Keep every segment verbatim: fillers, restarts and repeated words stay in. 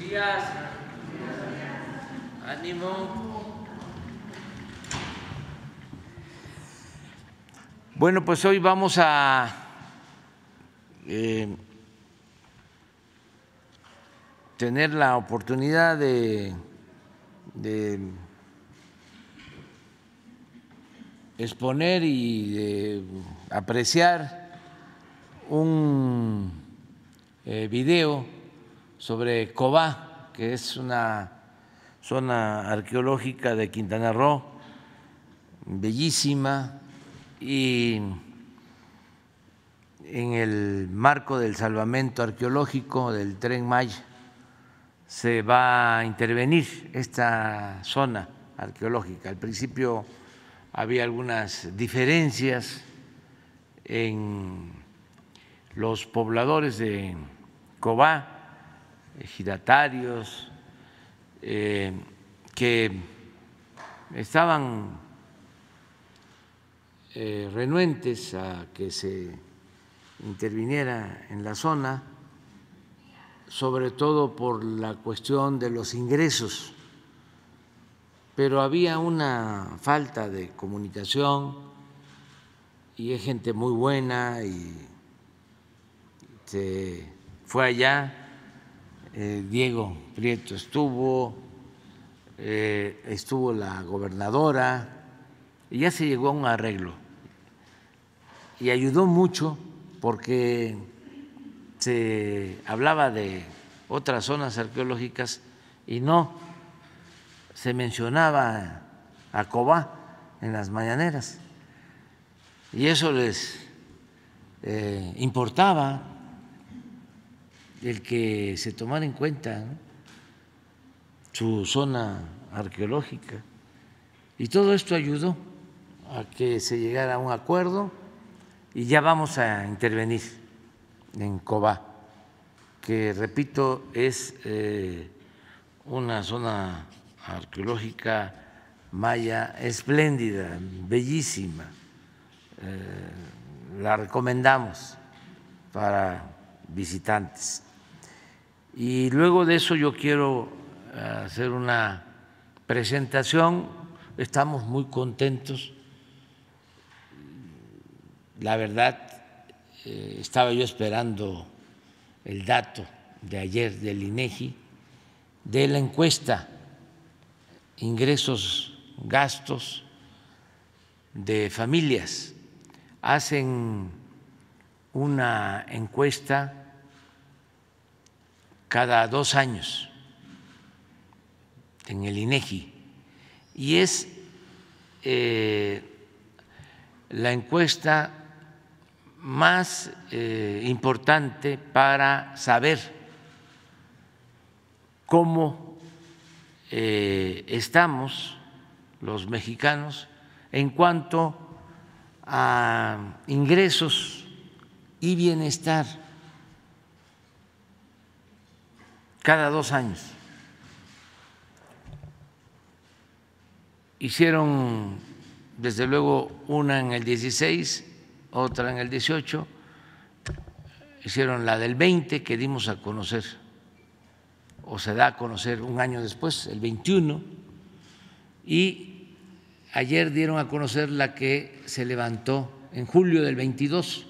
días. Ánimo. Bueno, pues hoy vamos a eh, tener la oportunidad de, de exponer y de apreciar un eh, video sobre Cobá, que es una zona arqueológica de Quintana Roo, bellísima, y en el marco del salvamento arqueológico del Tren Maya se va a intervenir esta zona arqueológica. Al principio había algunas diferencias en los pobladores de Cobá, ejidatarios, eh, que estaban eh, renuentes a que se interviniera en la zona, sobre todo por la cuestión de los ingresos, pero había una falta de comunicación y es gente muy buena y se fue allá, eh, Diego Prieto estuvo, eh, estuvo la gobernadora y ya se llegó a un arreglo y ayudó mucho porque se hablaba de otras zonas arqueológicas y no se mencionaba a Cobá en las mañaneras y eso les eh, importaba, el que se tomara en cuenta, ¿no?, su zona arqueológica, y todo esto ayudó a que se llegara a un acuerdo y ya vamos a intervenir en Cobá, que repito es eh, una zona arqueológica maya espléndida, bellísima, eh, la recomendamos para visitantes. Y luego de eso yo quiero hacer una presentación. Estamos muy contentos. La verdad, eh, estaba yo esperando el dato de ayer del INEGI de la encuesta ingresos, gastos de familias. Hacen una encuesta cada dos años en el INEGI y es eh, la encuesta más eh, importante para saber cómo eh, estamos los mexicanos en cuanto a ingresos y bienestar cada dos años. Hicieron desde luego una en el dieciséis, otra en el dieciocho, hicieron la del veinte que dimos a conocer o se da a conocer un año después, el veintiuno, y ayer dieron a conocer la que se levantó en julio del veintidós,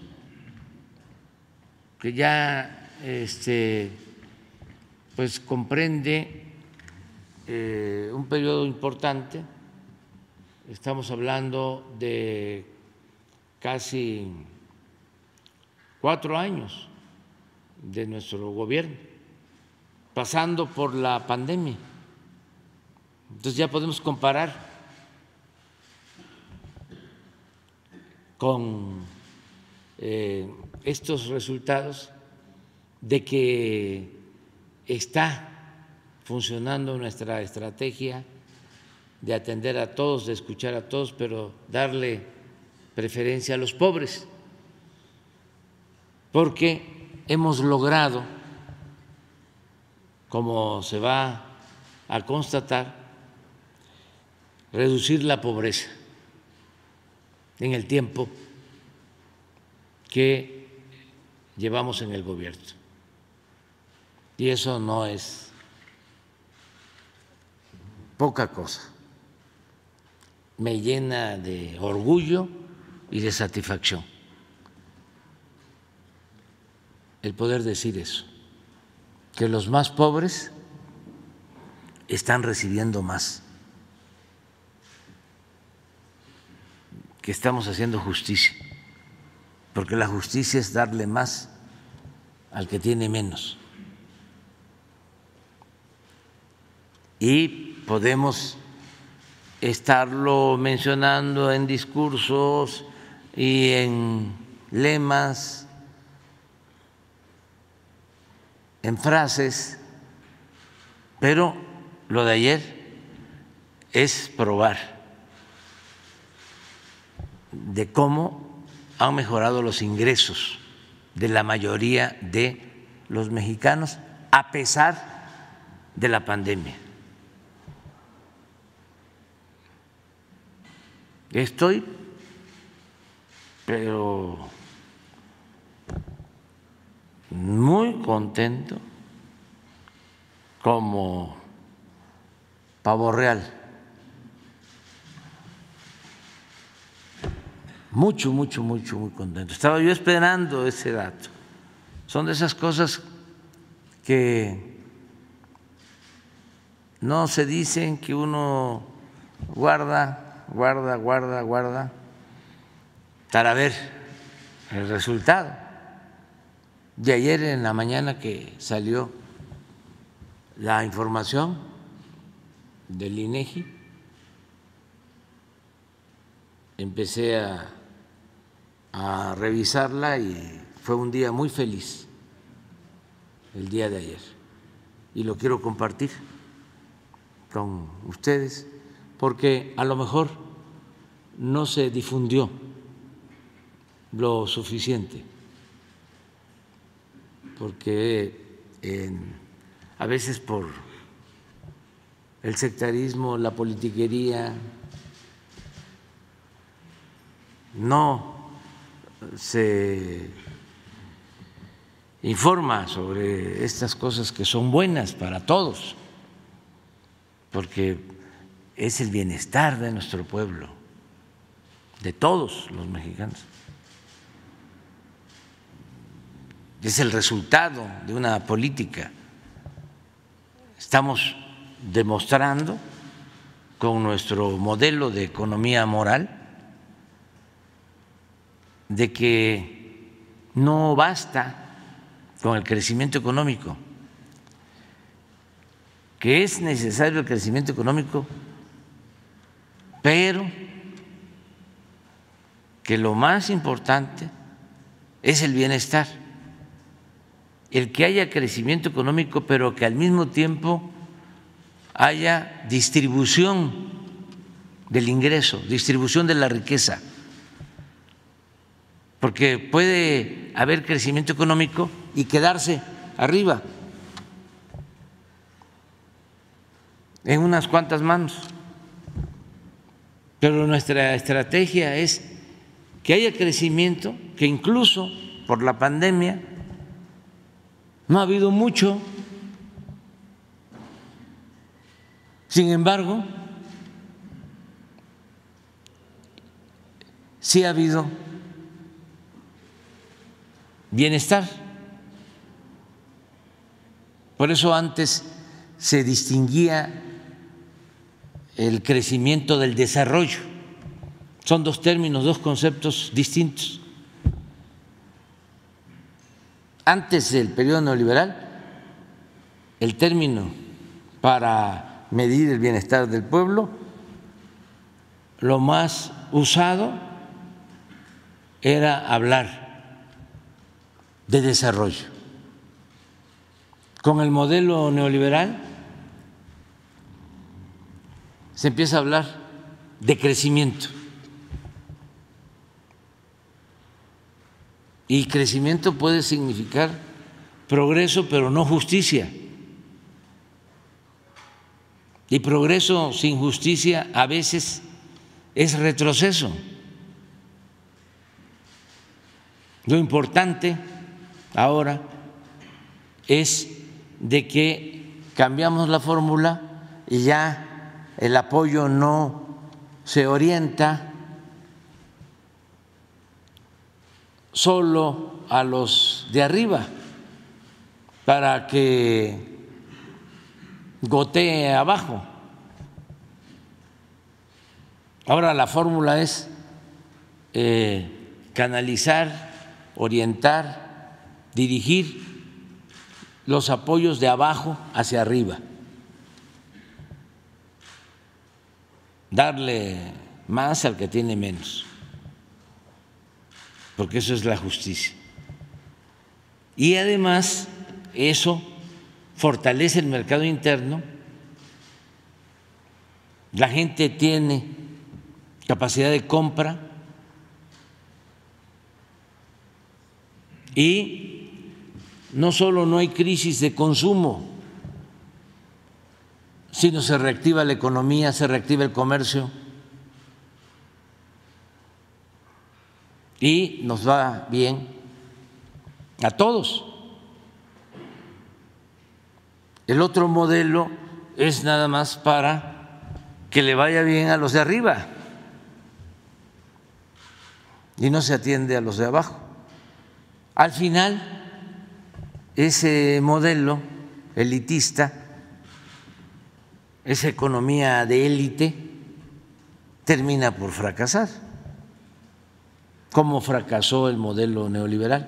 que ya este pues comprende eh, un periodo importante. Estamos hablando de casi cuatro años de nuestro gobierno, pasando por la pandemia. Entonces ya podemos comparar con eh, estos resultados de que está funcionando nuestra estrategia de atender a todos, de escuchar a todos, pero darle preferencia a los pobres, porque hemos logrado, como se va a constatar, reducir la pobreza en el tiempo que llevamos en el gobierno. Y eso no es poca cosa. Me llena de orgullo y de satisfacción el poder decir eso, que los más pobres están recibiendo más, que estamos haciendo justicia, porque la justicia es darle más al que tiene menos. Y podemos estarlo mencionando en discursos y en lemas, en frases, pero lo de ayer es probar de cómo han mejorado los ingresos de la mayoría de los mexicanos a pesar de la pandemia. Estoy, pero muy contento, como pavo real, mucho, mucho, mucho, muy contento. Estaba yo esperando ese dato. Son de esas cosas que no se dicen, que uno guarda, guarda, guarda, guarda, para ver el resultado. De ayer en la mañana que salió la información del INEGI, empecé a, a revisarla y fue un día muy feliz el día de ayer, y lo quiero compartir con ustedes porque a lo mejor no se difundió lo suficiente, porque en, a veces por el sectarismo, la politiquería, no se informa sobre estas cosas que son buenas para todos, porque es el bienestar de nuestro pueblo, de todos los mexicanos. Es el resultado de una política. Estamos demostrando con nuestro modelo de economía moral de que no basta con el crecimiento económico, que es necesario el crecimiento económico, pero que lo más importante es el bienestar, el que haya crecimiento económico, pero que al mismo tiempo haya distribución del ingreso, distribución de la riqueza, porque puede haber crecimiento económico y quedarse arriba en unas cuantas manos, pero nuestra estrategia es que haya crecimiento, que incluso por la pandemia no ha habido mucho, sin embargo, sí ha habido bienestar. Por eso antes se distinguía el crecimiento del desarrollo. Son dos términos, dos conceptos distintos. Antes del periodo neoliberal, el término para medir el bienestar del pueblo, lo más usado era hablar de desarrollo. Con el modelo neoliberal se empieza a hablar de crecimiento. Y crecimiento puede significar progreso, pero no justicia. Y progreso sin justicia a veces es retroceso. Lo importante ahora es de que cambiamos la fórmula y ya el apoyo no se orienta solo a los de arriba para que gotee abajo. Ahora la fórmula es eh, canalizar, orientar, dirigir los apoyos de abajo hacia arriba, darle más al que tiene menos, porque eso es la justicia. Y además eso fortalece el mercado interno, la gente tiene capacidad de compra y no solo no hay crisis de consumo, sino se reactiva la economía, se reactiva el comercio y nos va bien a todos. El otro modelo es nada más para que le vaya bien a los de arriba y no se atiende a los de abajo. Al final, ese modelo elitista, esa economía de élite, termina por fracasar, como fracasó el modelo neoliberal.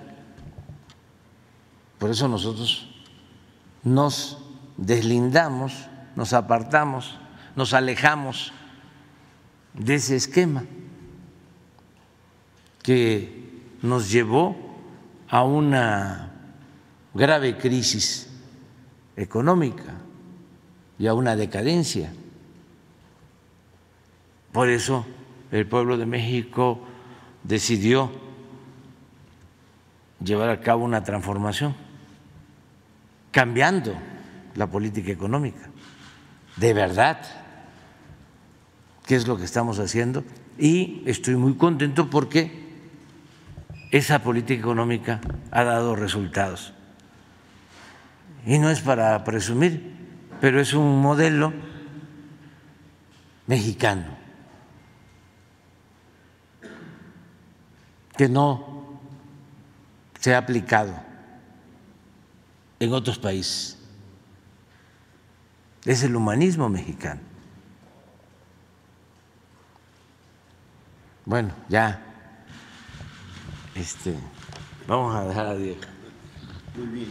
Por eso nosotros nos deslindamos, nos apartamos, nos alejamos de ese esquema que nos llevó a una grave crisis económica y a una decadencia. Por eso el pueblo de México decidió llevar a cabo una transformación, cambiando la política económica, de verdad, que es lo que estamos haciendo, y estoy muy contento porque esa política económica ha dado resultados. Y no es para presumir, pero es un modelo mexicano que no se ha aplicado en otros países. Es el humanismo mexicano. Bueno, ya este, vamos a dejar a Diego. Muy bien.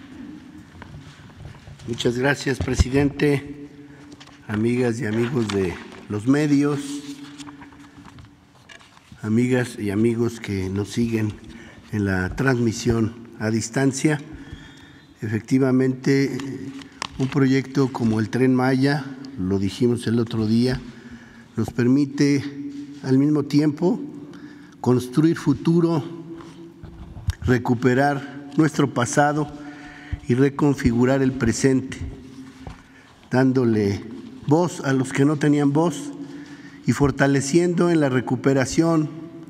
Muchas gracias, presidente, amigas y amigos de los medios, amigas y amigos que nos siguen en la transmisión a distancia. Efectivamente, un proyecto como el Tren Maya, lo dijimos el otro día, nos permite al mismo tiempo construir futuro, recuperar nuestro pasado y reconfigurar el presente, dándole voz a los que no tenían voz y fortaleciendo en la recuperación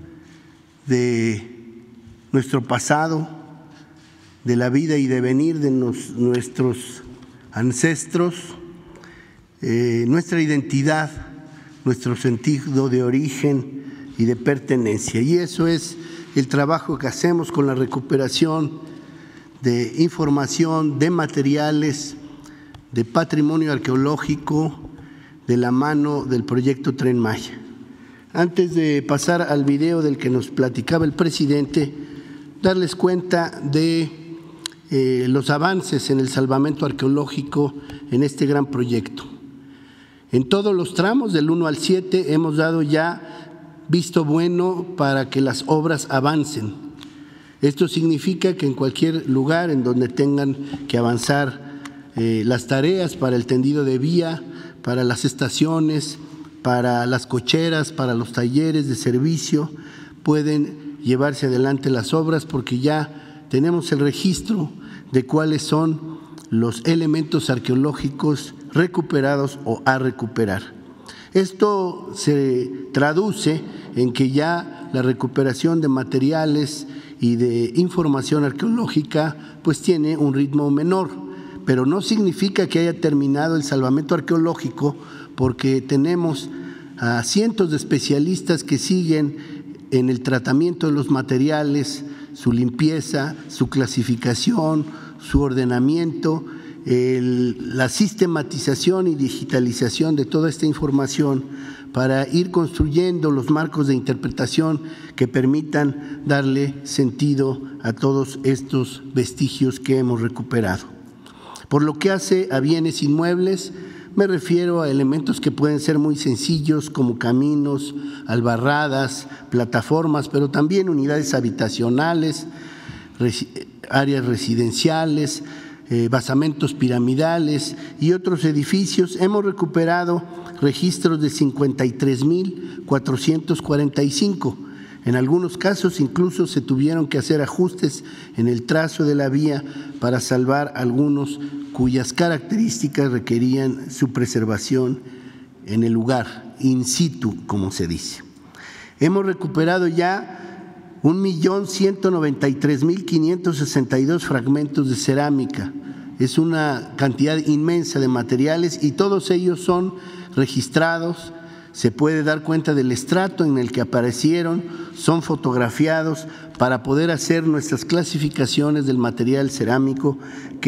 de nuestro pasado, de la vida y devenir de nos, nuestros ancestros, eh, nuestra identidad, nuestro sentido de origen y de pertenencia. Y eso es el trabajo que hacemos con la recuperación de información, de materiales, de patrimonio arqueológico, de la mano del proyecto Tren Maya. Antes de pasar al video del que nos platicaba el presidente, darles cuenta de eh, los avances en el salvamento arqueológico en este gran proyecto. En todos los tramos, del uno al siete, hemos dado ya visto bueno para que las obras avancen. Esto significa que en cualquier lugar en donde tengan que avanzar eh, las tareas para el tendido de vía, para las estaciones, para las cocheras, para los talleres de servicio, pueden llevarse adelante las obras porque ya tenemos el registro de cuáles son los elementos arqueológicos recuperados o a recuperar. Esto se traduce en que ya la recuperación de materiales y de información arqueológica pues tiene un ritmo menor, pero no significa que haya terminado el salvamento arqueológico, porque tenemos a cientos de especialistas que siguen en el tratamiento de los materiales, su limpieza, su clasificación, su ordenamiento, el, la sistematización y digitalización de toda esta información para ir construyendo los marcos de interpretación que permitan darle sentido a todos estos vestigios que hemos recuperado. Por lo que hace a bienes inmuebles, me refiero a elementos que pueden ser muy sencillos como caminos, albarradas, plataformas, pero también unidades habitacionales, áreas residenciales, eh, basamentos piramidales y otros edificios. Hemos recuperado registros de cincuenta y tres mil cuatrocientos cuarenta y cinco. En algunos casos incluso se tuvieron que hacer ajustes en el trazo de la vía para salvar algunos cuyas características requerían su preservación en el lugar, in situ, como se dice. Hemos recuperado ya un millón ciento noventa y tres mil quinientos sesenta y dos fragmentos de cerámica. Es una cantidad inmensa de materiales y todos ellos son registrados. Se puede dar cuenta del estrato en el que aparecieron, son fotografiados para poder hacer nuestras clasificaciones del material cerámico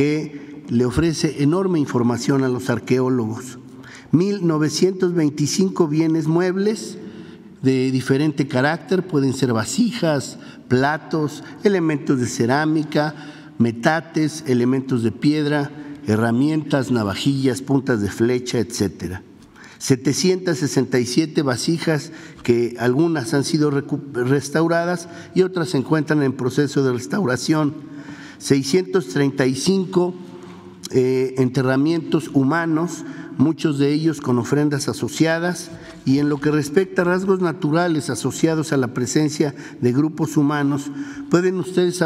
que le ofrece enorme información a los arqueólogos. mil novecientos veinticinco bienes muebles de diferente carácter, pueden ser vasijas, platos, elementos de cerámica, metates, elementos de piedra, herramientas, navajillas, puntas de flecha, etcétera. setecientas sesenta y siete vasijas, que algunas han sido restauradas y otras se encuentran en proceso de restauración. seiscientos treinta y cinco eh, enterramientos humanos, muchos de ellos con ofrendas asociadas, y en lo que respecta a rasgos naturales asociados a la presencia de grupos humanos, pueden ustedes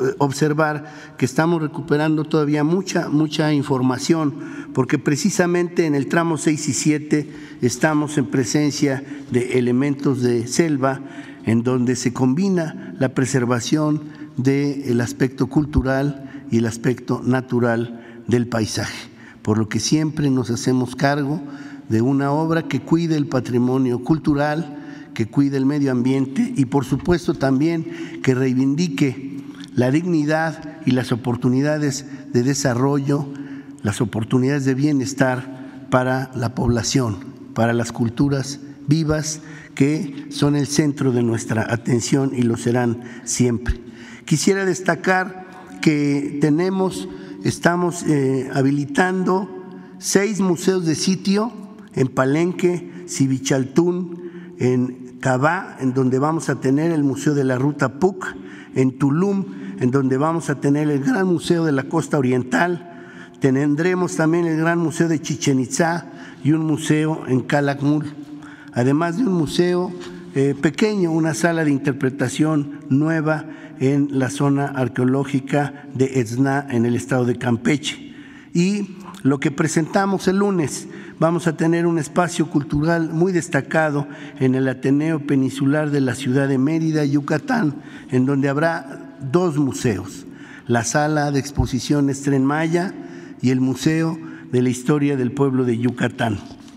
observar que estamos recuperando todavía mucha, mucha información, porque precisamente en el tramo seis y siete estamos en presencia de elementos de selva, en donde se combina la preservación del aspecto cultural y el aspecto natural del paisaje, por lo que siempre nos hacemos cargo de una obra que cuide el patrimonio cultural, que cuide el medio ambiente y por supuesto también que reivindique la dignidad y las oportunidades de desarrollo, las oportunidades de bienestar para la población, para las culturas vivas que son el centro de nuestra atención y lo serán siempre. Quisiera destacar que tenemos, estamos eh, habilitando seis museos de sitio en Palenque, Civichaltún, en Cabá, en donde vamos a tener el Museo de la Ruta P U C, en Tulum, en donde vamos a tener el Gran Museo de la Costa Oriental, tendremos también el Gran Museo de Chichén Itzá y un museo en Calakmul, además de un museo eh, pequeño, una sala de interpretación nueva en la zona arqueológica de Etzná, en el estado de Campeche. Y lo que presentamos el lunes, vamos a tener un espacio cultural muy destacado en el Ateneo Peninsular de la ciudad de Mérida, Yucatán, en donde habrá dos museos, la Sala de Exposiciones Tren Maya y el Museo de la Historia del Pueblo de Yucatán.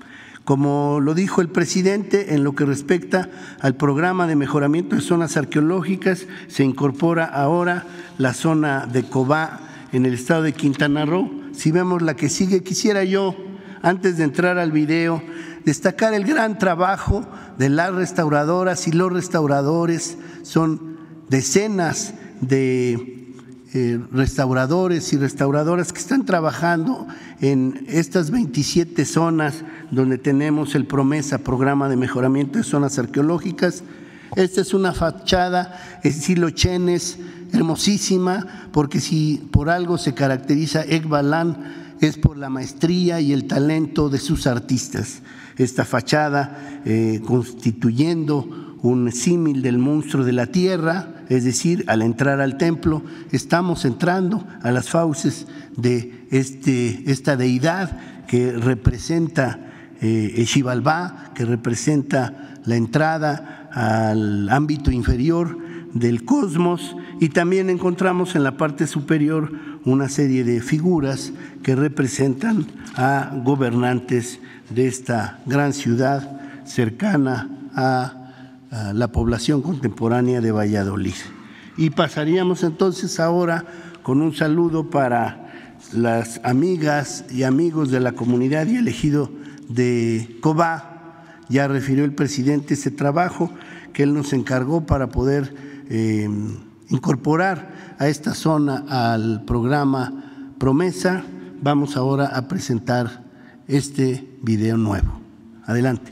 Como lo dijo el presidente, en lo que respecta al programa de mejoramiento de zonas arqueológicas, se incorpora ahora la zona de Cobá en el estado de Quintana Roo. Si vemos la que sigue, quisiera yo, antes de entrar al video, destacar el gran trabajo de las restauradoras y los restauradores. Son decenas de eh, restauradores y restauradoras que están trabajando en estas veintisiete zonas donde tenemos el PROMESA, Programa de Mejoramiento de Zonas Arqueológicas. Esta es una fachada estilo Chenes, hermosísima, porque si por algo se caracteriza Ekbalan es por la maestría y el talento de sus artistas. Esta fachada eh, constituyendo un símil del monstruo de la tierra, es decir, al entrar al templo estamos entrando a las fauces de este, esta deidad que representa eh, Xibalbá, que representa la entrada al ámbito inferior del cosmos, y también encontramos en la parte superior una serie de figuras que representan a gobernantes de esta gran ciudad cercana a, a la población contemporánea de Valladolid. Y pasaríamos entonces ahora con un saludo para las amigas y amigos de la comunidad y el ejido de Cobá. Ya refirió el presidente ese trabajo que él nos encargó para poder eh, incorporar a esta zona al programa Promesa. Vamos ahora a presentar este video nuevo. Adelante.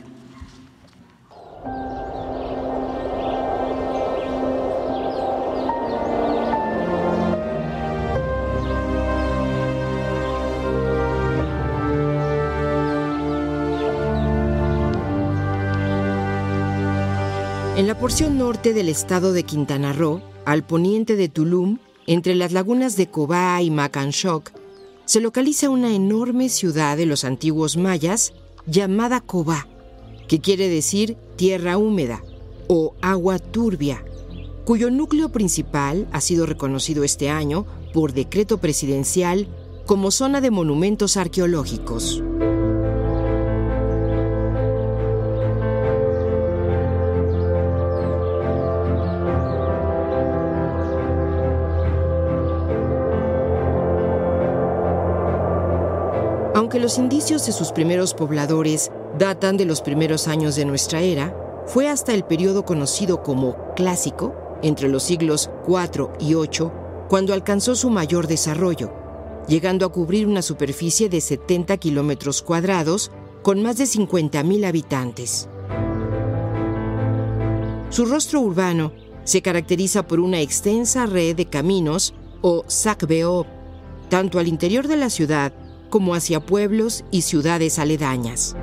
En la porción norte del estado de Quintana Roo, al poniente de Tulum, entre las lagunas de Cobá y Macanchoc, se localiza una enorme ciudad de los antiguos mayas llamada Cobá, que quiere decir tierra húmeda o agua turbia, cuyo núcleo principal ha sido reconocido este año por decreto presidencial como zona de monumentos arqueológicos. Aunque los indicios de sus primeros pobladores datan de los primeros años de nuestra era, fue hasta el periodo conocido como Clásico, entre los siglos cuatro y ocho, cuando alcanzó su mayor desarrollo, llegando a cubrir una superficie de setenta kilómetros cuadrados con más de cincuenta mil habitantes. Su rostro urbano se caracteriza por una extensa red de caminos o sacbeob, tanto al interior de la ciudad como hacia pueblos y ciudades aledañas.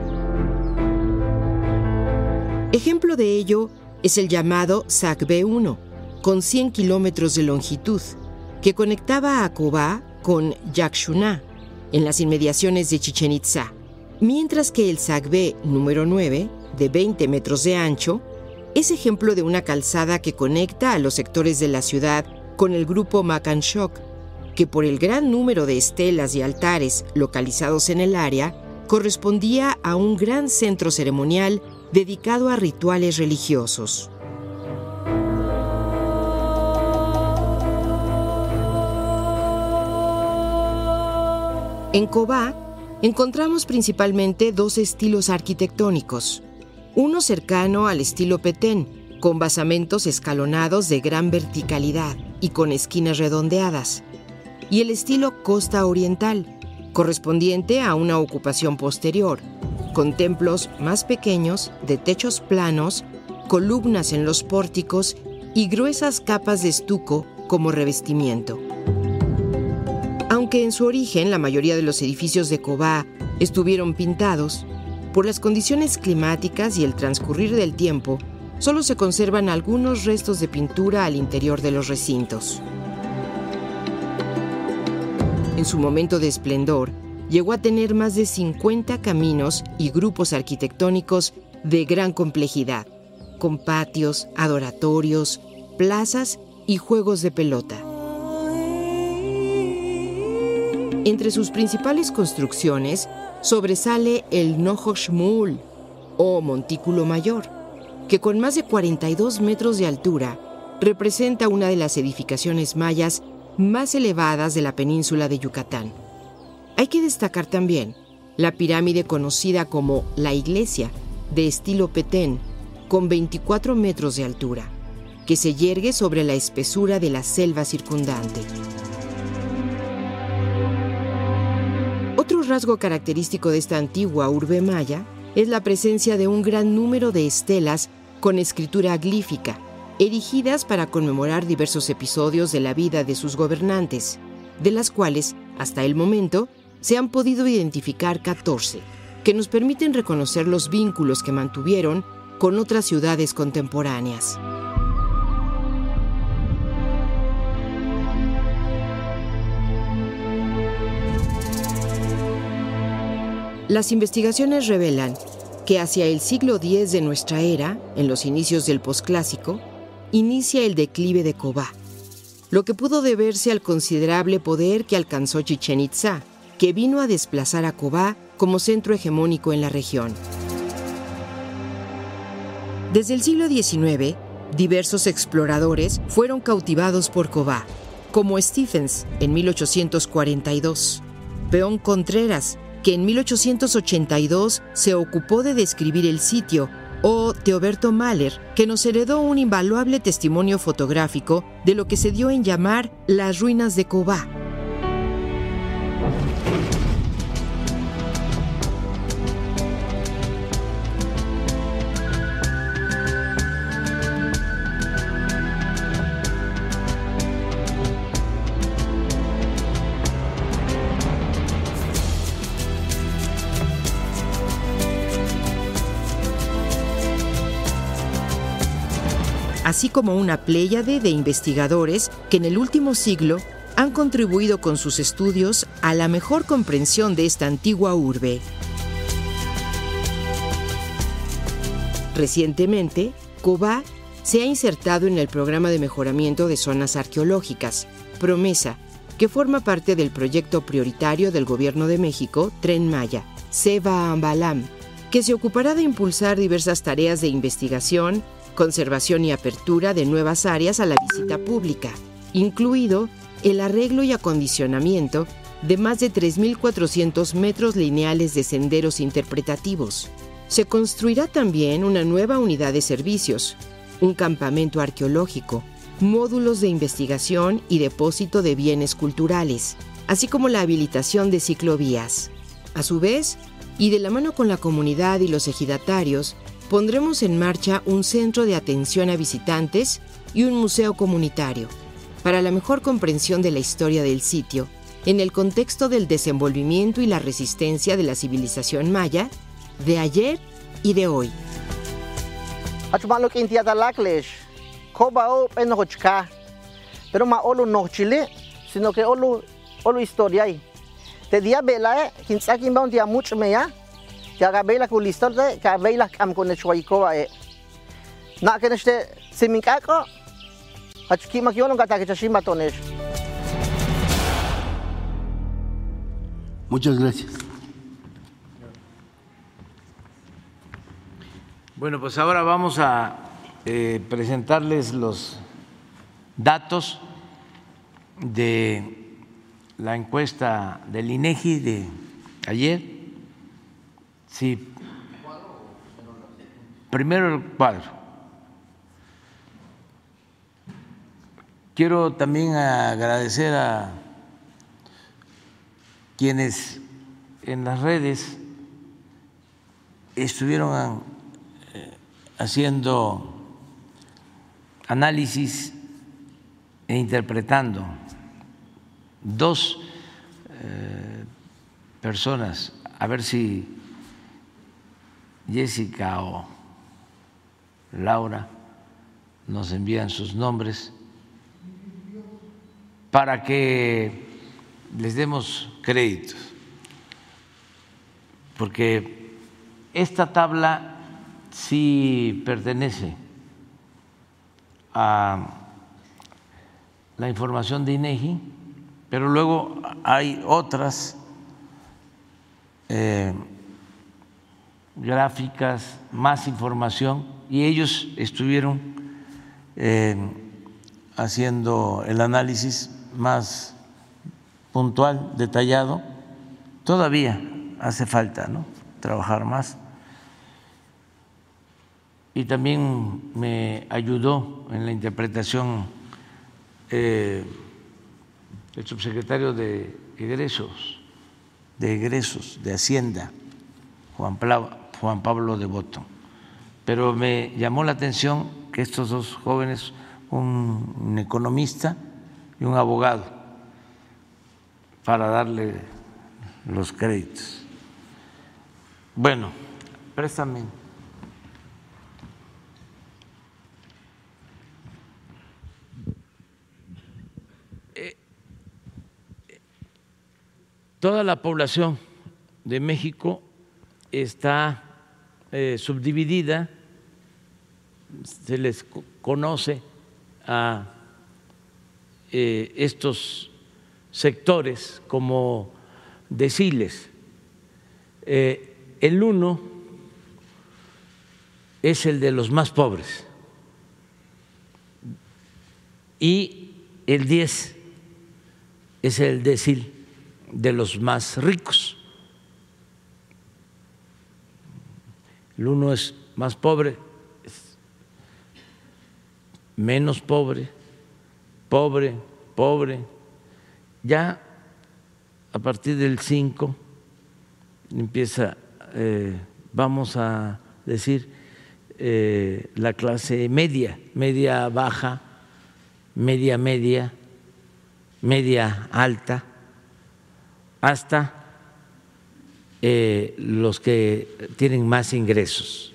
Ejemplo de ello es el llamado Sacbe uno, con cien kilómetros de longitud, que conectaba a Cobá con Yaxchuná, en las inmediaciones de Chichén Itzá, mientras que el Sacbe número nueve, de veinte metros de ancho, es ejemplo de una calzada que conecta a los sectores de la ciudad con el grupo Macanchoc, que por el gran número de estelas y altares localizados en el área, correspondía a un gran centro ceremonial dedicado a rituales religiosos. En Cobá encontramos principalmente dos estilos arquitectónicos, uno cercano al estilo Petén, con basamentos escalonados de gran verticalidad y con esquinas redondeadas, y el estilo Costa Oriental, correspondiente a una ocupación posterior, con templos más pequeños, de techos planos, columnas en los pórticos y gruesas capas de estuco como revestimiento. Aunque en su origen la mayoría de los edificios de Cobá estuvieron pintados, por las condiciones climáticas y el transcurrir del tiempo, solo se conservan algunos restos de pintura al interior de los recintos. En su momento de esplendor, llegó a tener más de cincuenta caminos y grupos arquitectónicos de gran complejidad, con patios, adoratorios, plazas y juegos de pelota. Entre sus principales construcciones sobresale el Nojo Shmuel, o Montículo Mayor, que con más de cuarenta y dos metros de altura representa una de las edificaciones mayas más elevadas de la península de Yucatán. Hay que destacar también la pirámide conocida como la Iglesia, de estilo Petén, con veinticuatro metros de altura, que se yergue sobre la espesura de la selva circundante. Otro rasgo característico de esta antigua urbe maya es la presencia de un gran número de estelas con escritura glífica, erigidas para conmemorar diversos episodios de la vida de sus gobernantes, de las cuales, hasta el momento, se han podido identificar catorce, que nos permiten reconocer los vínculos que mantuvieron con otras ciudades contemporáneas. Las investigaciones revelan que hacia el siglo diez de nuestra era, en los inicios del posclásico, inicia el declive de Cobá, lo que pudo deberse al considerable poder que alcanzó Chichén Itzá, que vino a desplazar a Cobá como centro hegemónico en la región. Desde el siglo diecinueve, diversos exploradores fueron cautivados por Cobá, como Stephens en mil ochocientos cuarenta y dos, Peón Contreras, que en mil ochocientos ochenta y dos se ocupó de describir el sitio, o Teoberto Mahler, que nos heredó un invaluable testimonio fotográfico de lo que se dio en llamar las ruinas de Cobá. Así como una pléyade de investigadores que en el último siglo han contribuido con sus estudios a la mejor comprensión de esta antigua urbe. Recientemente, Cobá se ha insertado en el programa de mejoramiento de zonas arqueológicas, Promesa, que forma parte del proyecto prioritario del Gobierno de México, Tren Maya, Seba Ambalam, que se ocupará de impulsar diversas tareas de investigación, conservación y apertura de nuevas áreas a la visita pública, incluido el arreglo y acondicionamiento de más de tres mil cuatrocientos metros lineales de senderos interpretativos. Se construirá también una nueva unidad de servicios, un campamento arqueológico, módulos de investigación y depósito de bienes culturales, así como la habilitación de ciclovías. A su vez, y de la mano con la comunidad y los ejidatarios, pondremos en marcha un centro de atención a visitantes y un museo comunitario para la mejor comprensión de la historia del sitio en el contexto del desenvolvimiento y la resistencia de la civilización maya de ayer y de hoy. Pero ma olu no chile, sino que olu olu historia. Te dia bela, kinsakin baun dia much meya. Ya gabela ku listor de ka bela am con chwaiko e na que este seminkako achki makiono gata que chashima tonesh. Muchas gracias. Bueno, pues ahora vamos a eh, presentarles los datos de la encuesta del INEGI de ayer. Sí, primero el cuadro. Quiero también agradecer a quienes en las redes estuvieron haciendo análisis e interpretando. Dos eh, personas, a ver si Jessica o Laura nos envían sus nombres para que les demos créditos, porque esta tabla sí pertenece a la información de INEGI, pero luego hay otras eh, gráficas, más información, y ellos estuvieron eh, haciendo el análisis más puntual, detallado. Todavía hace falta, ¿no?, trabajar más. Y también me ayudó en la interpretación eh, el subsecretario de egresos, de egresos, de Hacienda, Juan Pablo, Juan Pablo Devoto. Pero me llamó la atención que estos dos jóvenes, un, un economista y un abogado, para darle los créditos. Bueno, préstame. Eh, toda la población de México está eh, subdividida, se les conoce a eh, estos sectores como deciles. Eh, el uno es el de los más pobres y el diez es el decil de los más ricos. El uno es más pobre, menos pobre, pobre, pobre. Ya a partir del cinco empieza, eh, vamos a decir, eh, la clase media, media baja, media media, media alta, hasta eh, los que tienen más ingresos.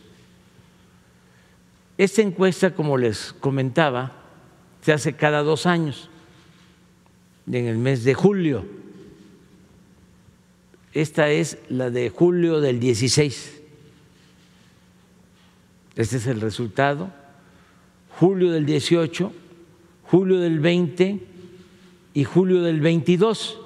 Esta encuesta, como les comentaba, se hace cada dos años, en el mes de julio. Esta es la de julio del dieciséis. Este es el resultado. Julio del dieciocho, julio del veinte y julio del veintidós,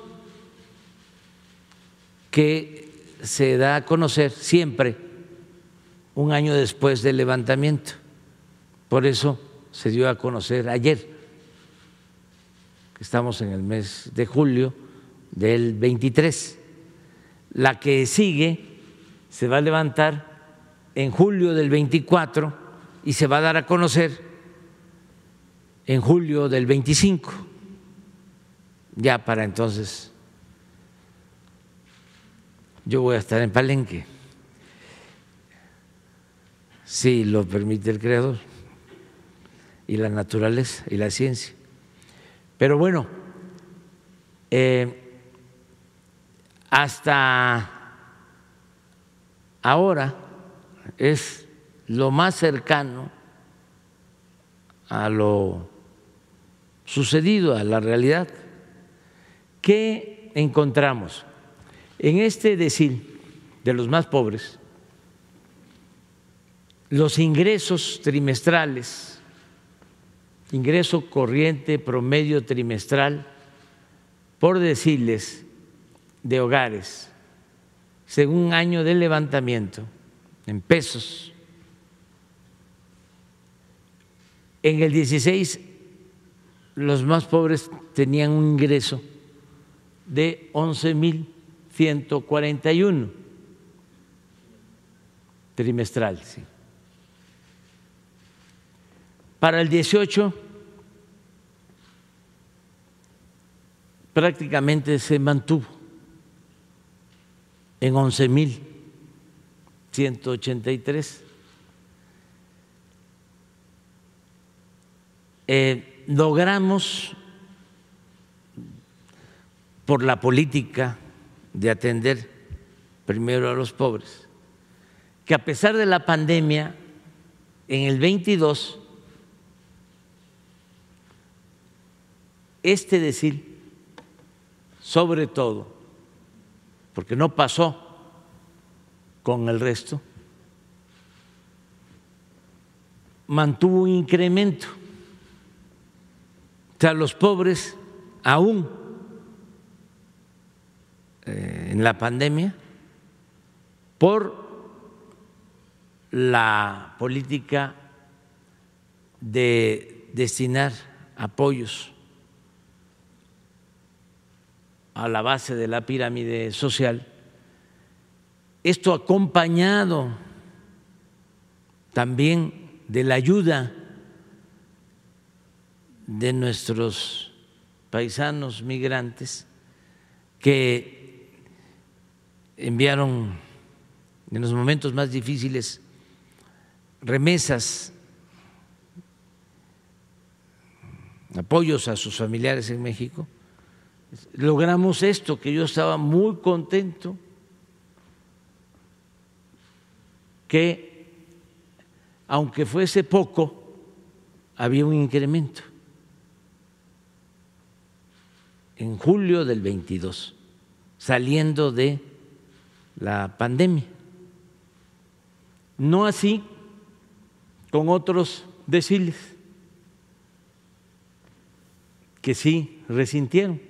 que se da a conocer siempre un año después del levantamiento. Por eso se dio a conocer ayer, que estamos en el mes de julio del veintitrés. La que sigue se va a levantar en julio del veinticuatro y se va a dar a conocer en julio del veinticinco. Ya para entonces yo voy a estar en Palenque, si lo permite el Creador y la naturaleza y la ciencia. Pero bueno, eh, hasta ahora es lo más cercano a lo sucedido, a la realidad. ¿Qué encontramos? En este decil de los más pobres, los ingresos trimestrales, ingreso corriente promedio trimestral por deciles de hogares, según año de levantamiento, en pesos, en el dieciséis los más pobres tenían un ingreso de once mil ciento cuarenta y uno trimestral. Sí. Para el dieciocho prácticamente se mantuvo en once mil ciento ochenta y tres. Eh, logramos, por la política de atender primero a los pobres, que a pesar de la pandemia, en el veintidós, este decil, sobre todo, porque no pasó con el resto, mantuvo un incremento. O sea, los pobres aún eh, en la pandemia, por la política de destinar apoyos a la base de la pirámide social, esto acompañado también de la ayuda de nuestros paisanos migrantes que enviaron en los momentos más difíciles remesas, apoyos a sus familiares en México. Logramos esto, que yo estaba muy contento, que aunque fuese poco, había un incremento en julio del veintidós, saliendo de la pandemia. No así con otros deciles. que sí resintieron.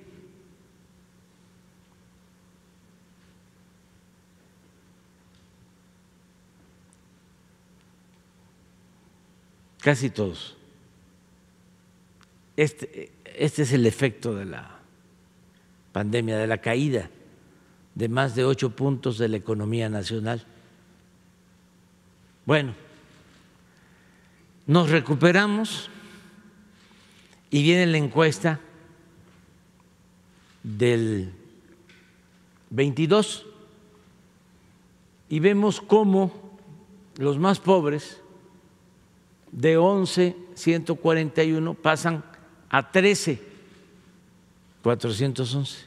Casi todos. Este, este es el efecto de la pandemia, de la caída de más de ocho puntos de la economía nacional. Bueno, nos recuperamos y viene la encuesta del veintidós y vemos cómo los más pobres de once mil ciento cuarenta y uno pasan a trece mil cuatrocientos once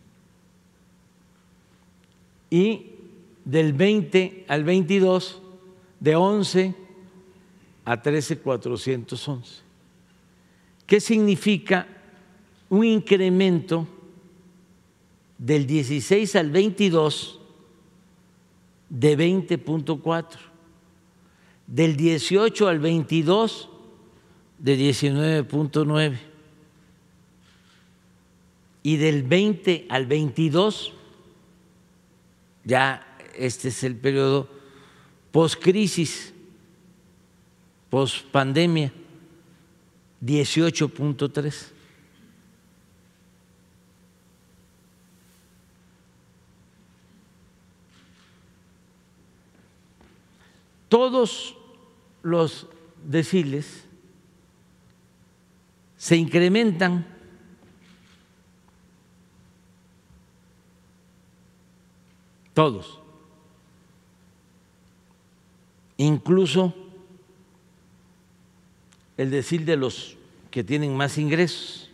y del veinte al veintidós de once a trece mil cuatrocientos once. ¿Qué significa un incremento del dieciséis al veintidós de veinte punto cuatro, del dieciocho al veintidós de diecinueve punto nueve y del veinte al veintidós, ya este es el periodo post-crisis, post-pandemia, dieciocho punto tres. Todos los deciles se incrementan todos, incluso el decil de los que tienen más ingresos,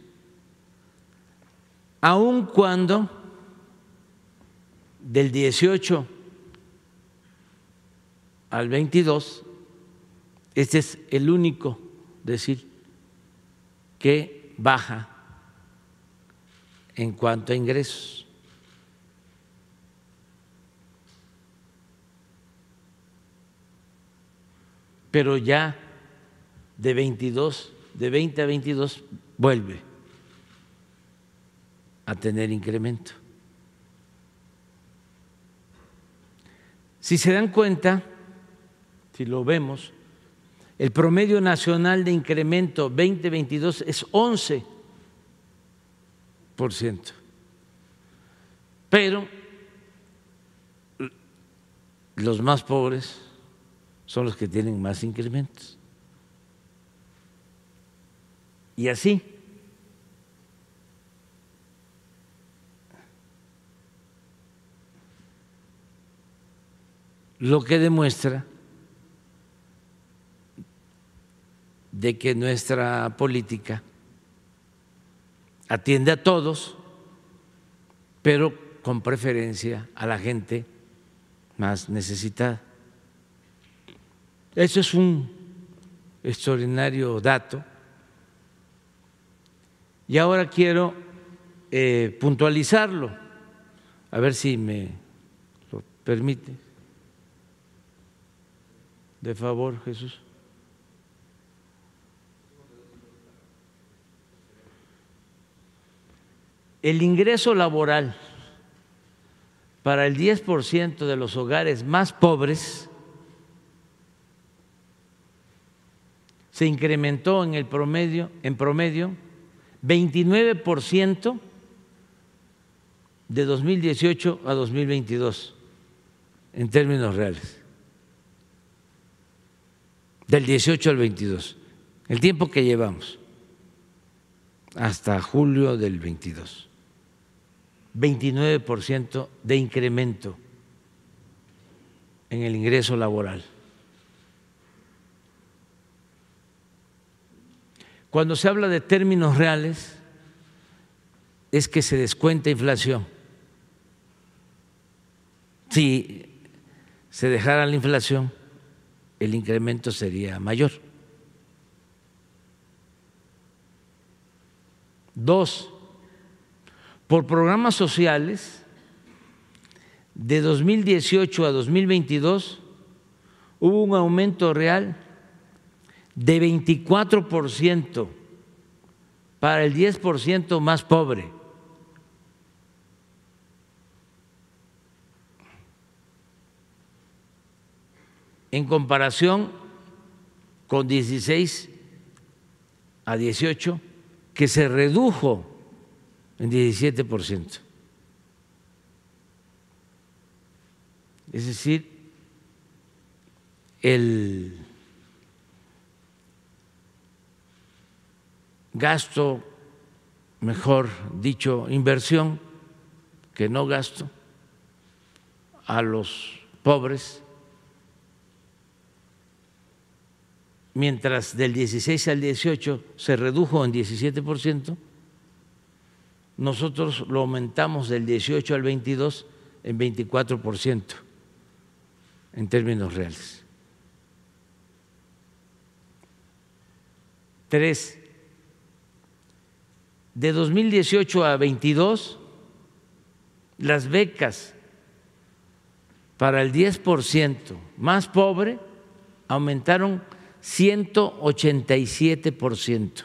aun cuando del dieciocho al veintidós, este es el único decil que baja en cuanto a ingresos. Pero ya de veintidós, de veinte a veintidós vuelve a tener incremento. Si se dan cuenta, si lo vemos, el promedio nacional de incremento veinte veintidós es once por ciento, pero los más pobres son los que tienen más incrementos. Y así, lo que demuestra de que nuestra política atiende a todos, pero con preferencia a la gente más necesitada. Eso es un extraordinario dato. Y ahora quiero eh, puntualizarlo, a ver si me lo permite. De favor, Jesús. El ingreso laboral para el diez por ciento de los hogares más pobres se incrementó en el promedio, en promedio veintinueve por ciento de dos mil dieciocho a dos mil veintidós en términos reales, del dieciocho al veintidós, el tiempo que llevamos hasta julio del veintidós, veintinueve por ciento de incremento en el ingreso laboral. Cuando se habla de términos reales, es que se descuenta inflación. Si se dejara la inflación, el incremento sería mayor. Dos, por programas sociales, de dos mil dieciocho a dos mil veintidós hubo un aumento real de veinticuatro por ciento para el diez por ciento más pobre. En comparación con dieciséis a dieciocho, que se redujo en diecisiete por ciento. Es decir, el gasto, mejor dicho, inversión, que no gasto, a los pobres, mientras del dieciséis al dieciocho se redujo en diecisiete por ciento, nosotros lo aumentamos del dieciocho al veintidós en veinticuatro por ciento en términos reales. Tres, de dos mil dieciocho a veintidós, las becas para el diez por ciento más pobre aumentaron ciento ochenta y siete por ciento.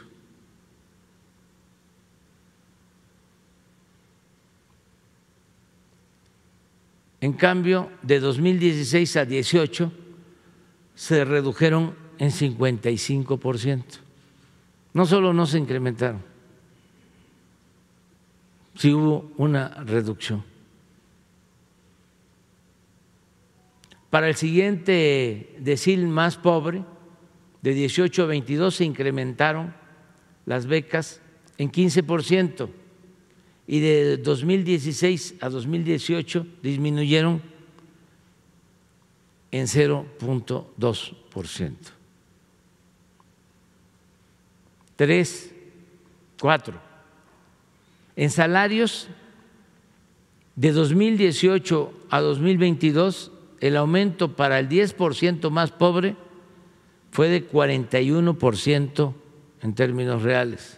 En cambio, de dos mil dieciséis a dieciocho se redujeron en cincuenta y cinco por ciento. No solo no se incrementaron, sí hubo una reducción. Para el siguiente decil más pobre, de dieciocho a veintidós, se incrementaron las becas en quince por ciento y de dos mil dieciséis a dos mil dieciocho disminuyeron en cero punto dos por ciento. Tres, cuatro. En salarios, de dos mil dieciocho a dos mil veintidós, el aumento para el diez por ciento más pobre fue de cuarenta y uno por ciento en términos reales,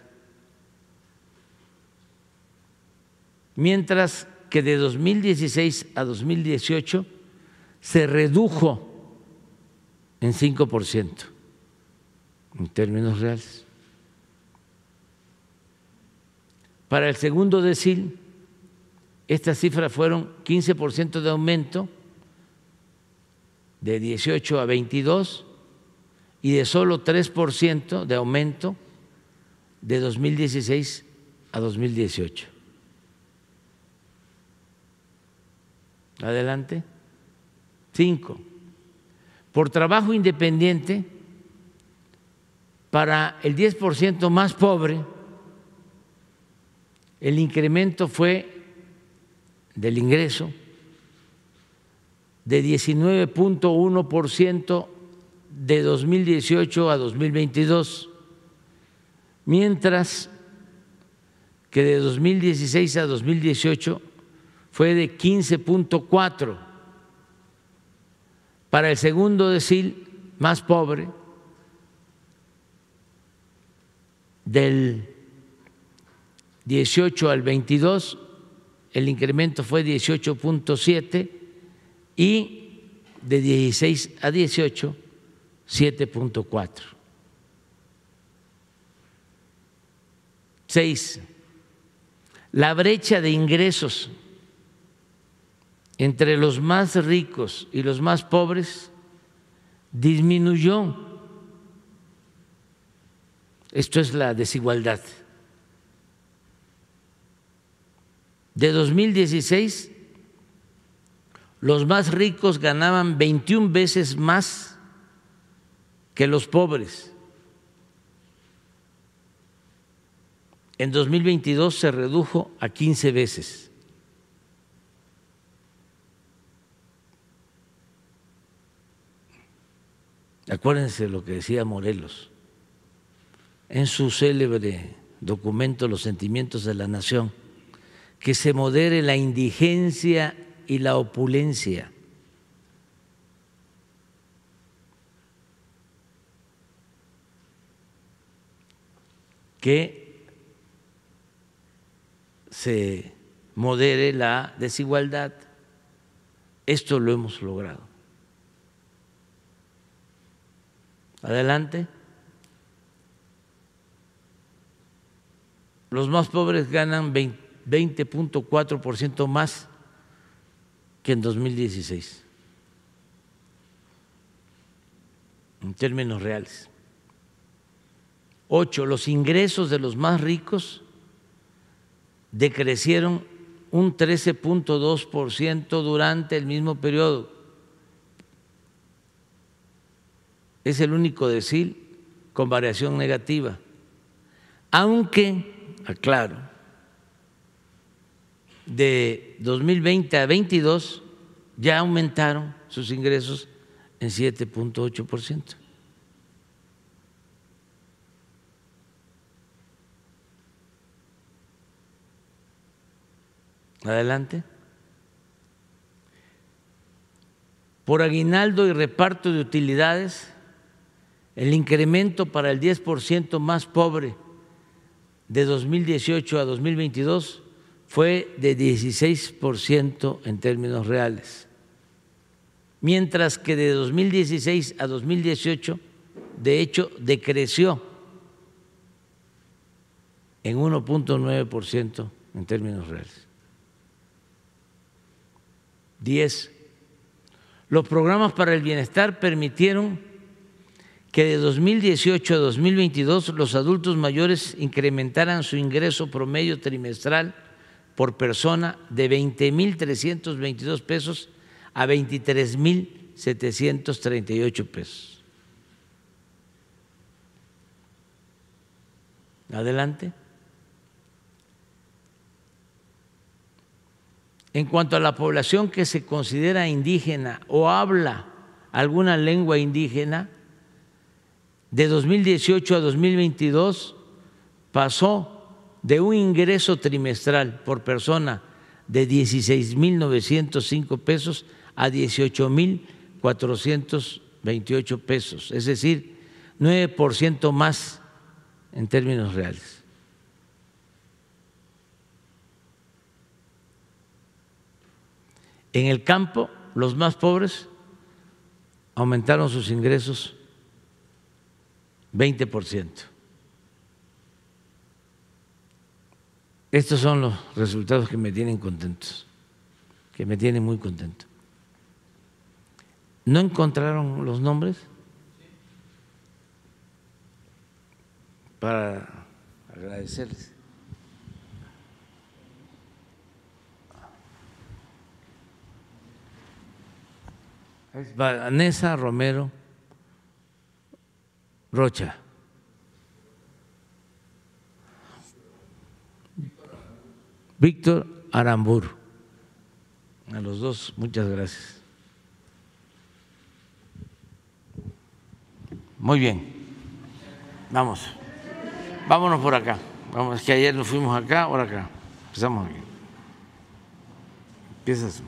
mientras que de dos mil dieciséis a dos mil dieciocho se redujo en cinco por ciento en términos reales. Para el segundo decil, estas cifras fueron quince por ciento de aumento de dieciocho a veintidós y de solo tres por ciento de aumento de dos mil dieciséis a dos mil dieciocho. Adelante. Cinco. Por trabajo independiente, para el diez por ciento más pobre, el incremento fue del ingreso de diecinueve punto uno por ciento de dos mil dieciocho a dos mil veintidós, mientras que de dos mil dieciséis a dos mil dieciocho fue de quince punto cuatro por ciento. Para el segundo decil más pobre, del dieciocho al veintidós, el incremento fue dieciocho punto siete y de dieciséis a dieciocho, siete punto cuatro. Seis, la brecha de ingresos entre los más ricos y los más pobres disminuyó. Esto es la desigualdad. De dos mil dieciséis, los más ricos ganaban veintiún veces más que los pobres. En dos mil veintidós se redujo a quince veces. Acuérdense lo que decía Morelos en su célebre documento Los sentimientos de la nación, que se modere la indigencia y la opulencia. Que se modere la desigualdad. Esto lo hemos logrado. Adelante. los más pobres ganan veinte punto cuatro por ciento más que en dos mil dieciséis, en términos reales. Ocho, los ingresos de los más ricos decrecieron un trece punto dos por ciento durante el mismo periodo. Es el único decil con variación negativa, aunque, aclaro, de dos mil veinte a veintidós ya aumentaron sus ingresos en siete punto ocho por ciento. Adelante. Por aguinaldo y reparto de utilidades, el incremento para el diez por ciento más pobre de dos mil dieciocho a dos mil veintidós fue de dieciséis por ciento en términos reales, mientras que de dos mil dieciséis a dos mil dieciocho, de hecho, decreció en uno punto nueve por ciento en términos reales. Diez, los programas para el bienestar permitieron que de dos mil dieciocho a dos mil veintidós los adultos mayores incrementaran su ingreso promedio trimestral por persona de veinte mil trescientos veintidós pesos a veintitrés mil setecientos treinta y ocho pesos. Adelante. En cuanto a la población que se considera indígena o habla alguna lengua indígena, de dos mil dieciocho a dos mil veintidós pasó de un ingreso trimestral por persona de dieciséis mil novecientos cinco pesos a dieciocho mil cuatrocientos veintiocho pesos, es decir, nueve por ciento más en términos reales. En el campo, los más pobres aumentaron sus ingresos veinte por ciento. Estos son los resultados que me tienen contentos, que me tienen muy contento. ¿No encontraron los nombres? Para agradecerles. Vanessa Romero Rocha. Víctor Aramburu. A los dos, muchas gracias. Muy bien. Vamos. Vámonos por acá. Vamos, es que ayer nos fuimos acá, ahora acá. Empezamos aquí. Empiezas.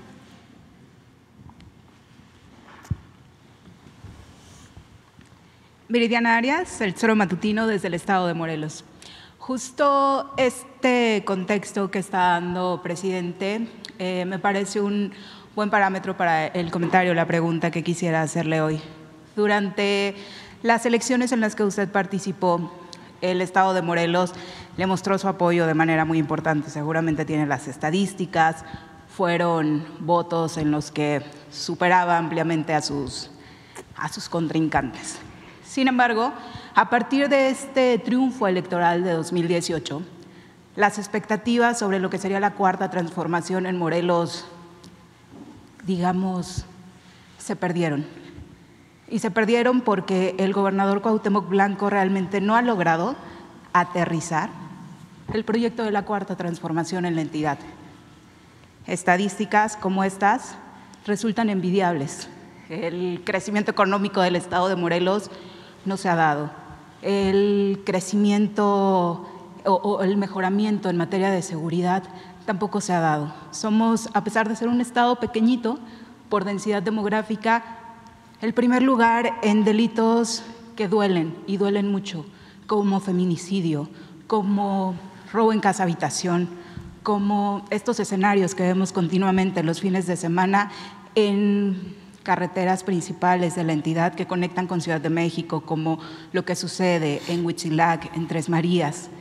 Viridiana Arias, el Choro Matutino desde el estado de Morelos. Justo este contexto que está dando presidente eh, me parece un buen parámetro para el comentario, la pregunta que quisiera hacerle hoy. Durante las elecciones en las que usted participó, el estado de Morelos le mostró su apoyo de manera muy importante. Seguramente tiene las estadísticas, fueron votos en los que superaba ampliamente a sus, a sus contrincantes. Sin embargo, a partir de este triunfo electoral de dos mil dieciocho, las expectativas sobre lo que sería la cuarta transformación en Morelos, digamos, se perdieron. Y se perdieron porque el gobernador Cuauhtémoc Blanco realmente no ha logrado aterrizar el proyecto de la cuarta transformación en la entidad. Estadísticas como estas resultan envidiables. El crecimiento económico del estado de Morelos no se ha dado. El crecimiento o, o el mejoramiento en materia de seguridad tampoco se ha dado. Somos, a pesar de ser un estado pequeñito por densidad demográfica, el primer lugar en delitos que duelen y duelen mucho, como feminicidio, como robo en casa habitación, como estos escenarios que vemos continuamente los fines de semana en carreteras principales de la entidad que conectan con Ciudad de México, como lo que sucede en Huitzilac, en Tres Marías.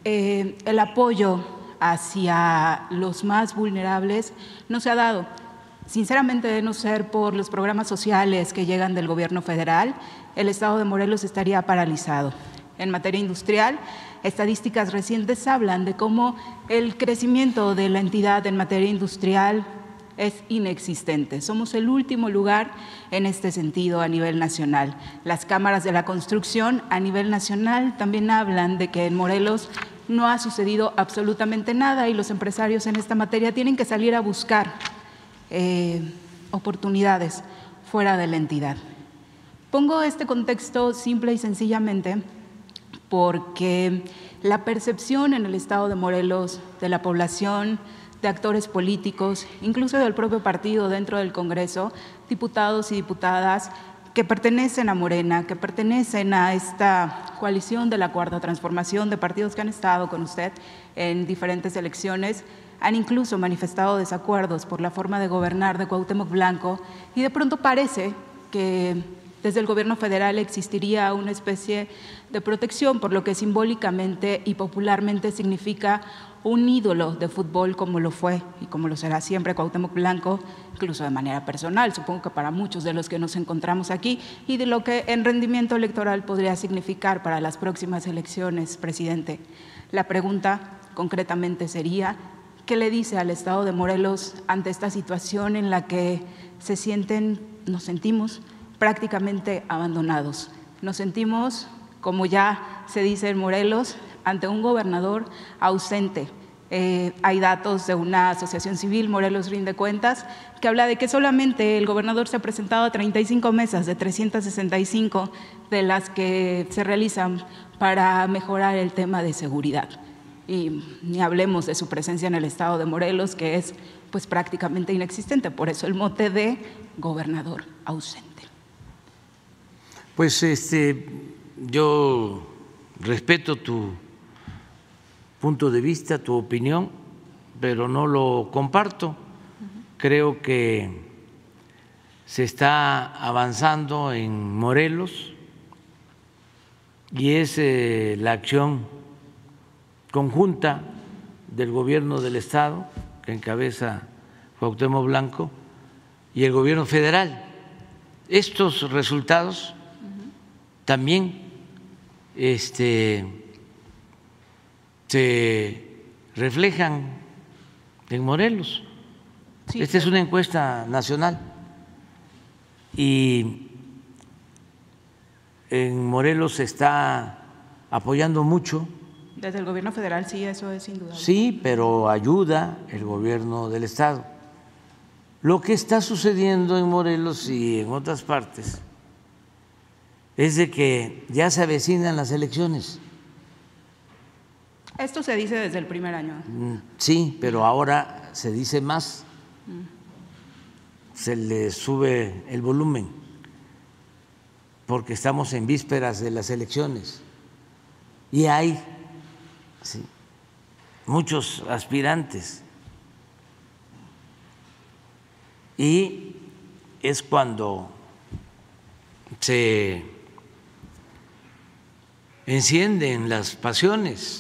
eh, el apoyo hacia los más vulnerables no se ha dado. Sinceramente, de no ser por los programas sociales que llegan del gobierno federal, el estado de Morelos estaría paralizado. En materia industrial, estadísticas recientes hablan de cómo el crecimiento de la entidad en materia industrial es inexistente. Somos el último lugar en este sentido a nivel nacional. Las cámaras de la construcción a nivel nacional también hablan de que en Morelos no ha sucedido absolutamente nada y los empresarios en esta materia tienen que salir a buscar eh, oportunidades fuera de la entidad. Pongo este contexto simple y sencillamente porque la percepción en el estado de Morelos de la población, de actores políticos, incluso del propio partido dentro del Congreso, diputados y diputadas que pertenecen a Morena, que pertenecen a esta coalición de la Cuarta Transformación, de partidos que han estado con usted en diferentes elecciones, han incluso manifestado desacuerdos por la forma de gobernar de Cuauhtémoc Blanco y de pronto parece que desde el gobierno federal existiría una especie de protección por lo que simbólicamente y popularmente significa un ídolo de fútbol como lo fue y como lo será siempre Cuauhtémoc Blanco, incluso de manera personal, supongo que para muchos de los que nos encontramos aquí, y de lo que en rendimiento electoral podría significar para las próximas elecciones, presidente. La pregunta concretamente sería, ¿qué le dice al estado de Morelos ante esta situación en la que se sienten, nos sentimos prácticamente abandonados? Nos sentimos, como ya se dice en Morelos, ante un gobernador ausente. Eh, hay datos de una asociación civil, Morelos Rinde Cuentas, que habla de que solamente el gobernador se ha presentado a treinta y cinco mesas de trescientas sesenta y cinco de las que se realizan para mejorar el tema de seguridad. Y ni hablemos de su presencia en el estado de Morelos, que es pues prácticamente inexistente, por eso el mote de gobernador ausente. Pues este, yo respeto tu punto de vista, tu opinión, pero no lo comparto. Creo que se está avanzando en Morelos y es eh, la acción conjunta del gobierno del estado que encabeza Cuauhtémoc Blanco y el gobierno federal. Estos resultados también este, se reflejan en Morelos. Sí, Esta es una encuesta nacional y en Morelos se está apoyando mucho. Desde el gobierno federal sí, eso es indudable. Sí, pero ayuda el gobierno del estado. Lo que está sucediendo en Morelos y en otras partes es de que ya se avecinan las elecciones. Esto se dice desde el primer año. Sí, pero ahora se dice más, se le sube el volumen, porque estamos en vísperas de las elecciones y hay sí, muchos aspirantes. Y es cuando se encienden las pasiones,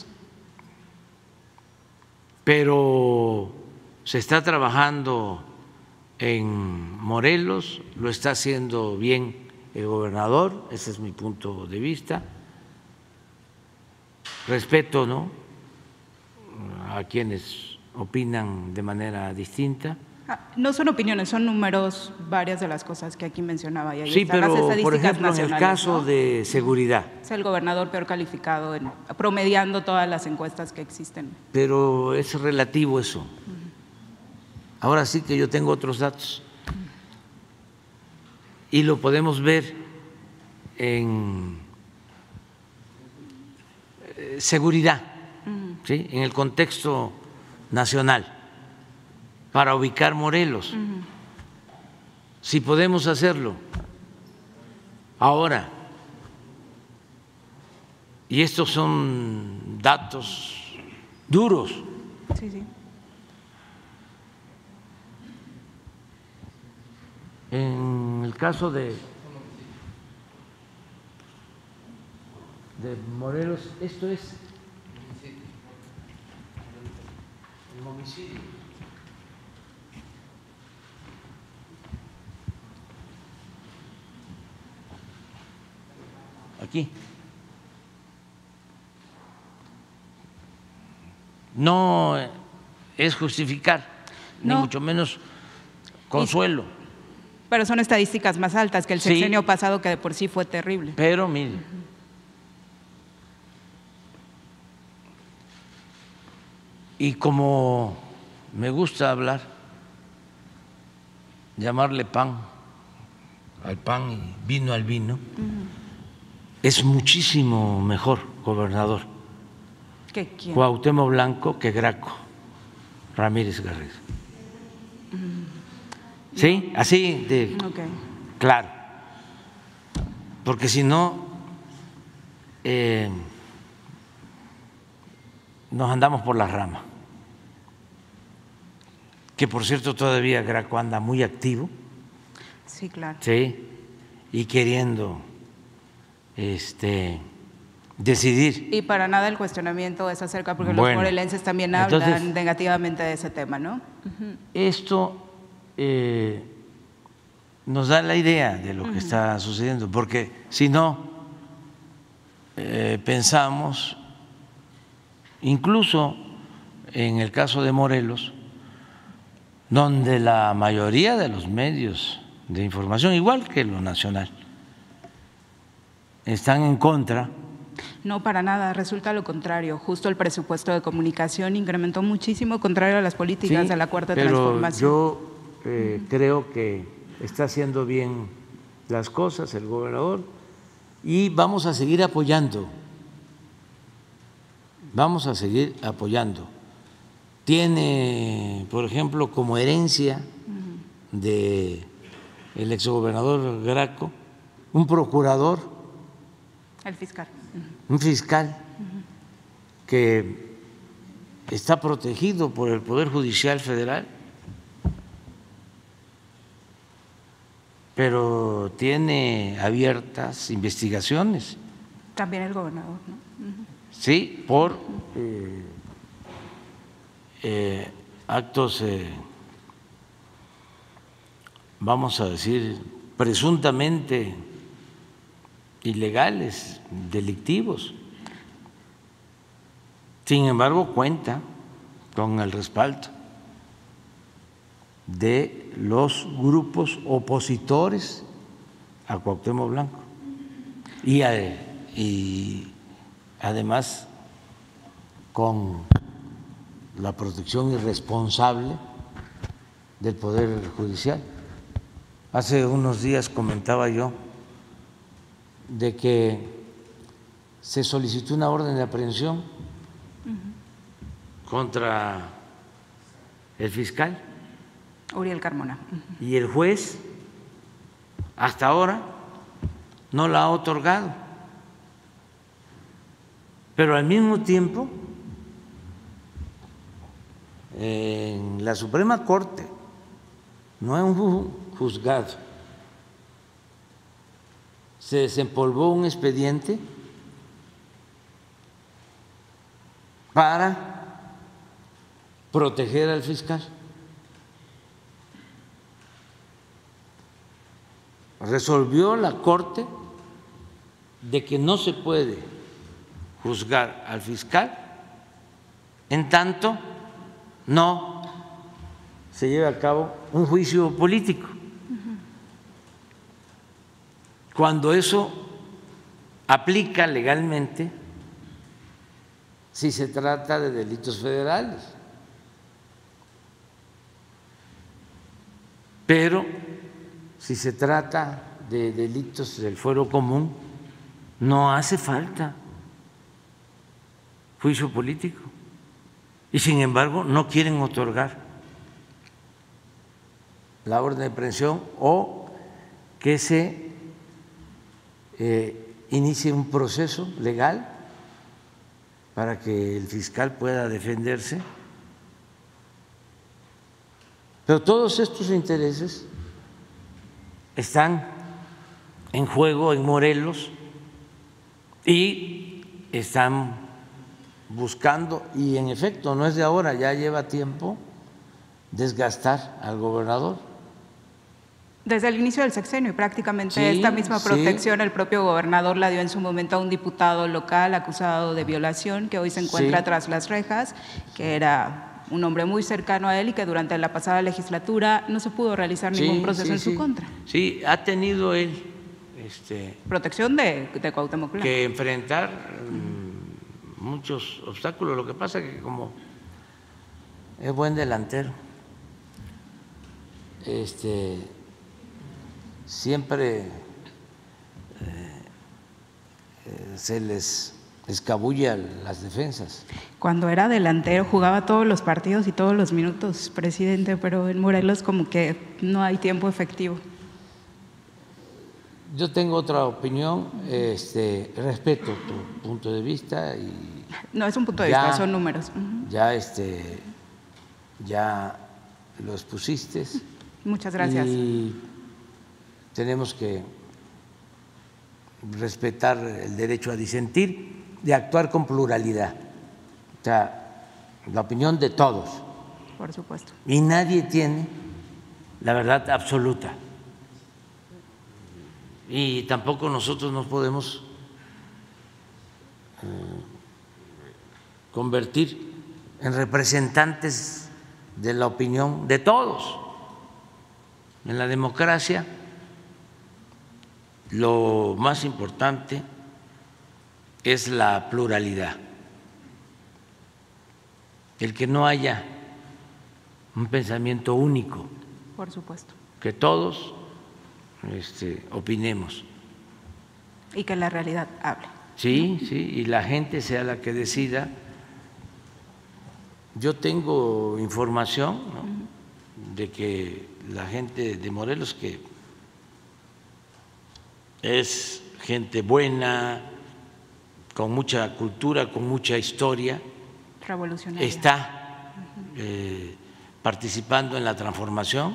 pero se está trabajando en Morelos, lo está haciendo bien el gobernador, ese es mi punto de vista. Respeto, ¿no?, a quienes opinan de manera distinta. No son opiniones, son números, varias de las cosas que aquí mencionaba. Y ahí sí, están pero las estadísticas por ejemplo, en el caso, ¿no?, de seguridad. Es el gobernador peor calificado, en, promediando todas las encuestas que existen. Pero es relativo eso. Uh-huh. Ahora sí que yo tengo otros datos. Uh-huh. Y lo podemos ver en seguridad, uh-huh, ¿sí?, en el contexto nacional, para ubicar Morelos. Uh-huh. Si podemos hacerlo ahora, y estos son datos duros. Sí, sí. En el caso de, de Morelos, esto es homicidio. Aquí. No es justificar, no. ni mucho menos consuelo. Pero son estadísticas más altas que el sí, sexenio pasado, que de por sí fue terrible. Pero mire, uh-huh. y como me gusta hablar, llamarle pan al pan y vino al vino, uh-huh. es muchísimo mejor gobernador ¿Qué quién? Cuauhtémoc Blanco que Graco Ramírez Garrido. Uh-huh. ¿Sí? Así de okay. claro. Porque si no, eh, nos andamos por la rama. Que por cierto todavía Graco anda muy activo. Sí, claro. Sí, y queriendo este, decidir. Y para nada el cuestionamiento es acerca, porque bueno, los morelenses también hablan entonces, negativamente de ese tema, ¿no? Uh-huh. Esto eh, nos da la idea de lo uh-huh. que está sucediendo, porque si no, eh, pensamos, incluso en el caso de Morelos, donde la mayoría de los medios de información, igual que lo nacional, están en contra. No, para nada, resulta lo contrario. Justo el presupuesto de comunicación incrementó muchísimo, contrario a las políticas sí, de la Cuarta pero Transformación. Yo eh, uh-huh. creo que está haciendo bien las cosas el gobernador y vamos a seguir apoyando, vamos a seguir apoyando. Tiene, por ejemplo, como herencia uh-huh. de el exgobernador Graco, un procurador, el fiscal, uh-huh. un fiscal uh-huh. que está protegido por el Poder Judicial Federal, pero tiene abiertas investigaciones. También el gobernador, ¿no? Uh-huh. Sí, por eh, eh, actos, eh, vamos a decir, presuntamente ilegales, delictivos. Sin embargo, cuenta con el respaldo de los grupos opositores a Cuauhtémoc Blanco y, a, y además con la protección irresponsable del Poder Judicial. Hace unos días comentaba yo de que se solicitó una orden de aprehensión uh-huh. contra el fiscal Uriel Carmona uh-huh. y el juez hasta ahora no la ha otorgado, pero al mismo tiempo en la Suprema Corte, no en un juzgado, se desempolvó un expediente para proteger al fiscal. Resolvió la Corte de que no se puede juzgar al fiscal en tanto no se lleve a cabo un juicio político. Cuando eso aplica legalmente si se trata de delitos federales. Pero si se trata de delitos del fuero común, no hace falta juicio político. Y sin embargo no quieren otorgar la orden de aprehensión o que se eh, inicie un proceso legal para que el fiscal pueda defenderse. Pero todos estos intereses están en juego en Morelos y están buscando, y en efecto no es de ahora, ya lleva tiempo, desgastar al gobernador. Desde el inicio del sexenio, y prácticamente Sí, esta misma sí. protección el propio gobernador la dio en su momento a un diputado local acusado de violación que hoy se encuentra Sí. tras las rejas, que era un hombre muy cercano a él y que durante la pasada legislatura no se pudo realizar Sí, ningún proceso sí, en su sí. contra. Sí, ha tenido él este, Protección de, de Cuauhtémoc Blanco. que enfrentar mm, muchos obstáculos. Lo que pasa es que como es buen delantero, este, siempre eh, eh, se les escabulle a las defensas. Cuando era delantero jugaba todos los partidos y todos los minutos, presidente, pero en Morelos como que no hay tiempo efectivo. Yo tengo otra opinión, este, respeto tu punto de vista y No es un punto de Ya. vista, son números. Ujú. ya, este, ya lo expusiste. Muchas gracias. Y tenemos que respetar el derecho a disentir, de actuar con pluralidad, o sea, la opinión de todos. Por supuesto. Y nadie tiene la verdad absoluta. Y tampoco nosotros nos podemos eh, convertir en representantes de la opinión de todos. En la democracia lo más importante es la pluralidad, el que no haya un pensamiento único, Por supuesto. que todos este, opinemos. Y que la realidad hable. Sí, sí, y la gente sea la que decida. Yo tengo información, ¿no?, de que la gente de Morelos, que es gente buena, con mucha cultura, con mucha historia, Revolucionaria. está eh, participando en la transformación.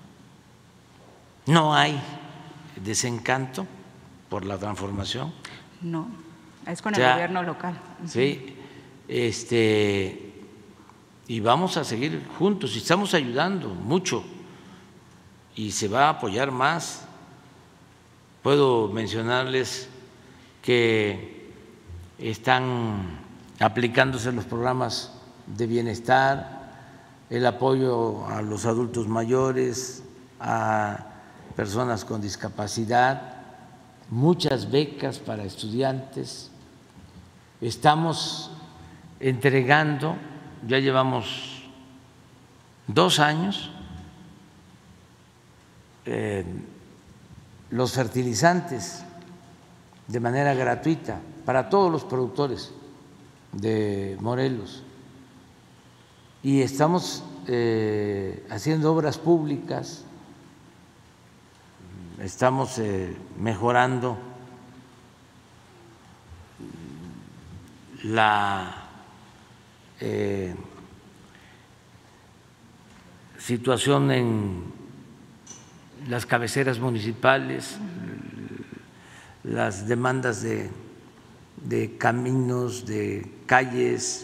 No hay desencanto por la transformación. No, es con O el sea, gobierno local. Sí, este, y vamos a seguir juntos y estamos ayudando mucho y se va a apoyar más. Puedo mencionarles que están aplicándose los programas de bienestar, el apoyo a los adultos mayores, a personas con discapacidad, muchas becas para estudiantes. Estamos entregando, ya llevamos dos años, eh, los fertilizantes de manera gratuita para todos los productores de Morelos. Y estamos eh, haciendo obras públicas, estamos eh, mejorando la eh, situación en las cabeceras municipales, las demandas de, de caminos, de calles,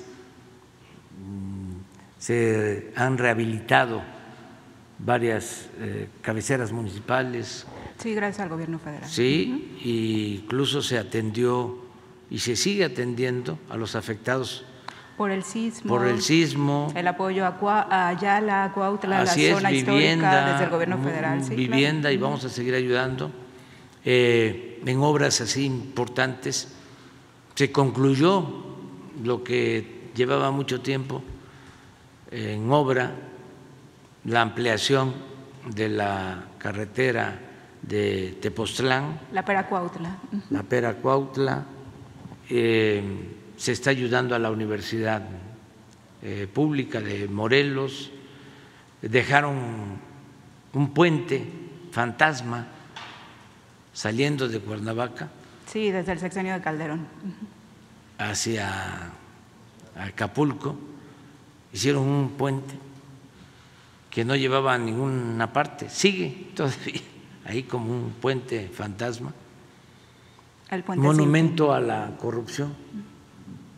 se han rehabilitado varias eh, cabeceras municipales. Sí, gracias al gobierno federal. Sí, e incluso se atendió y se sigue atendiendo a los afectados Por el sismo. por el sismo. El apoyo a, Cua, a Ayala, a Cuautla, a la Así es, zona vivienda, histórica desde el gobierno federal. Sí, vivienda, claro. y vamos a seguir ayudando eh, en obras así importantes. Se concluyó lo que llevaba mucho tiempo en obra, la ampliación de la carretera de Tepoztlán, La Pera Cuautla. la Pera Cuautla, eh, se está ayudando a la Universidad eh, Pública de Morelos, dejaron un puente fantasma saliendo de Cuernavaca Sí, desde el sexenio de Calderón. hacia Acapulco, hicieron un puente que no llevaba a ninguna parte, sigue todavía ahí como un puente fantasma, El puente monumento a la corrupción.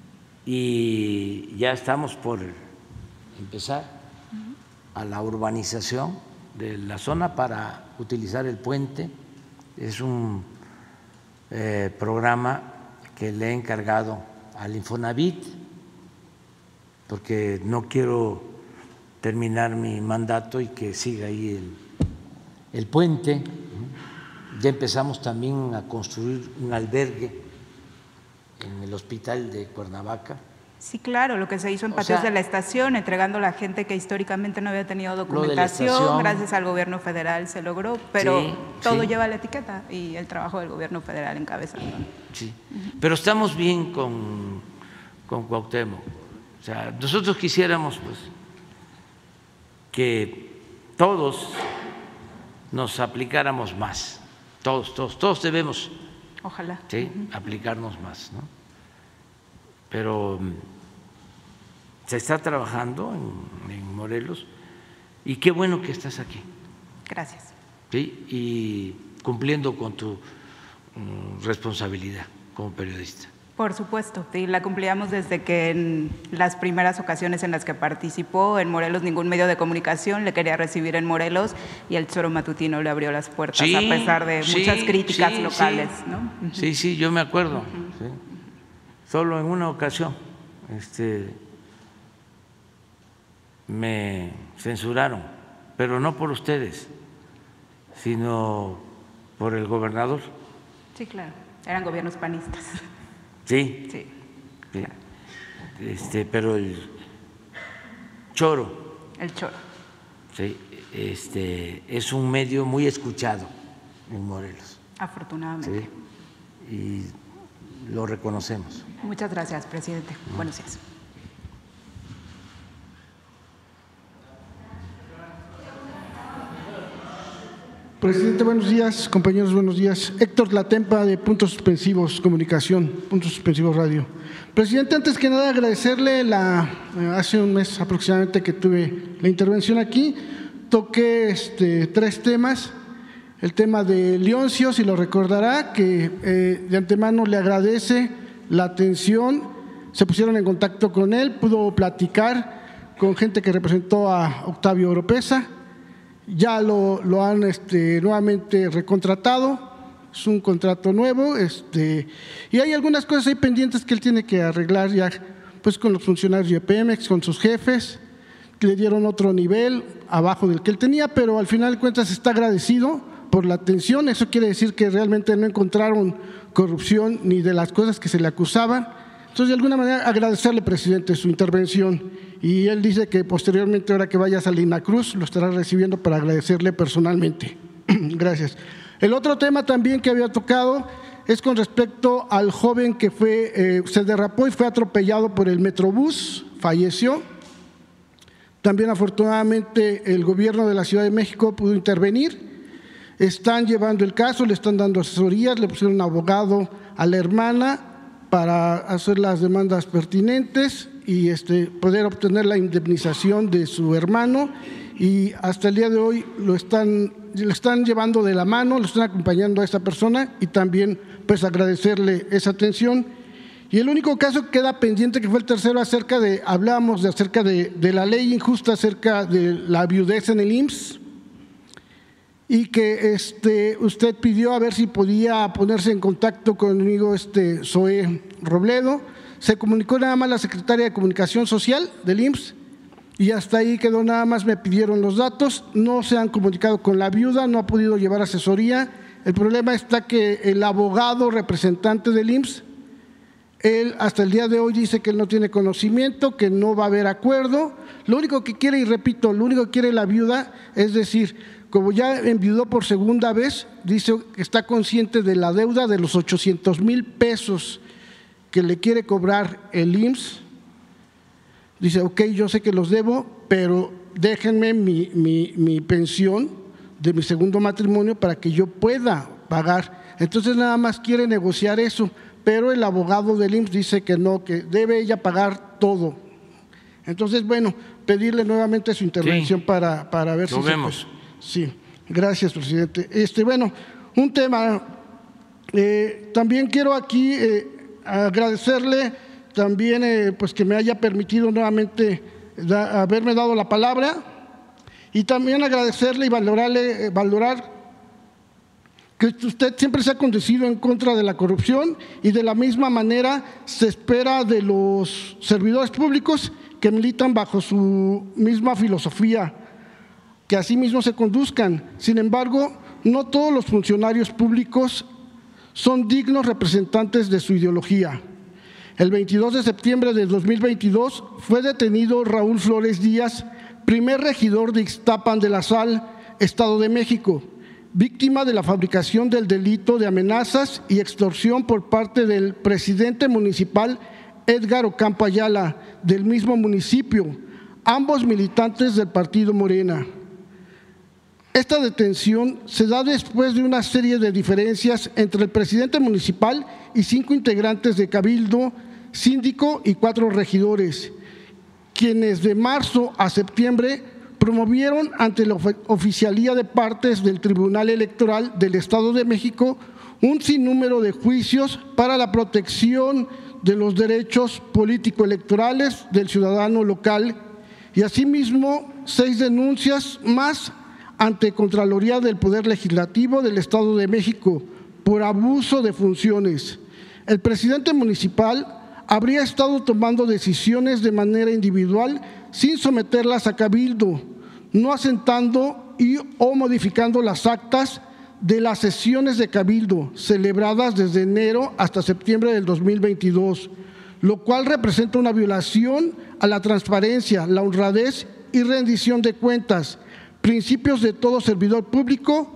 y ya estamos por empezar a la urbanización de la zona para utilizar el puente. Es un eh, programa que le he encargado al Infonavit, porque no quiero terminar mi mandato y que siga ahí el, el puente. Ya empezamos también a construir un albergue en el hospital de Cuernavaca. Sí, claro, lo que se hizo en patios o sea, de la estación, entregando a la gente que históricamente no había tenido documentación, gracias al gobierno federal se logró, pero sí, todo sí. lleva la etiqueta y el trabajo del gobierno federal encabezando. Sí, uh-huh. Pero estamos bien con, con Cuauhtémoc. O sea, nosotros quisiéramos pues que todos nos aplicáramos más, todos, todos, todos debemos, ojalá, ¿sí? uh-huh. aplicarnos más, ¿no? Pero se está trabajando en, en Morelos y qué bueno que estás aquí. Gracias. ¿Sí? Y cumpliendo con tu um, responsabilidad como periodista. Por supuesto, sí, la cumplíamos desde que en las primeras ocasiones en las que participó en Morelos ningún medio de comunicación le quería recibir en Morelos y el Choro Matutino le abrió las puertas sí, a pesar de sí, muchas críticas sí, locales, sí. ¿no? Uh-huh. Sí, sí, yo me acuerdo. Uh-huh. Sí. Solo en una ocasión este, me censuraron, pero no por ustedes, sino por el gobernador. Sí, claro, eran gobiernos panistas. Sí, sí. sí. Este, pero el Choro. El Choro. Sí, este, es un medio muy escuchado en Morelos. Afortunadamente. Sí, y lo reconocemos. Muchas gracias, presidente. Buenos días. Presidente, buenos días. Compañeros, buenos días. Héctor Tlatempa, de Puntos Suspensivos Comunicación, Puntos Suspensivos Radio. Presidente, antes que nada agradecerle la, hace un mes aproximadamente que tuve la intervención aquí, toqué este, tres temas. El tema de Leoncio, si lo recordará, que eh, de antemano le agradece la atención, se pusieron en contacto con él, pudo platicar con gente que representó a Octavio Oropesa, ya lo, lo han este, nuevamente recontratado, es un contrato nuevo, este, y hay algunas cosas ahí pendientes que él tiene que arreglar ya pues, con los funcionarios de Pemex, con sus jefes, que le dieron otro nivel abajo del que él tenía, pero al final de cuentas está agradecido por la atención. Eso quiere decir que realmente no encontraron corrupción ni de las cosas que se le acusaban. Entonces, de alguna manera, agradecerle, presidente, su intervención. Y él dice que posteriormente, ahora que vaya a Salina Cruz, lo estará recibiendo para agradecerle personalmente. Gracias. El otro tema también que había tocado es con respecto al joven que fue, eh, se derrapó y fue atropellado por el Metrobús, falleció. También, afortunadamente, el gobierno de la Ciudad de México pudo intervenir. Están llevando el caso, le están dando asesorías, le pusieron un abogado a la hermana para hacer las demandas pertinentes y este, poder obtener la indemnización de su hermano, y hasta el día de hoy lo están, lo están llevando de la mano, lo están acompañando a esa persona, y también pues agradecerle esa atención. Y el único caso que queda pendiente, que fue el tercero, acerca de, hablábamos de acerca de, de la ley injusta acerca de la viudez en el I M S S, y que este, usted pidió a ver si podía ponerse en contacto conmigo, este, Zoé Robledo. Se comunicó nada más la secretaria de Comunicación Social del I M S S y hasta ahí quedó, nada más me pidieron los datos, no se han comunicado con la viuda, no ha podido llevar asesoría. El problema está que el abogado representante del I M S S, él hasta el día de hoy dice que él no tiene conocimiento, que no va a haber acuerdo. Lo único que quiere, y repito, lo único que quiere la viuda es decir, como ya enviudó por segunda vez, dice que está consciente de la deuda de los ochocientos mil pesos que le quiere cobrar el I M S S. Dice, ok, yo sé que los debo, pero déjenme mi, mi, mi pensión de mi segundo matrimonio para que yo pueda pagar. Entonces nada más quiere negociar eso, pero el abogado del I M S S dice que no, que debe ella pagar todo. Entonces, bueno, pedirle nuevamente su intervención sí, para, para ver lo si vemos. se puede. Sí, gracias, presidente. Este, bueno, un tema, eh, también quiero aquí eh, agradecerle también eh, pues que me haya permitido nuevamente da, haberme dado la palabra, y también agradecerle y valorarle, eh, valorar que usted siempre se ha conducido en contra de la corrupción, y de la misma manera se espera de los servidores públicos que militan bajo su misma filosofía, que así mismo se conduzcan. Sin embargo, no todos los funcionarios públicos son dignos representantes de su ideología. El veintidós de septiembre de dos mil veintidós fue detenido Raúl Flores Díaz, primer regidor de Ixtapan de la Sal, Estado de México, víctima de la fabricación del delito de amenazas y extorsión por parte del presidente municipal Edgar Ocampo Ayala, del mismo municipio, ambos militantes del partido Morena. Esta detención se da después de una serie de diferencias entre el presidente municipal y cinco integrantes de Cabildo, síndico y cuatro regidores, quienes de marzo a septiembre promovieron ante la Oficialía de Partes del Tribunal Electoral del Estado de México un sinnúmero de juicios para la protección de los derechos político-electorales del ciudadano local, y asimismo seis denuncias más ante Contraloría del Poder Legislativo del Estado de México por abuso de funciones. El presidente municipal habría estado tomando decisiones de manera individual sin someterlas a cabildo, no asentando y o modificando las actas de las sesiones de cabildo celebradas desde enero hasta septiembre del dos mil veintidós, lo cual representa una violación a la transparencia, la honradez y rendición de cuentas, principios de todo servidor público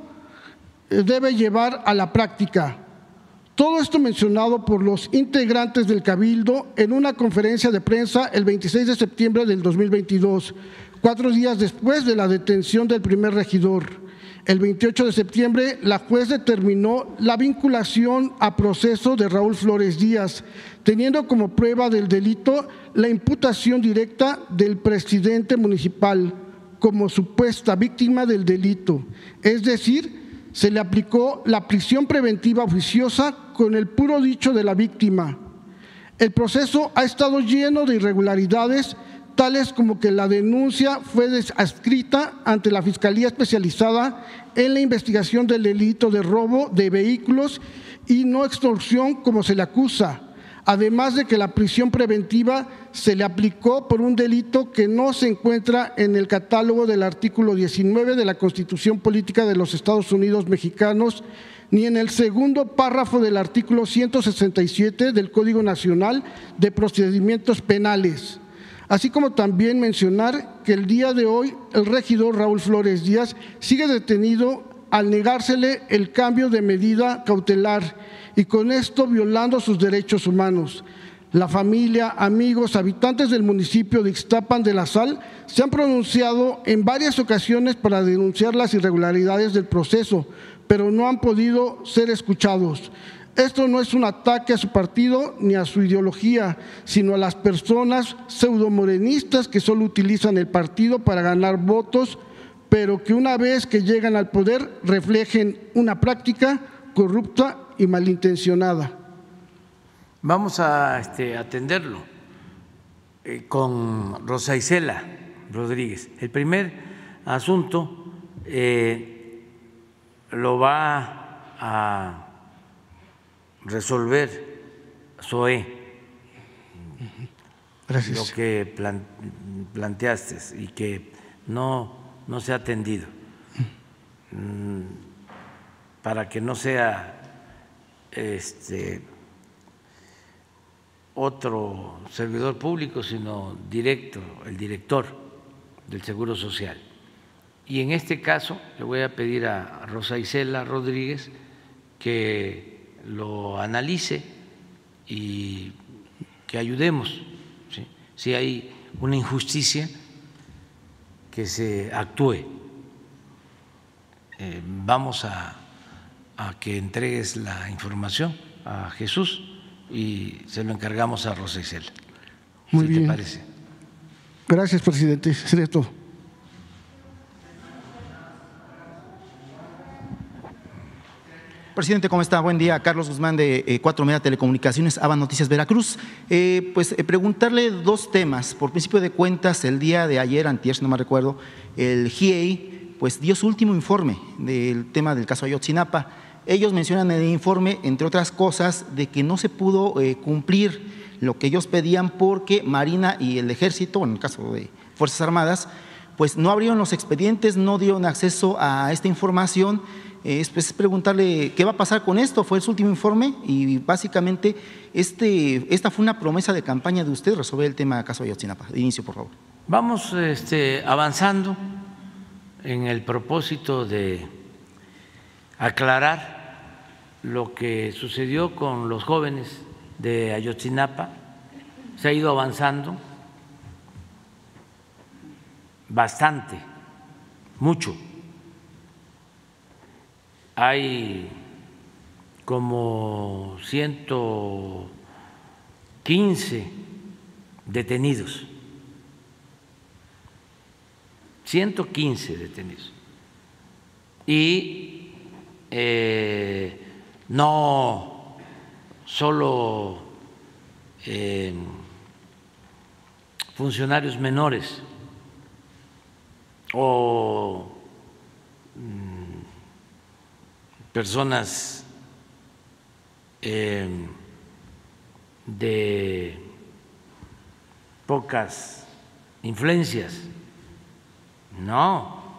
debe llevar a la práctica. Todo esto mencionado por los integrantes del Cabildo en una conferencia de prensa el veintiséis de septiembre del dos mil veintidós, cuatro días después de la detención del primer regidor. El veintiocho de septiembre, la juez determinó la vinculación a proceso de Raúl Flores Díaz, teniendo como prueba del delito la imputación directa del presidente municipal como supuesta víctima del delito, es decir, se le aplicó la prisión preventiva oficiosa con el puro dicho de la víctima. El proceso ha estado lleno de irregularidades, tales como que la denuncia fue adscrita ante la Fiscalía Especializada en la investigación del delito de robo de vehículos y no extorsión como se le acusa, además de que la prisión preventiva se le aplicó por un delito que no se encuentra en el catálogo del artículo diecinueve de la Constitución Política de los Estados Unidos Mexicanos, ni en el segundo párrafo del artículo ciento sesenta y siete del Código Nacional de Procedimientos Penales. Así como también mencionar que el día de hoy el regidor Raúl Flores Díaz sigue detenido al negársele el cambio de medida cautelar y con esto violando sus derechos humanos. La familia, amigos, habitantes del municipio de Ixtapan de la Sal se han pronunciado en varias ocasiones para denunciar las irregularidades del proceso, pero no han podido ser escuchados. Esto no es un ataque a su partido ni a su ideología, sino a las personas pseudomorenistas que solo utilizan el partido para ganar votos, pero que una vez que llegan al poder reflejen una práctica corrupta y malintencionada. Vamos a este, atenderlo eh, con Rosa Isela Rodríguez. El primer asunto eh, lo va a resolver Zoé. Gracias. Lo que plan, planteaste y que no, no se ha atendido, mm, para que no sea este otro servidor público, sino directo, el director del Seguro Social. Y en este caso le voy a pedir a Rosa Isela Rodríguez que lo analice y que ayudemos, ¿sí? Si hay una injusticia, que se actúe. Eh, vamos a, a que entregues la información a Jesús y se lo encargamos a Rosa Isela. Muy ¿Sí bien. te parece? Gracias, presidente. Sería todo. presidente, ¿cómo está? Buen día. Carlos Guzmán de eh, Cuatro Media Telecomunicaciones, Aba Noticias Veracruz. Eh, pues eh, preguntarle dos temas. Por principio de cuentas, el día de ayer, antier, si no me recuerdo, el G I E I pues, dio su último informe del tema del caso Ayotzinapa. Ellos mencionan en el informe, entre otras cosas, de que no se pudo eh, cumplir lo que ellos pedían porque Marina y el Ejército, bueno, en el caso de Fuerzas Armadas, pues no abrieron los expedientes, no dieron acceso a esta información. Es pues, preguntarle qué va a pasar con esto. Fue su último informe y básicamente este, esta fue una promesa de campaña de usted resolver el tema del caso Ayotzinapa. De inicio, por favor. Vamos este, avanzando en el propósito de aclarar lo que sucedió con los jóvenes de Ayotzinapa. Se ha ido avanzando bastante, mucho. Hay como ciento quince detenidos, ciento quince detenidos. Y eh, no solo eh, funcionarios menores o personas eh, de pocas influencias. No,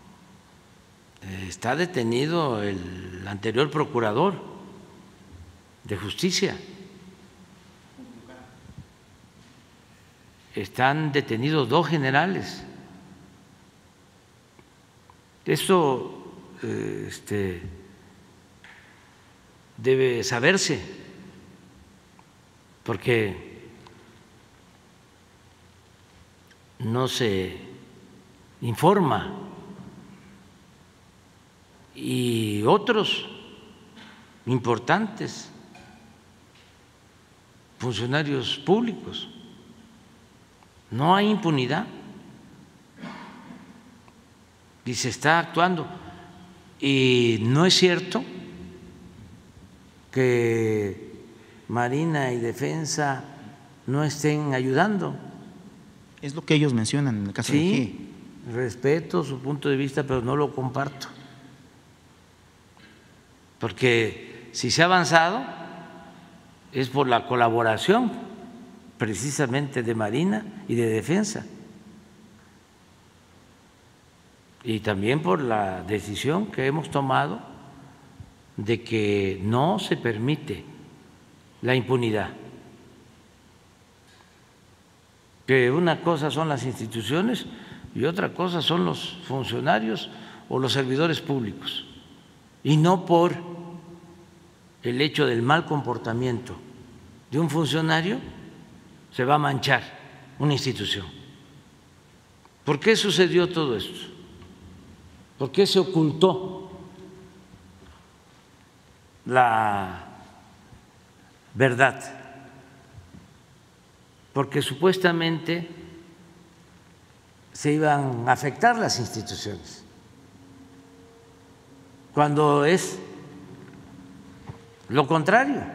está detenido el anterior procurador de justicia. Están detenidos dos generales. Eso eh, este, debe saberse, porque no se informa. Y otros importantes funcionarios públicos. No hay impunidad y se está actuando. Y no es cierto que Marina y Defensa no estén ayudando. Es lo que ellos mencionan en el caso de G I E I. Sí, respeto su punto de vista, pero no lo comparto. Porque si se ha avanzado es por la colaboración precisamente de Marina y de Defensa. Y también por la decisión que hemos tomado de que no se permite la impunidad. Que una cosa son las instituciones y otra cosa son los funcionarios o los servidores públicos. Y no por el hecho del mal comportamiento de un funcionario se va a manchar una institución. ¿Por qué sucedió todo esto? ¿Por qué se ocultó la verdad? Porque supuestamente se iban a afectar las instituciones, cuando es lo contrario.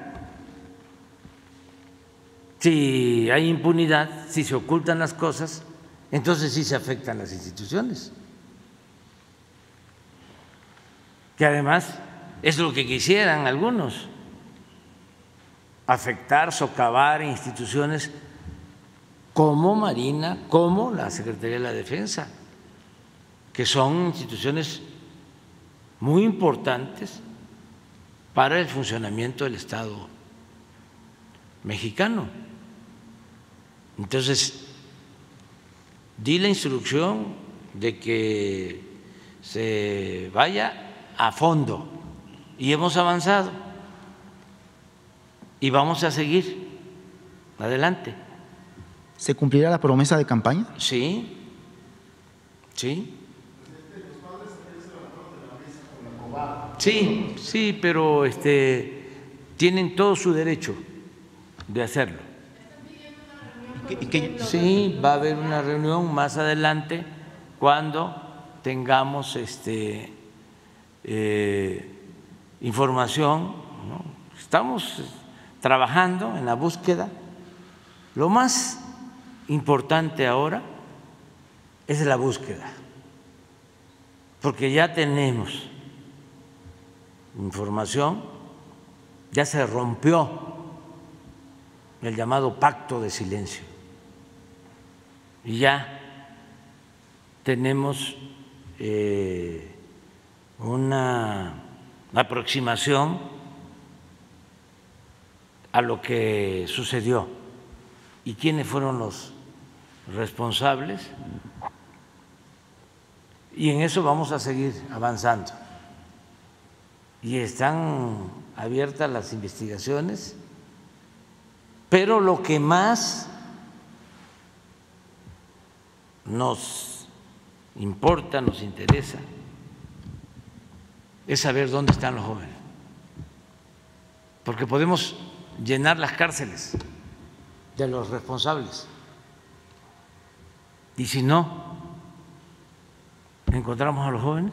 Si hay impunidad, si se ocultan las cosas, entonces sí se afectan las instituciones, que además es lo que quisieran algunos, afectar, socavar instituciones como Marina, como la Secretaría de la Defensa, que son instituciones muy importantes para el funcionamiento del Estado mexicano. Entonces, di la instrucción de que se vaya a fondo y hemos avanzado y vamos a seguir adelante. ¿Se cumplirá la promesa de campaña? Sí, sí. Sí, sí, pero este, tienen todo su derecho de hacerlo. ¿Y qué? Sí, va a haber una reunión más adelante cuando tengamos este, eh, información, ¿no? Estamos trabajando en la búsqueda. Lo más importante ahora es la búsqueda, porque ya tenemos información, ya se rompió el llamado pacto de silencio y ya tenemos eh, una aproximación a lo que sucedió y quiénes fueron los responsables, y en eso vamos a seguir avanzando. Y están abiertas las investigaciones, pero lo que más nos importa, nos interesa, es saber dónde están los jóvenes, porque podemos llenar las cárceles de los responsables, y si no encontramos a los jóvenes,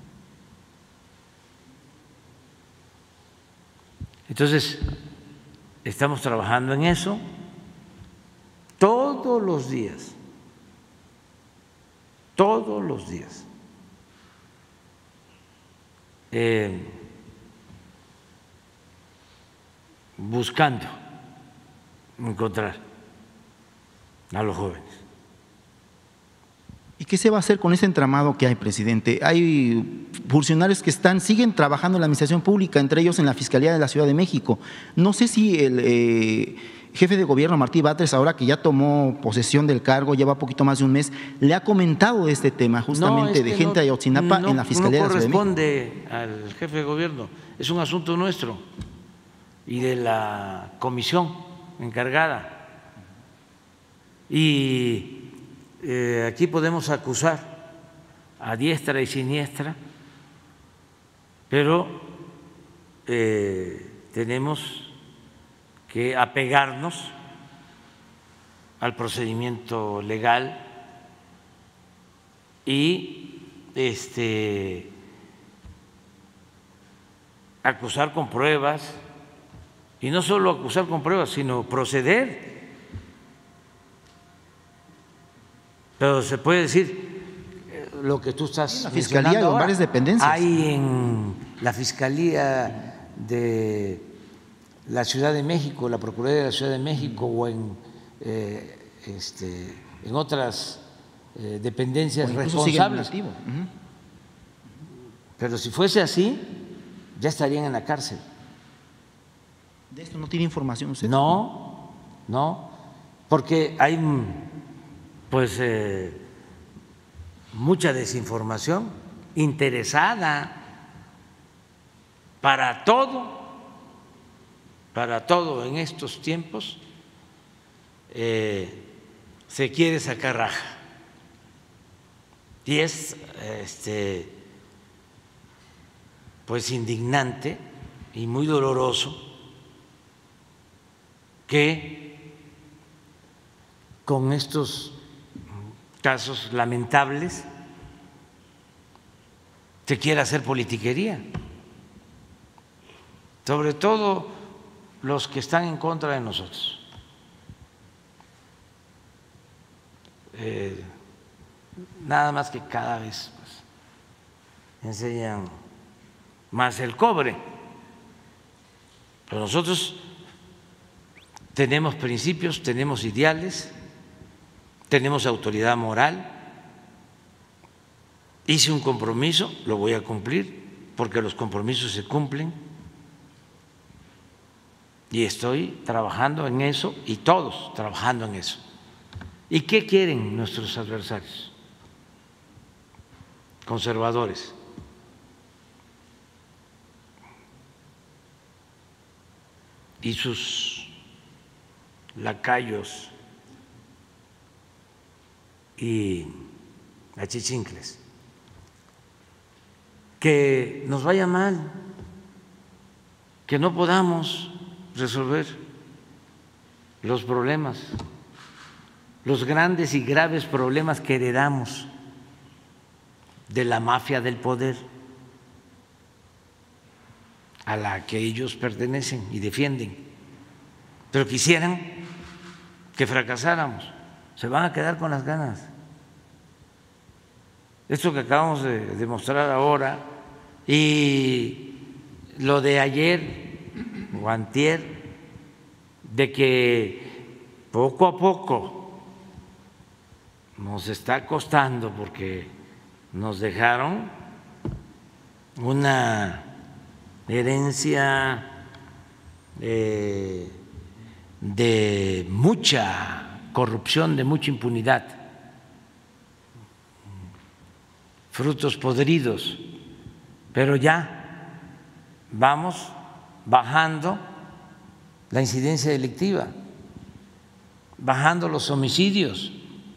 entonces estamos trabajando en eso todos los días, todos los días, eh, buscando encontrar a los jóvenes. ¿Y qué se va a hacer con ese entramado que hay, presidente? Hay funcionarios que están, siguen trabajando en la administración pública, entre ellos en la Fiscalía de la Ciudad de México. No sé si el eh, jefe de gobierno, Martí Batres, ahora que ya tomó posesión del cargo, lleva poquito más de un mes, le ha comentado de este tema justamente no, es de gente no, de Ayotzinapa no, en la Fiscalía no de la Ciudad de México. No corresponde al jefe de gobierno, es un asunto nuestro y de la comisión encargada. Y Eh, aquí podemos acusar a diestra y siniestra, pero eh, tenemos que apegarnos al procedimiento legal y este, acusar con pruebas, y no solo acusar con pruebas, sino proceder. Pero se puede decir lo que tú estás la Fiscalía y varias dependencias. Hay en la Fiscalía de la Ciudad de México, la Procuraduría de la Ciudad de México o en, eh, este, en otras eh, dependencias responsables. Uh-huh. Pero si fuese así, ya estarían en la cárcel. ¿De esto no tiene información usted? No, no, porque hay pues eh, mucha desinformación interesada para todo, para todo en estos tiempos, eh, se quiere sacar raja. Y es este, pues indignante y muy doloroso que con estos casos lamentables se quiere hacer politiquería, sobre todo los que están en contra de nosotros. Eh, nada más que cada vez pues, enseñan más el cobre, pero nosotros tenemos principios, tenemos ideales, tenemos autoridad moral. Hice un compromiso, lo voy a cumplir, porque los compromisos se cumplen. Y estoy trabajando en eso, y todos trabajando en eso. ¿Y qué quieren nuestros adversarios? Conservadores. Y sus lacayos y achichincles, que nos vaya mal, que no podamos resolver los problemas, los grandes y graves problemas que heredamos de la mafia del poder. a la que ellos pertenecen y defienden, pero quisieran que fracasáramos. Se van a quedar con las ganas. Esto que acabamos de demostrar ahora y lo de ayer o antier, de que poco a poco nos está costando porque nos dejaron una herencia eh, de mucha corrupción, de mucha impunidad, frutos podridos, pero ya vamos bajando la incidencia delictiva, bajando los homicidios.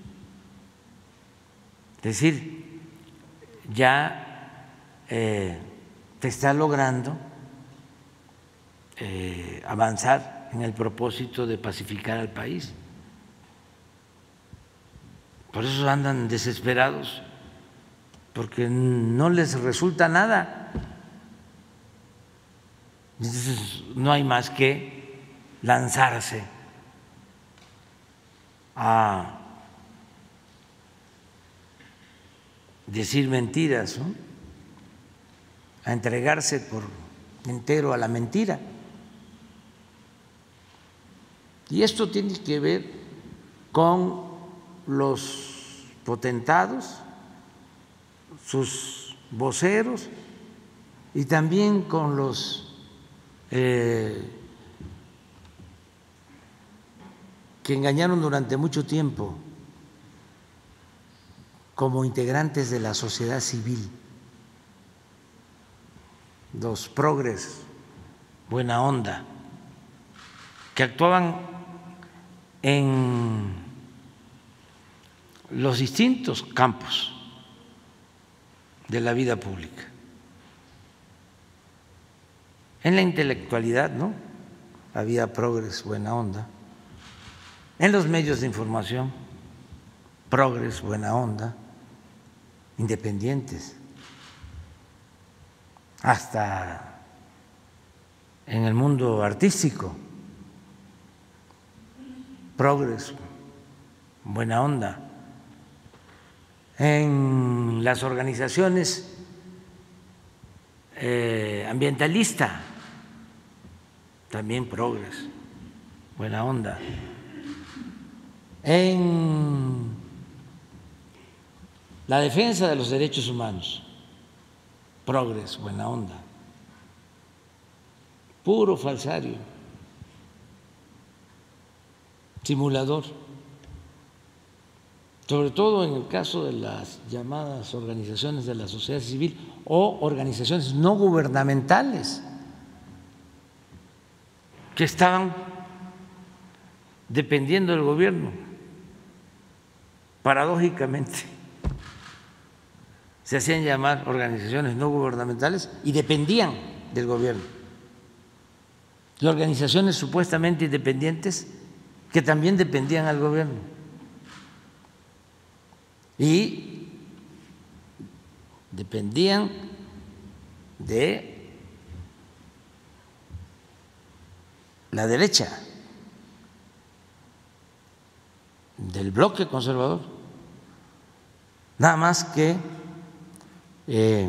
Es decir, ya eh, se está logrando eh, avanzar en el propósito de pacificar al país. Por eso andan desesperados, porque no les resulta nada. Entonces no hay más que lanzarse a decir mentiras, ¿no? A entregarse por entero a la mentira. Y esto tiene que ver con los potentados, sus voceros, y también con los eh, que engañaron durante mucho tiempo como integrantes de la sociedad civil, los progres buena onda, que actuaban en los distintos campos de la vida pública. En la intelectualidad, ¿no? Había progres buena onda. En los medios de información, progres buena onda, independientes. Hasta en el mundo artístico, progres buena onda. En las organizaciones eh, ambientalistas, también progres buena onda. En la defensa de los derechos humanos, progres buena onda. Puro falsario, simulador, sobre todo en el caso de las llamadas organizaciones de la sociedad civil o organizaciones no gubernamentales que estaban dependiendo del gobierno. Paradójicamente, se hacían llamar organizaciones no gubernamentales y dependían del gobierno. Y organizaciones supuestamente independientes que también dependían al gobierno. Y dependían de la derecha, del bloque conservador, nada más que eh,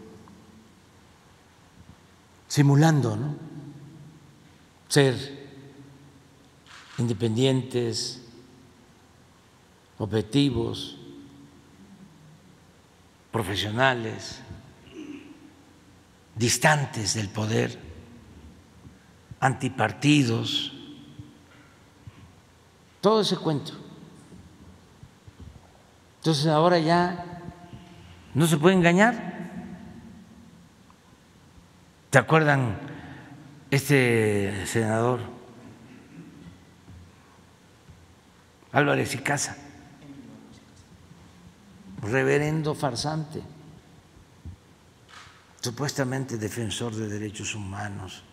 simulando, ¿no?, ser independientes, objetivos, profesionales, distantes del poder, antipartidos, todo ese cuento. Entonces ahora ya no se puede engañar. ¿Te acuerdan este senador Álvarez y Casa? Reverendo farsante, supuestamente defensor de derechos humanos.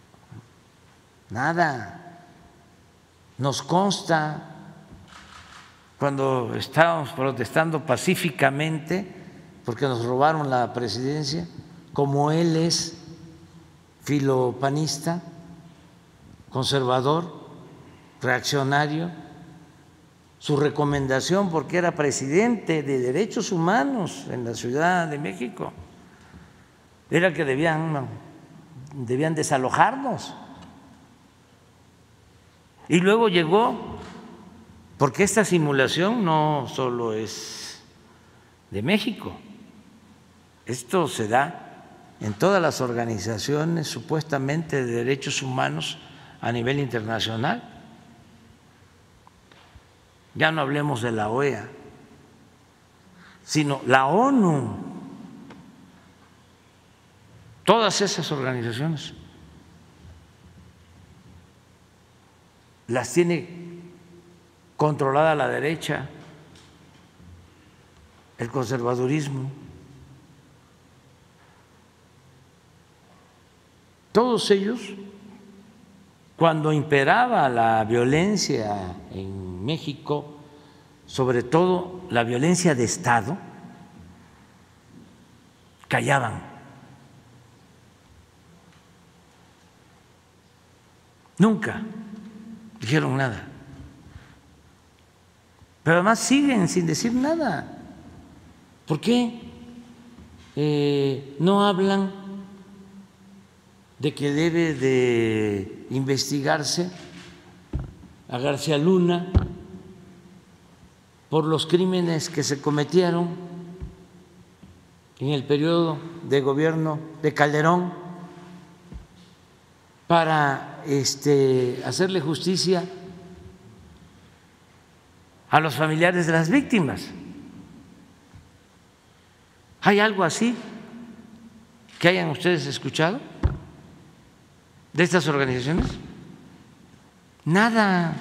Nada. Nos consta cuando estábamos protestando pacíficamente porque nos robaron la presidencia, como él es filopanista, conservador, reaccionario. Su recomendación, porque era presidente de Derechos Humanos en la Ciudad de México, era que debían, debían desalojarnos. Y luego llegó, porque esta simulación no solo es de México, esto se da en todas las organizaciones supuestamente de derechos humanos a nivel internacional. Ya no hablemos de la O E A, sino la ONU, todas esas organizaciones las tiene controlada la derecha, el conservadurismo. Todos ellos, cuando imperaba la violencia en México, sobre todo la violencia de Estado, callaban. Nunca dijeron nada. Pero además siguen sin decir nada. ¿Por qué eh, no hablan de que debe de investigarse a García Luna por los crímenes que se cometieron en el periodo de gobierno de Calderón, para este, hacerle justicia a los familiares de las víctimas? ¿Hay algo así que hayan ustedes escuchado de estas organizaciones? Nada.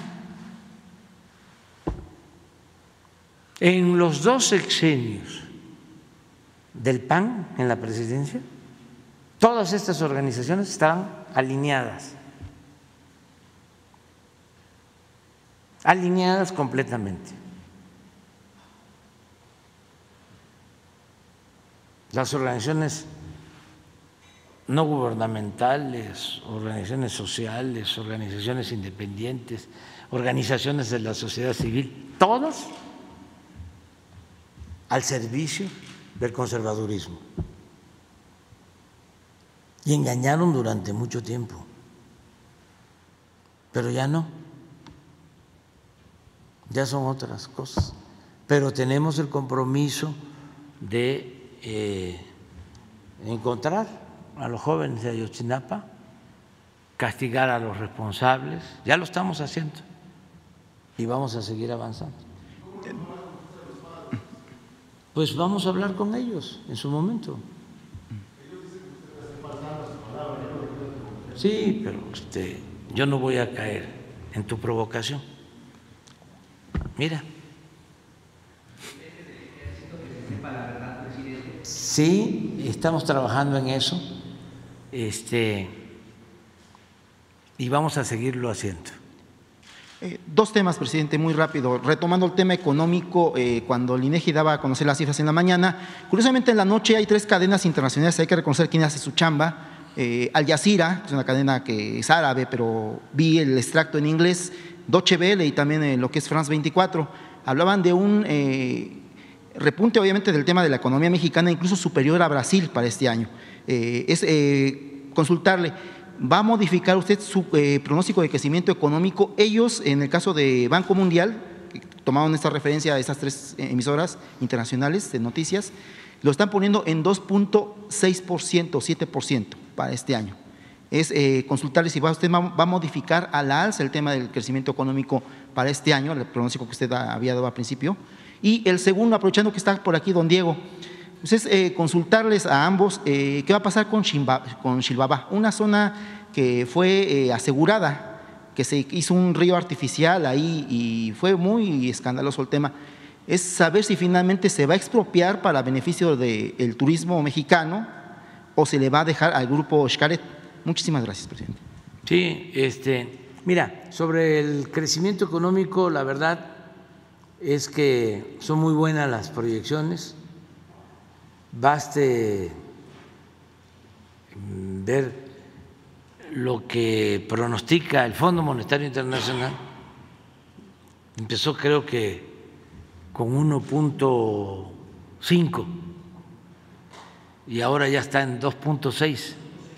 En los dos sexenios del P A N en la presidencia, todas estas organizaciones estaban alineadas, alineadas completamente. Las organizaciones no gubernamentales, organizaciones sociales, organizaciones independientes, organizaciones de la sociedad civil, todas al servicio del conservadurismo. Y engañaron durante mucho tiempo, pero ya no, ya son otras cosas. Pero tenemos el compromiso de eh, encontrar a los jóvenes de Ayotzinapa, castigar a los responsables. Ya lo estamos haciendo y vamos a seguir avanzando. Pues vamos a hablar con ellos en su momento. Sí, pero este, yo no voy a caer en tu provocación. Mira. Sí, estamos trabajando en eso, este, y vamos a seguirlo haciendo. Eh, dos temas, presidente, muy rápido. Retomando el tema económico, eh, cuando el INEGI daba a conocer las cifras en la mañana, curiosamente en la noche hay tres cadenas internacionales, hay que reconocer quién hace su chamba. Eh, Al Jazeera, que es una cadena que es árabe, pero vi el extracto en inglés, Deutsche Welle y también eh, lo que es France veinticuatro, hablaban de un eh, repunte obviamente del tema de la economía mexicana, incluso superior a Brasil para este año. Eh, es eh, consultarle, ¿va a modificar usted su eh, pronóstico de crecimiento económico? Ellos, en el caso de Banco Mundial, que tomaron esta referencia a estas tres emisoras internacionales de noticias, lo están poniendo en dos punto seis por ciento, siete por ciento para este año. Es eh, consultarle si va, usted va, va a modificar a la alza el tema del crecimiento económico para este año, el pronóstico que usted había dado al principio. Y el segundo, aprovechando que está por aquí don Diego, pues es eh, consultarles a ambos eh, qué va a pasar con, Shimba, con Xilbabá, una zona que fue eh, asegurada, que se hizo un río artificial ahí y fue muy escandaloso el tema. Es saber si finalmente se va a expropiar para beneficio del turismo mexicano o se le va a dejar al grupo Xcaret. Muchísimas gracias, presidente. Sí, este, mira, sobre el crecimiento económico, la verdad es que son muy buenas las proyecciones. Baste ver lo que pronostica el Fondo Monetario Internacional empezó creo que con uno punto cinco y ahora ya está en dos punto seis.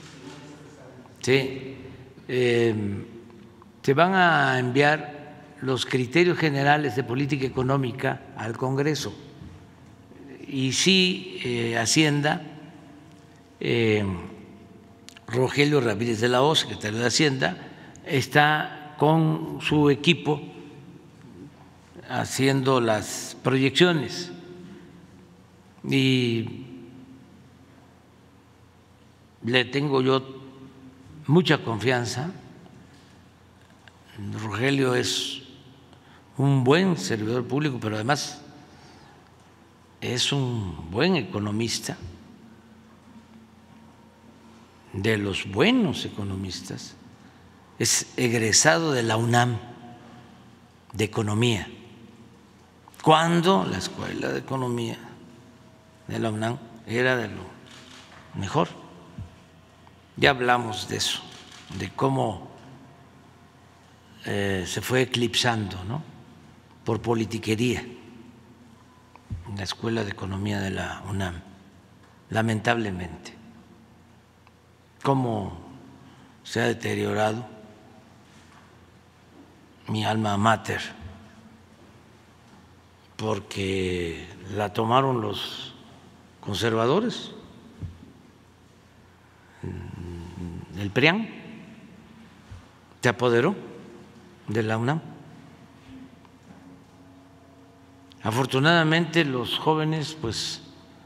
Sí, eh, se van a enviar los criterios generales de política económica al Congreso y sí, eh, Hacienda, eh, Rogelio Ramírez de la O, secretario de Hacienda, está con su equipo haciendo las proyecciones y le tengo yo mucha confianza. Rogelio es un buen servidor público, pero además es un buen economista, de los buenos economistas, es egresado de la UNAM de Economía, cuando la Escuela de Economía de la UNAM era de lo mejor. Ya hablamos de eso, de cómo eh, se fue eclipsando, ¿no?, por politiquería en la Escuela de Economía de la UNAM, lamentablemente. Cómo se ha deteriorado mi alma mater, porque la tomaron los conservadores, el P R I A N se apoderó de la UNAM. Afortunadamente los jóvenes pues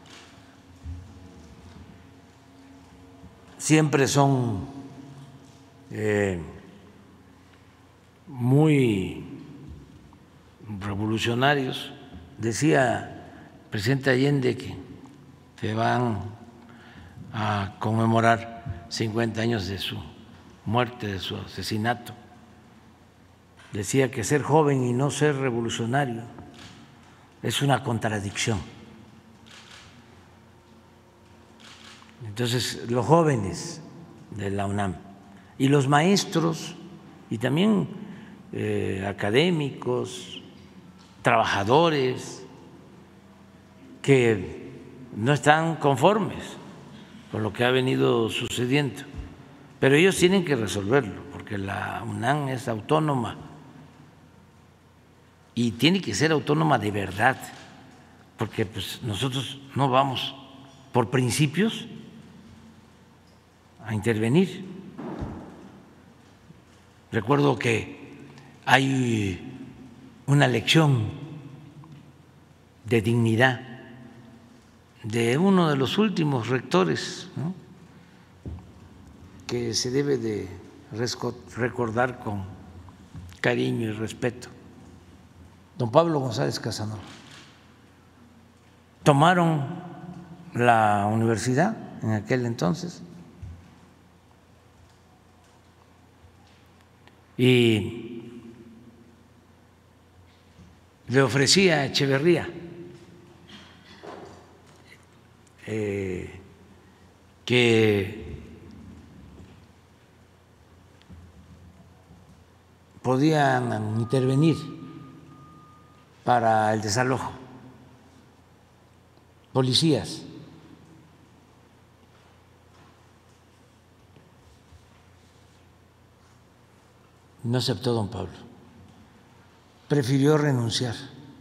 siempre son eh, muy revolucionarios. Decía el presidente Allende que se van a conmemorar cincuenta años de su muerte, de su asesinato. Decía que ser joven y no ser revolucionario es una contradicción. Entonces, los jóvenes de la UNAM y los maestros y también eh, académicos, trabajadores que no están conformes con lo que ha venido sucediendo, pero ellos tienen que resolverlo, porque la UNAM es autónoma y tiene que ser autónoma de verdad, porque pues, nosotros no vamos por principios a intervenir. Recuerdo que hay una lección de dignidad de uno de los últimos rectores, ¿no?, que se debe de recordar con cariño y respeto, don Pablo González Casanova. Tomaron la universidad en aquel entonces y le ofrecía a Echeverría eh, que podían intervenir para el desalojo, policías. No aceptó don Pablo, prefirió renunciar.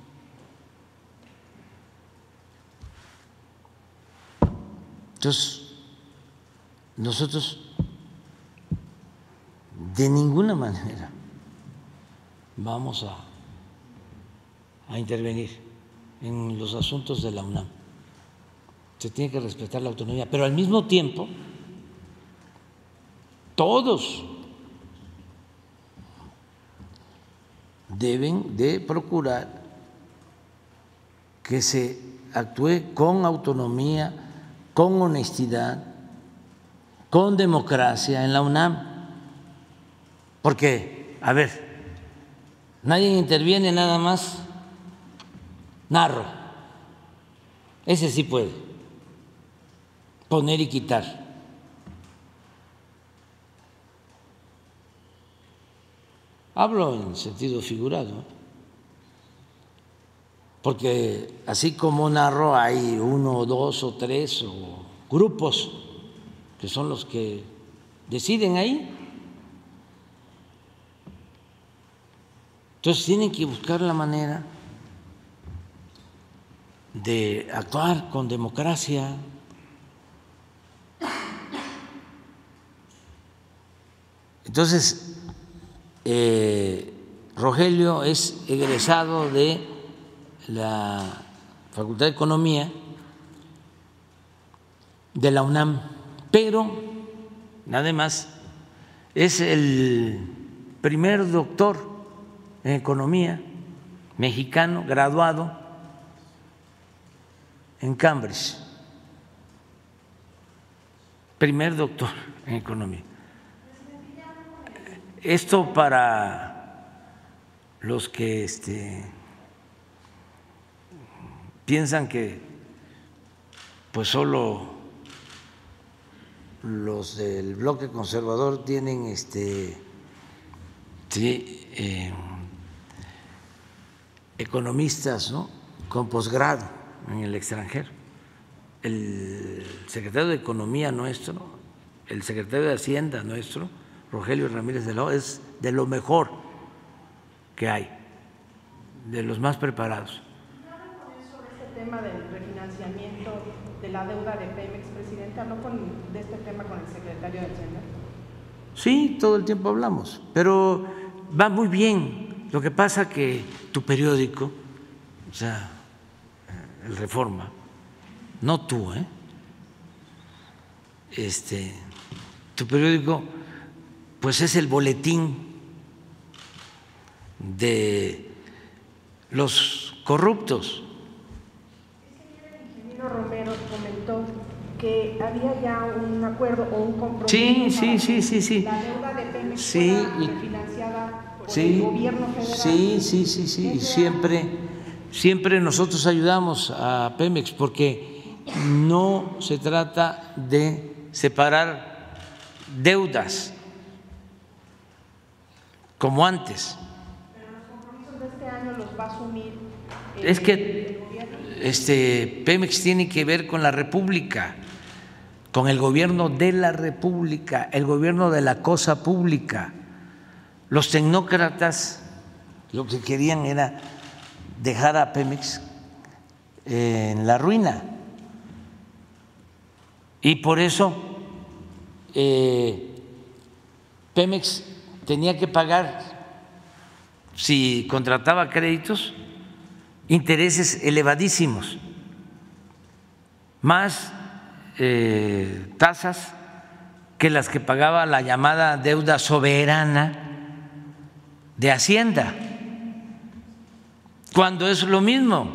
Entonces, nosotros de ninguna manera vamos a, a intervenir en los asuntos de la UNAM. Se tiene que respetar la autonomía, pero al mismo tiempo todos deben de procurar que se actúe con autonomía, con honestidad, con democracia en la UNAM. Porque, a ver, nadie interviene, nada más Narro. Ese sí puede poner y quitar. Hablo en sentido figurado, porque así como narro hay uno o dos o tres o grupos que son los que deciden ahí. Entonces tienen que buscar la manera de actuar con democracia. Entonces, eh, Rogelio es egresado de la Facultad de Economía de la UNAM, pero además es el primer doctor en economía mexicano graduado en Cambridge, primer doctor en economía. Esto para los que este, piensan que pues solo los del bloque conservador tienen este sí, eh, economistas, ¿no?, con posgrado en el extranjero. El secretario de Economía nuestro, el secretario de Hacienda nuestro, Rogelio Ramírez de la O, es de lo mejor que hay, de los más preparados. Sobre este tema del refinanciamiento de la deuda de Pemex, presidente, ¿habló con, de este tema con el secretario de Hacienda? Sí, todo el tiempo hablamos, pero va muy bien. Lo que pasa que tu periódico, o sea, el Reforma, no tú, ¿eh? Este, tu periódico, pues es el boletín de los corruptos. El ingeniero Romero comentó que había ya un acuerdo o un compromiso. Sí, sí, sí, sí, sí. La deuda de Pemex sí, fuera financiada por sí, el gobierno federal. Sí, sí, sí, sí. Y siempre, siempre nosotros ayudamos a Pemex porque no se trata de separar deudas como antes. Pero los compromisos de este año los va a asumir. El, es que este, Pemex tiene que ver con la República, con el gobierno de la República, el gobierno de la cosa pública. Los tecnócratas lo que querían era dejar a Pemex en la ruina. Y por eso eh, Pemex tenía que pagar, si contrataba créditos, intereses elevadísimos, más eh, tasas que las que pagaba la llamada deuda soberana de Hacienda, cuando es lo mismo,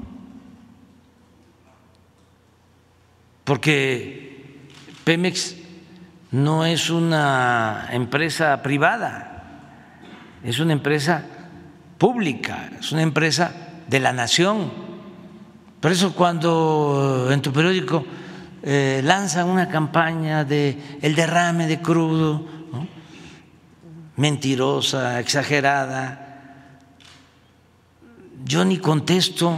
porque Pemex no es una empresa privada, es una empresa pública, es una empresa de la nación. Por eso cuando en tu periódico eh, lanzan una campaña de el derrame de crudo, ¿no?, mentirosa, exagerada, yo ni contesto,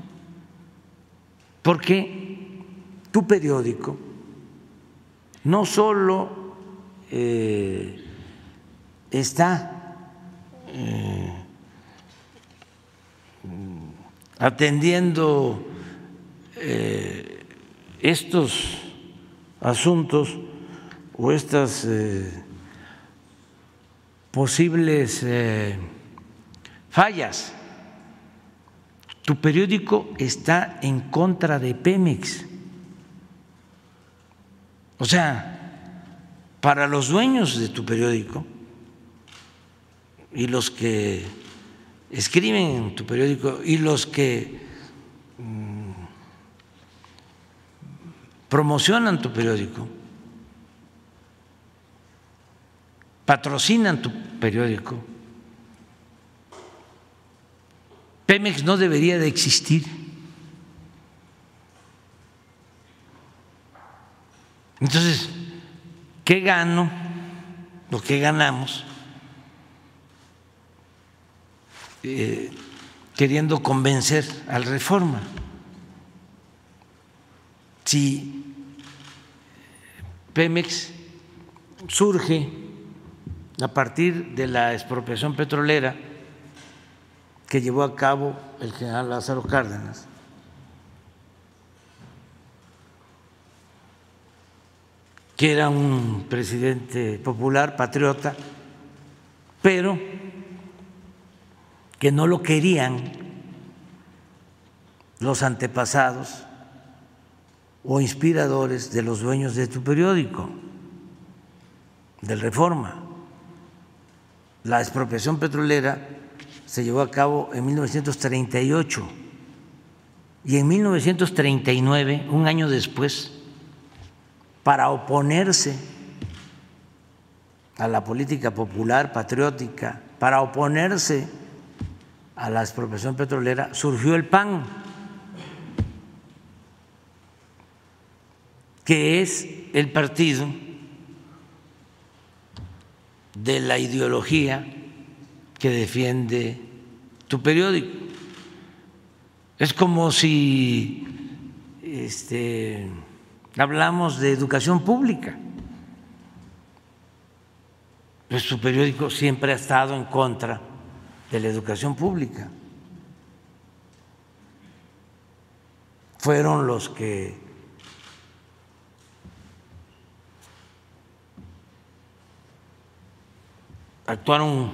porque tu periódico no solo eh, está eh, atendiendo eh, estos asuntos o estas eh, posibles eh, fallas. Tu periódico está en contra de Pemex. O sea, para los dueños de tu periódico y los que escriben en tu periódico y los que mmm, promocionan tu periódico, patrocinan tu periódico, Pemex no debería de existir. Entonces, ¿qué gano o qué ganamos eh, queriendo convencer al Reforma. Si Pemex surge a partir de la expropiación petrolera que llevó a cabo el general Lázaro Cárdenas, que era un presidente popular, patriota, pero que no lo querían los antepasados o inspiradores de los dueños de tu periódico, del Reforma. La expropiación petrolera se llevó a cabo en mil novecientos treinta y ocho y en mil novecientos treinta y nueve, un año después, para oponerse a la política popular patriótica, para oponerse a la expropiación petrolera, surgió el P A N, que es el partido de la ideología que defiende tu periódico. Es como si este, hablamos de educación pública. Pues su periódico siempre ha estado en contra de la educación pública. Fueron los que actuaron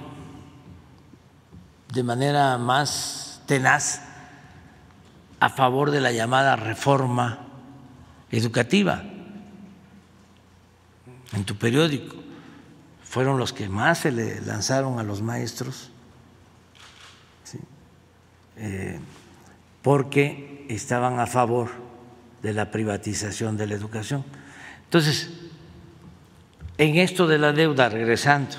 de manera más tenaz a favor de la llamada reforma educativa en tu periódico. Fueron los que más se le lanzaron a los maestros, ¿sí? eh, porque estaban a favor de la privatización de la educación. Entonces, en esto de la deuda, regresando,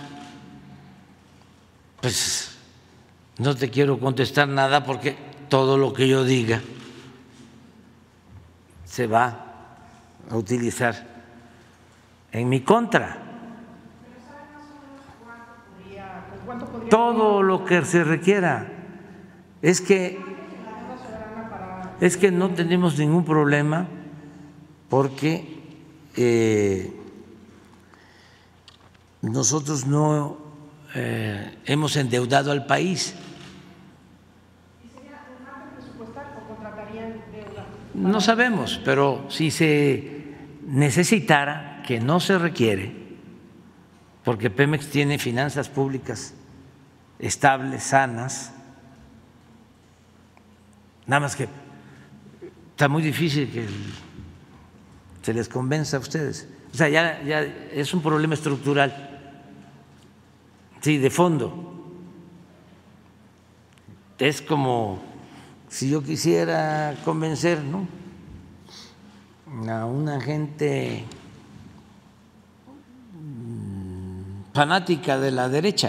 pues no te quiero contestar nada porque todo lo que yo diga se va a utilizar en mi contra. Todo lo que se requiera. Es que es que no tenemos ningún problema porque eh, nosotros no eh, hemos endeudado al país. No sabemos, pero si se necesitara, que no se requiere, porque Pemex tiene finanzas públicas estables, sanas, nada más que está muy difícil que se les convenza a ustedes. O sea, ya, ya es un problema estructural, sí, de fondo. Es como si yo quisiera convencer, ¿no?, a una gente fanática de la derecha,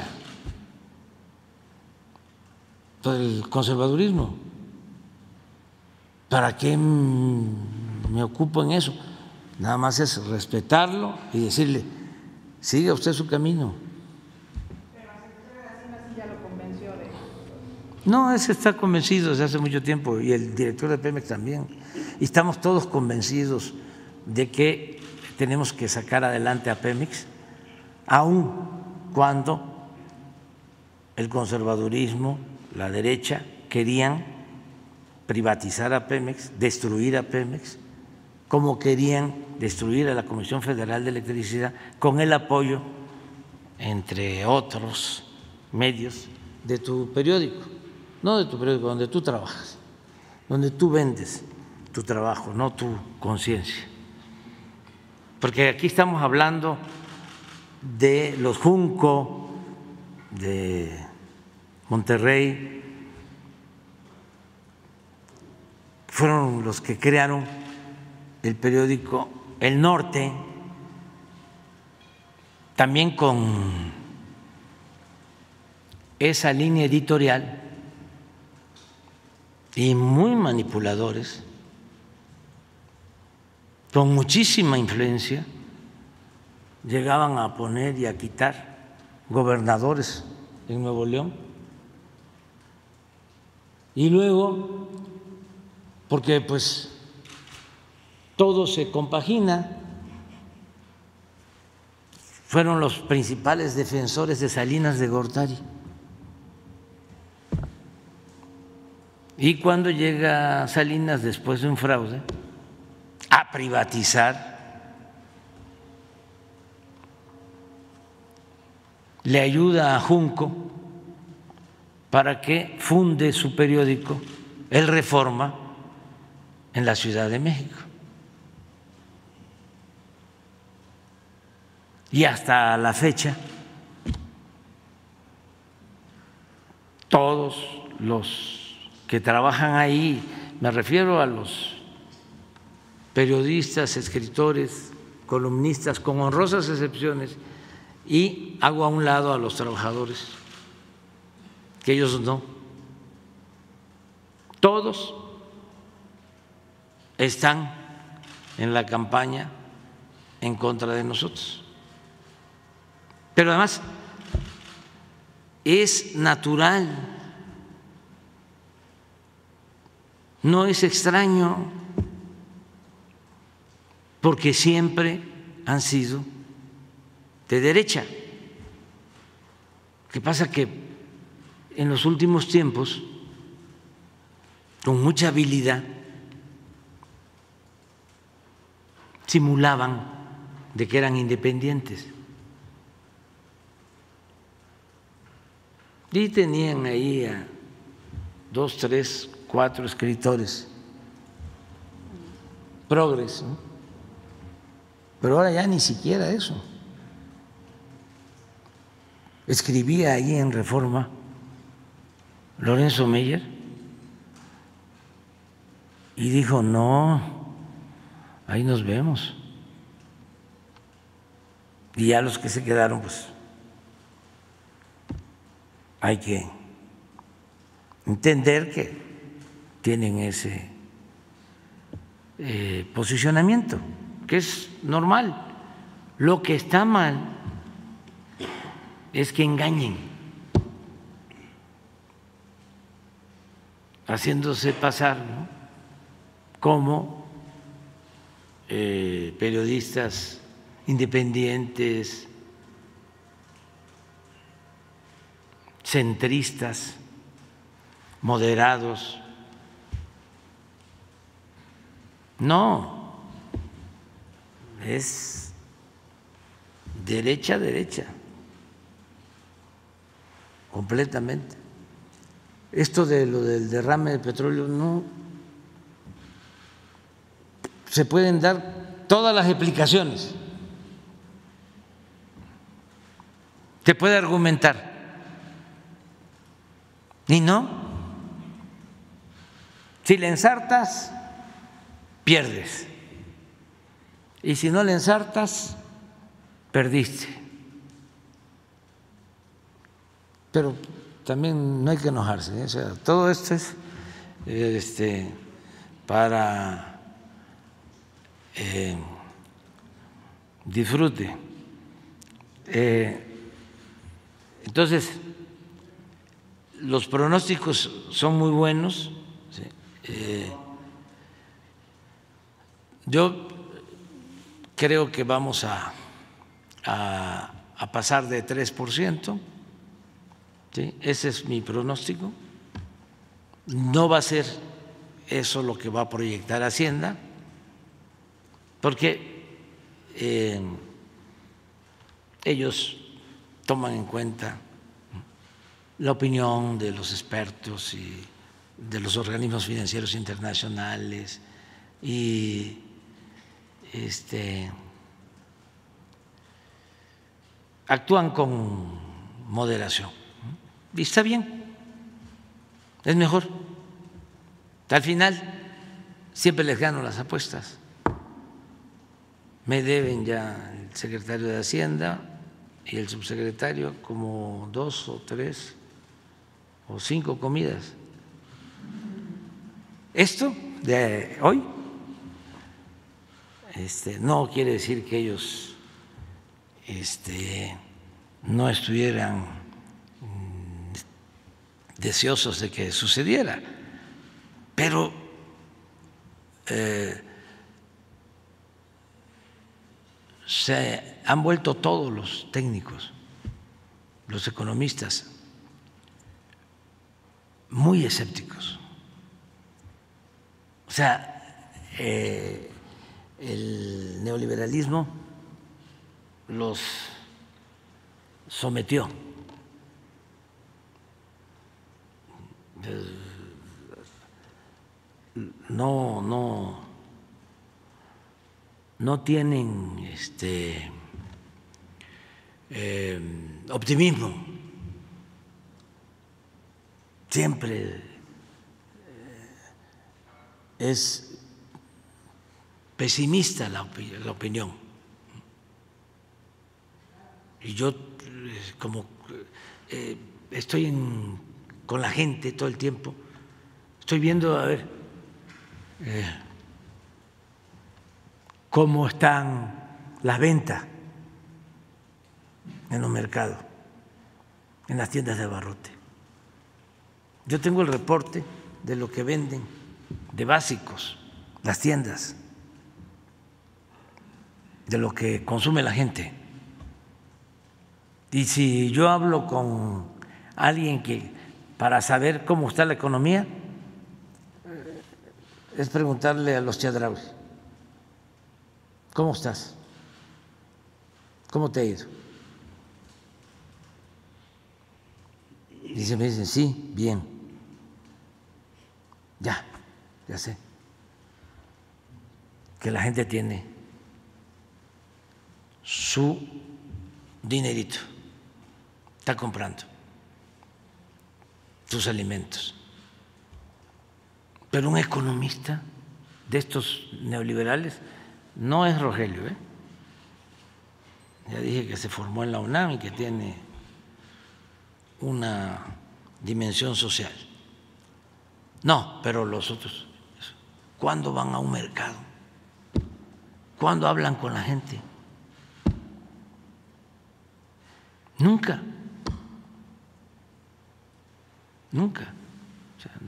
del conservadurismo. ¿Para qué me ocupo en eso? Nada más es respetarlo y decirle, siga usted su camino. Pero la secretaria de Hacienda sí ya lo convenció de eso. No, ese está convencido desde hace mucho tiempo y el director de Pemex también. Y estamos todos convencidos de que tenemos que sacar adelante a Pemex, aun cuando el conservadurismo, la derecha, querían privatizar a Pemex, destruir a Pemex, como querían destruir a la Comisión Federal de Electricidad, con el apoyo, entre otros medios, de tu periódico, no de tu periódico, donde tú trabajas, donde tú vendes tu trabajo, no tu conciencia. Porque aquí estamos hablando de los Junco, de Monterrey, fueron los que crearon el periódico El Norte, también con esa línea editorial y muy manipuladores, con muchísima influencia, llegaban a poner y a quitar gobernadores en Nuevo León Y luego, porque pues todo se compagina, fueron los principales defensores de Salinas de Gortari. Y cuando llega Salinas después de un fraude a privatizar, le ayuda a Junco para que funde su periódico, El Reforma, en la Ciudad de México. Y hasta la fecha, todos los que trabajan ahí, me refiero a los periodistas, escritores, columnistas, con honrosas excepciones, y hago a un lado a los trabajadores, que ellos no. Todos están en la campaña en contra de nosotros. Pero además es natural, no es extraño, porque siempre han sido de derecha. Lo que pasa que en los últimos tiempos, con mucha habilidad, simulaban de que eran independientes. Y tenían ahí a dos, tres, cuatro escritores progres, ¿no? Pero ahora ya ni siquiera eso. Escribía ahí en Reforma Lorenzo Meyer y dijo: no, ahí nos vemos. Y ya los que se quedaron, pues hay que entender que tienen ese eh, posicionamiento, que es normal. Lo que está mal es que engañen, haciéndose pasar, ¿no?, como eh, periodistas independientes, centristas, moderados. No, es derecha, derecha, completamente. Esto de lo del derrame de petróleo, no se pueden dar todas las explicaciones, se puede argumentar, y no, si le ensartas, pierdes, y si no le ensartas, perdiste. Pero también no hay que enojarse, ¿eh? O sea, todo esto es este, para eh, disfrute. Eh, entonces, los pronósticos son muy buenos. ¿Sí? Eh, yo creo que vamos a, a, a pasar de tres por ciento. ¿Sí? Ese es mi pronóstico. No va a ser eso lo que va a proyectar Hacienda, porque eh, ellos toman en cuenta la opinión de los expertos y de los organismos financieros internacionales y este, actúan con moderación. Y está bien, es mejor. Al final siempre les gano las apuestas. Me deben ya el secretario de Hacienda y el subsecretario como dos o tres o cinco comidas. Esto de hoy este, no quiere decir que ellos este, no estuvieran deseosos de que sucediera, pero eh, se han vuelto todos los técnicos, los economistas, muy escépticos. O sea, eh, el neoliberalismo los sometió. No, no, no tienen este eh, optimismo. Siempre eh, es pesimista la, opi la opinión. Y yo, eh, como eh, estoy en, con la gente todo el tiempo, estoy viendo, a ver, eh, cómo están las ventas en los mercados, en las tiendas de abarrote. Yo tengo el reporte de lo que venden de básicos las tiendas, de lo que consume la gente. Y si yo hablo con alguien que para saber cómo está la economía es preguntarle a los Chedraui, ¿cómo estás? ¿Cómo te ha ido? Y se me dicen, sí, bien. Ya, ya sé que la gente tiene su dinerito, está comprando sus alimentos. Pero un economista de estos neoliberales no es Rogelio, ¿eh? Ya dije que se formó en la UNAM y que tiene una dimensión social. No, pero los otros, ¿cuándo van a un mercado? ¿Cuándo hablan con la gente? Nunca. Nunca. O sea,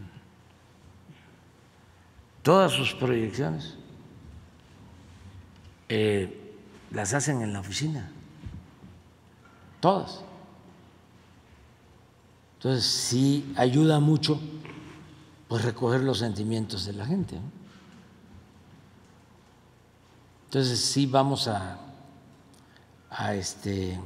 todas sus proyecciones eh, las hacen en la oficina. Todas. Entonces sí ayuda mucho pues recoger los sentimientos de la gente, ¿no? Entonces sí vamos a, a este,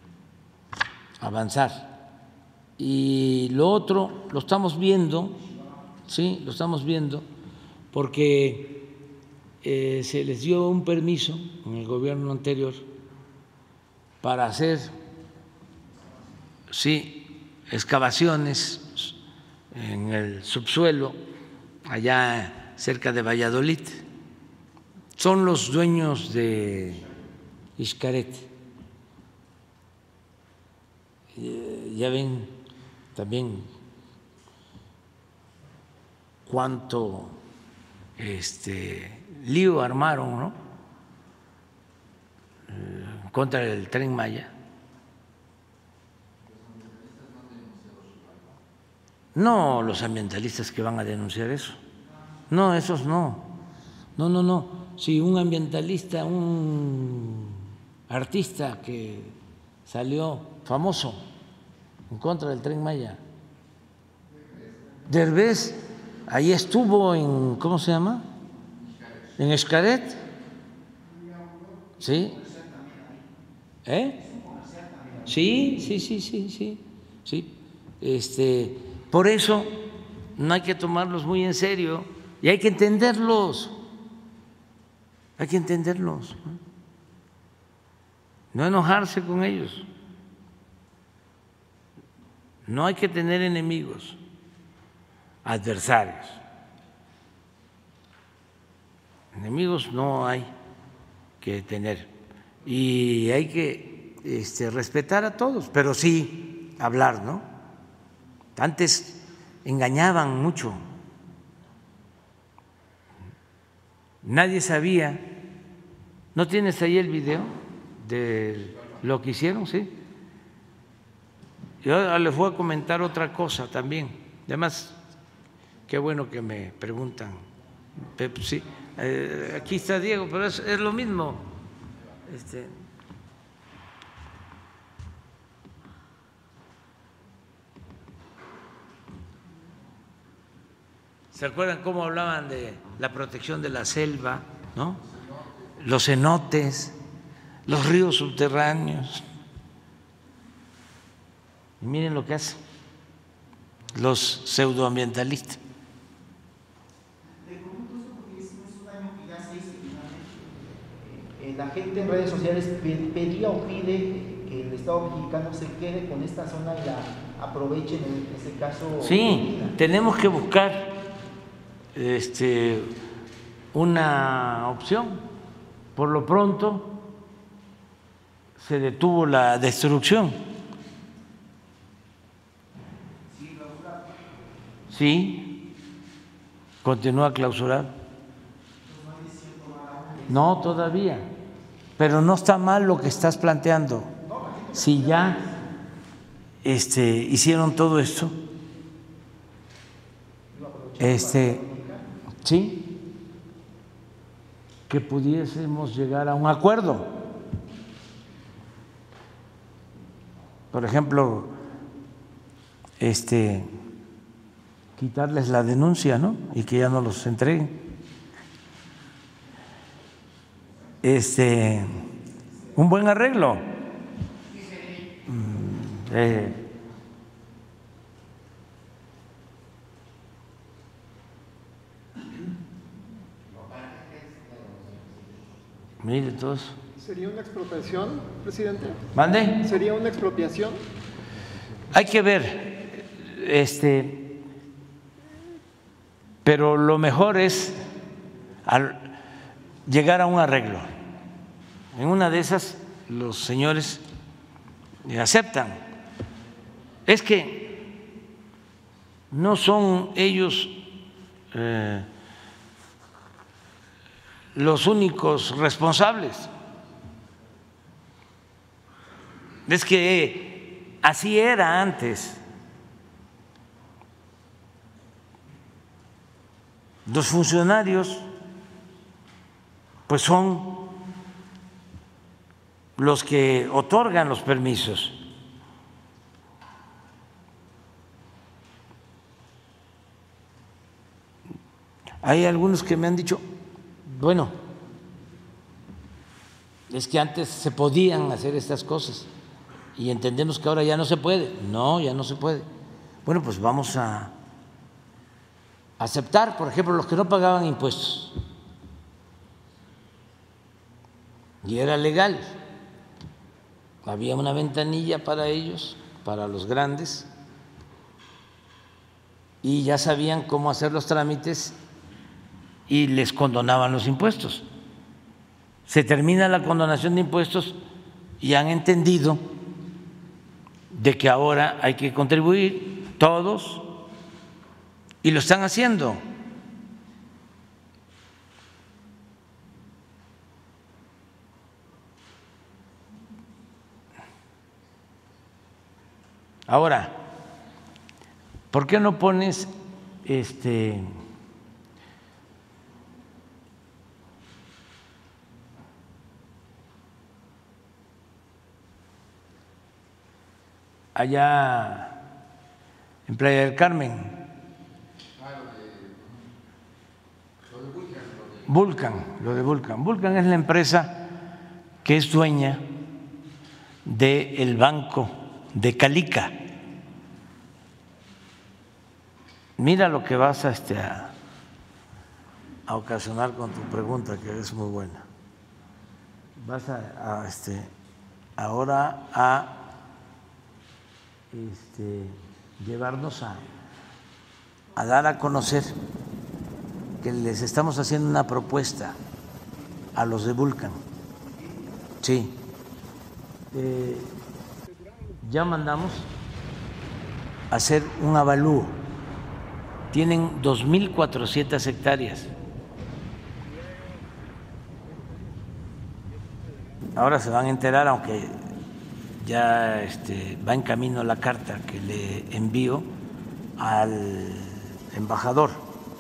avanzar. Y lo otro lo estamos viendo, sí, lo estamos viendo, porque eh, se les dio un permiso en el gobierno anterior para hacer, sí, excavaciones en el subsuelo, allá cerca de Valladolid. Son los dueños de Xcaret. Ya ven también cuánto este, lío armaron, ¿no? Contra el Tren Maya. No los ambientalistas que van a denunciar eso. No, esos no. No, no, no. Si un ambientalista, un artista que salió famoso en contra del Tren Maya, Derbez, ahí estuvo en, ¿cómo se llama? En Xcaret. ¿Sí? ¿Eh? Sí, sí, sí, sí, sí, sí. Este, por eso no hay que tomarlos muy en serio y hay que entenderlos. Hay que entenderlos, no enojarse con ellos. No hay que tener enemigos, adversarios. Enemigos no hay que tener. Y hay que este, respetar a todos, pero sí hablar, ¿no? Antes engañaban mucho. Nadie sabía. ¿No tienes ahí el video de lo que hicieron? Sí. Yo les voy a comentar otra cosa también. Además, Qué bueno que me preguntan. Sí, eh, aquí está Diego, pero es, es lo mismo. Este, ¿Se acuerdan cómo hablaban de la protección de la selva, ¿no? Los cenotes, los ríos subterráneos. Y miren lo que hacen los pseudoambientalistas. La gente en redes sociales pedía o pide que el Estado mexicano se quede con esta zona y la aprovechen en ese caso. Sí, tenemos que buscar este, una opción. Por lo pronto se detuvo la destrucción. Sí, continúa clausurado. No, todavía. Pero no está mal lo que estás planteando. Si ya este, hicieron todo esto, este, sí, que pudiésemos llegar a un acuerdo. Por ejemplo, este, quitarles la denuncia, ¿no? Y que ya no los entreguen. Este, un buen arreglo. Eh, mire todos. ¿Sería una expropiación, presidente? ¿Mande? ¿Sería una expropiación? Hay que ver, este, pero lo mejor es al llegar a un arreglo. En una de esas los señores aceptan. Es que no son ellos eh, los únicos responsables. Es que así era antes. Los funcionarios pues son los que otorgan los permisos. Hay algunos que me han dicho, bueno, es que antes se podían hacer estas cosas y entendemos que ahora ya no se puede. No, ya no se puede. Bueno, pues vamos a aceptar, por ejemplo, los que no pagaban impuestos. Y era legal. Había una ventanilla para ellos, para los grandes, y ya sabían cómo hacer los trámites y les condonaban los impuestos. Se termina la condonación de impuestos y han entendido de que ahora hay que contribuir todos y lo están haciendo. Ahora, ¿por qué no pones este allá en Playa del Carmen? Vulcan, lo de Vulcan. Vulcan es la empresa que es dueña del Banco de Calica. Mira lo que vas a, este, a, a ocasionar con tu pregunta, que es muy buena. Vas a, a este, ahora a este, llevarnos a, a dar a conocer que les estamos haciendo una propuesta a los de Vulcan. Sí. Eh, ya mandamos a hacer un avalúo. Tienen dos mil cuatrocientas hectáreas. Ahora se van a enterar, aunque ya este, va en camino la carta que le envío al embajador,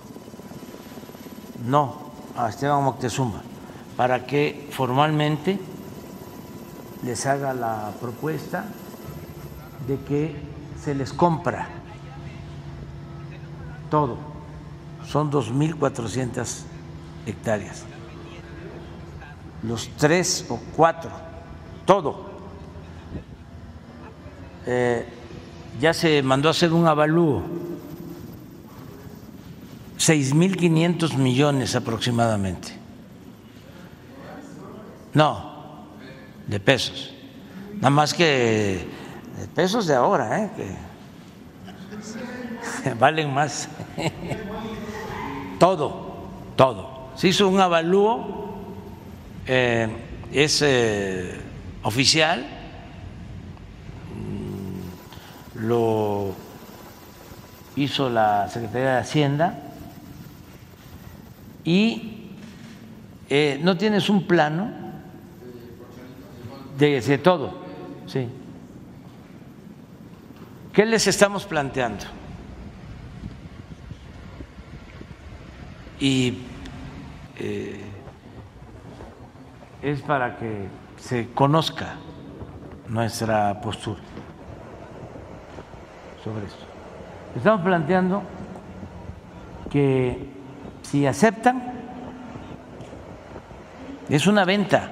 no a Esteban Moctezuma, para que formalmente les haga la propuesta de que se les compra todo. Son dos mil cuatrocientas hectáreas, los tres o cuatro, todo. Eh, ya se mandó a hacer un avalúo, seis mil quinientos millones aproximadamente. No, de pesos. Nada más que de pesos de ahora, ¿eh? Que valen más. Todo, todo. Se hizo un avalúo, eh, es eh, oficial. Lo hizo la Secretaría de Hacienda y eh, no tienes un plano de, de todo, sí. ¿Qué les estamos planteando? Y eh, es para que se conozca nuestra postura sobre esto. Estamos planteando que si aceptan, es una venta.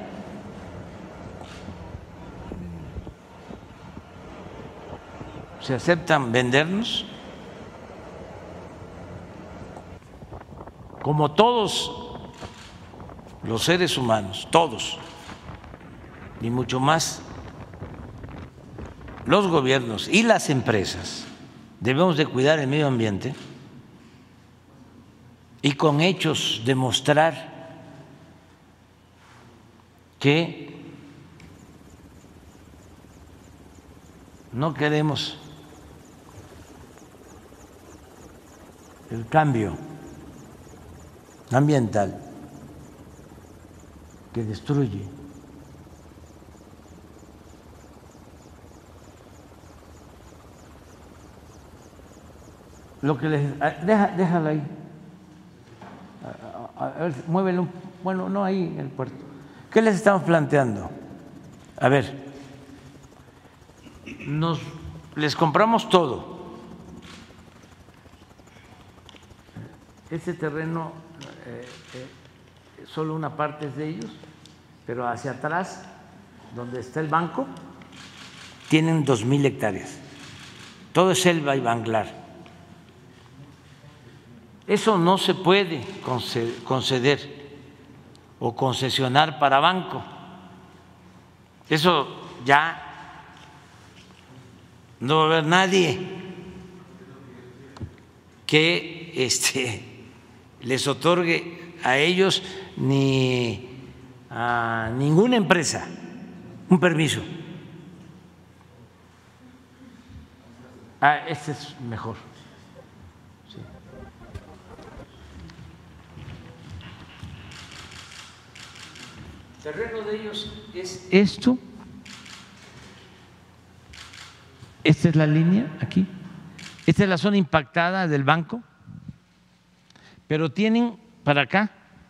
Si aceptan vendernos, como todos los seres humanos, todos, y mucho más los gobiernos y las empresas, debemos de cuidar el medio ambiente y con hechos demostrar que no queremos el cambio ambiental que destruye lo que les deja, déjalo ahí, a, a, a ver, muévelo, bueno, no ahí en el puerto. ¿Qué les estamos planteando? A ver, nos les compramos todo. Este terreno, eh, eh, solo una parte es de ellos, pero hacia atrás, donde está el banco, tienen dos mil hectáreas. Todo es selva y manglar. Eso no se puede conceder o concesionar para banco. Eso ya no va a haber nadie que este, les otorgue a ellos ni a ninguna empresa un permiso. Ah, este es mejor. Sí. El terreno de ellos es esto. Esta es la línea aquí. Esta es la zona impactada del banco. Pero tienen para acá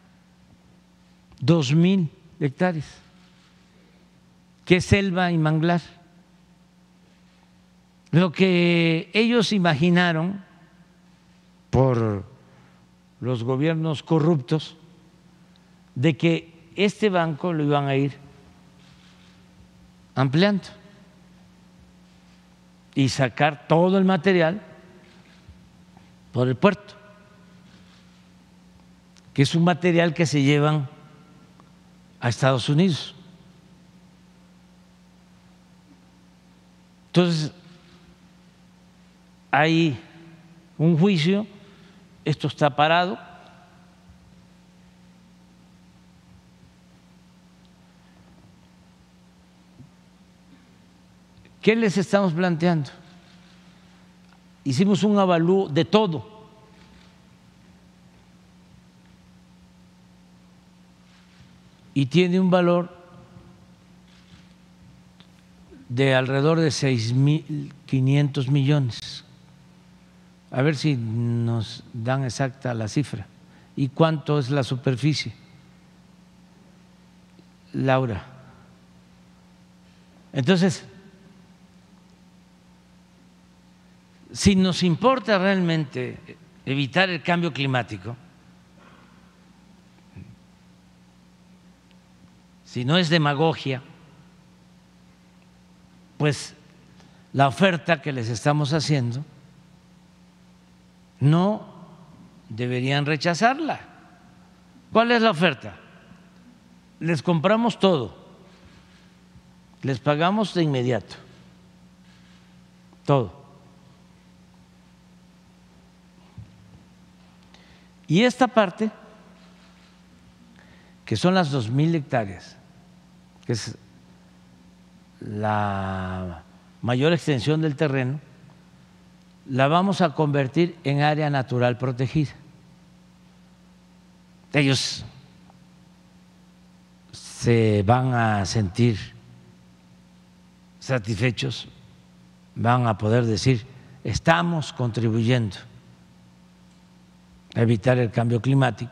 dos mil hectáreas, que es selva y manglar. Lo que ellos imaginaron por los gobiernos corruptos de que este banco lo iban a ir ampliando y sacar todo el material por el puerto, que es un material que se llevan a Estados Unidos. Entonces, hay un juicio, esto está parado. ¿Qué les estamos planteando? Hicimos un avalúo de todo. Y tiene un valor de alrededor de seis mil quinientos millones A ver si nos dan exacta la cifra. ¿Y cuánto es la superficie? Laura. Entonces, si nos importa realmente evitar el cambio climático, si no es demagogia, pues la oferta que les estamos haciendo no deberían rechazarla. ¿Cuál es la oferta? Les compramos todo, les pagamos de inmediato, todo. Y esta parte, que son las dos mil hectáreas, que es la mayor extensión del terreno, la vamos a convertir en área natural protegida. Ellos se van a sentir satisfechos, van a poder decir, estamos contribuyendo a evitar el cambio climático.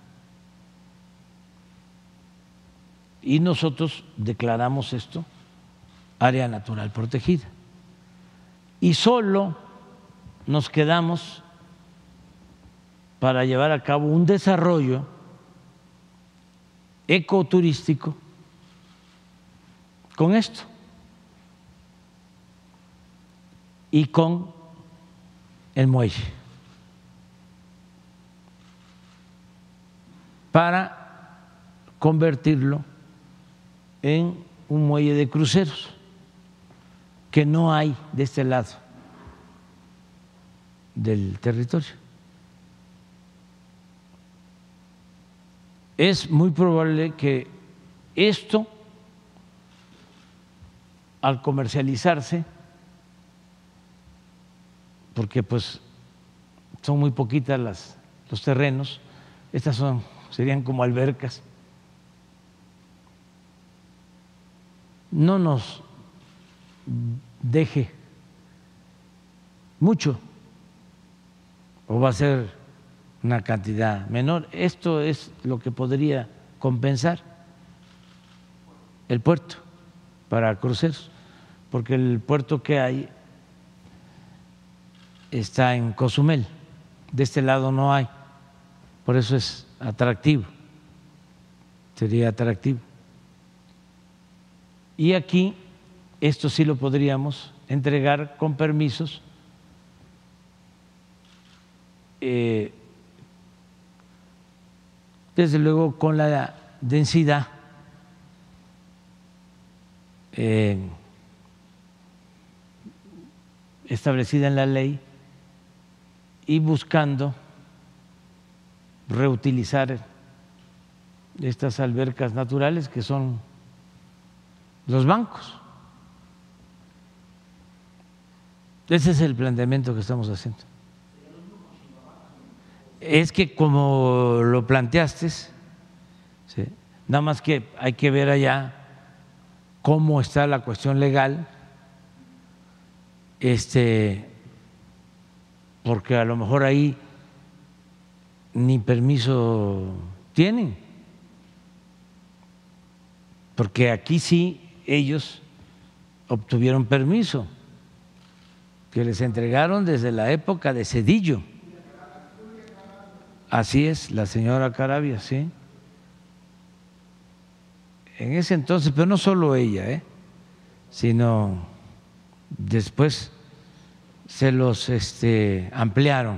Y nosotros declaramos esto área natural protegida. Y solo nos quedamos para llevar a cabo un desarrollo ecoturístico con esto y con el muelle, para convertirlo en un muelle de cruceros que no hay de este lado del territorio. Es muy probable que esto, al comercializarse, porque pues son muy poquitas las, los terrenos, estas son, serían como albercas, no nos deje mucho o va a ser una cantidad menor. Esto es lo que podría compensar el puerto para cruceros, porque el puerto que hay está en Cozumel, de este lado no hay, por eso es atractivo, sería atractivo. Y aquí esto sí lo podríamos entregar con permisos eh, desde luego con la densidad eh, establecida en la ley y buscando reutilizar estas albercas naturales que son los bancos. Ese es el planteamiento que estamos haciendo. Es que como lo planteaste, ¿sí? Nada más que hay que ver allá cómo está la cuestión legal, este, porque a lo mejor ahí ni permiso tienen, porque aquí sí ellos obtuvieron permiso, que les entregaron desde la época de Zedillo. Así es, la señora Caravia, sí. En ese entonces, pero no solo ella, ¿eh? sino después se los este, ampliaron.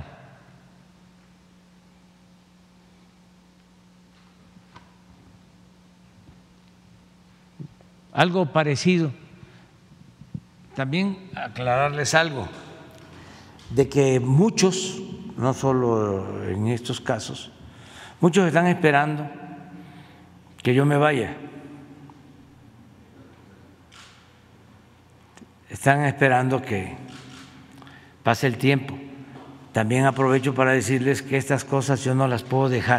Algo parecido. También aclararles algo, de que muchos, no solo en estos casos, muchos están esperando que yo me vaya, están esperando que pase el tiempo. También aprovecho para decirles que estas cosas yo no las puedo dejar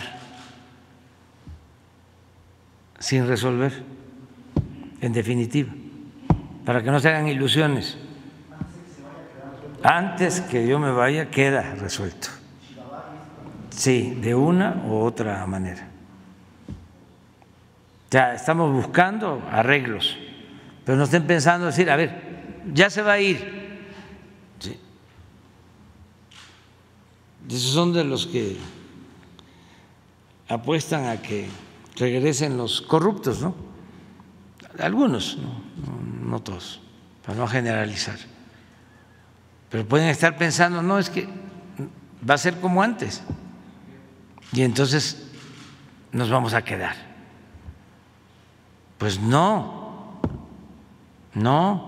sin resolver, en definitiva, para que no se hagan ilusiones. antes que yo me vaya queda resuelto. Sí, de una u otra manera. Ya estamos buscando arreglos, pero no estén pensando decir, a ver, ya se va a ir. Sí. Esos son de los que apuestan a que regresen los corruptos, ¿no? Algunos, no, no, no todos, para no generalizar. Pero pueden estar pensando, no, es que va a ser como antes. Y entonces nos vamos a quedar. Pues no, no.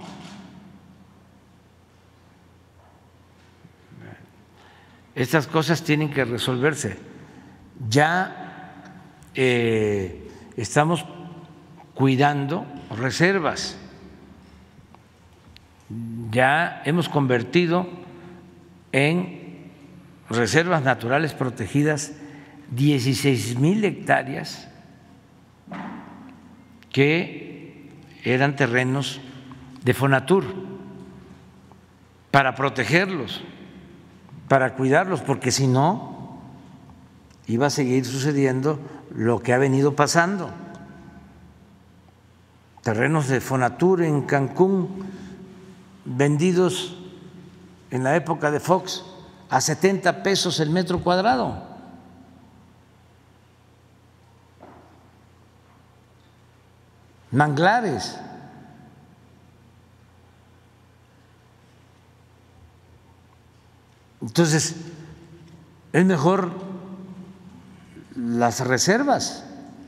Estas cosas tienen que resolverse. Ya eh, estamos cuidando reservas. Ya hemos convertido en reservas naturales protegidas dieciséis mil hectáreas que eran terrenos de Fonatur para protegerlos, para cuidarlos, porque si no iba a seguir sucediendo lo que ha venido pasando. Terrenos de Fonatur en Cancún vendidos en la época de Fox a setenta pesos el metro cuadrado. Manglares. Entonces, es mejor las reservas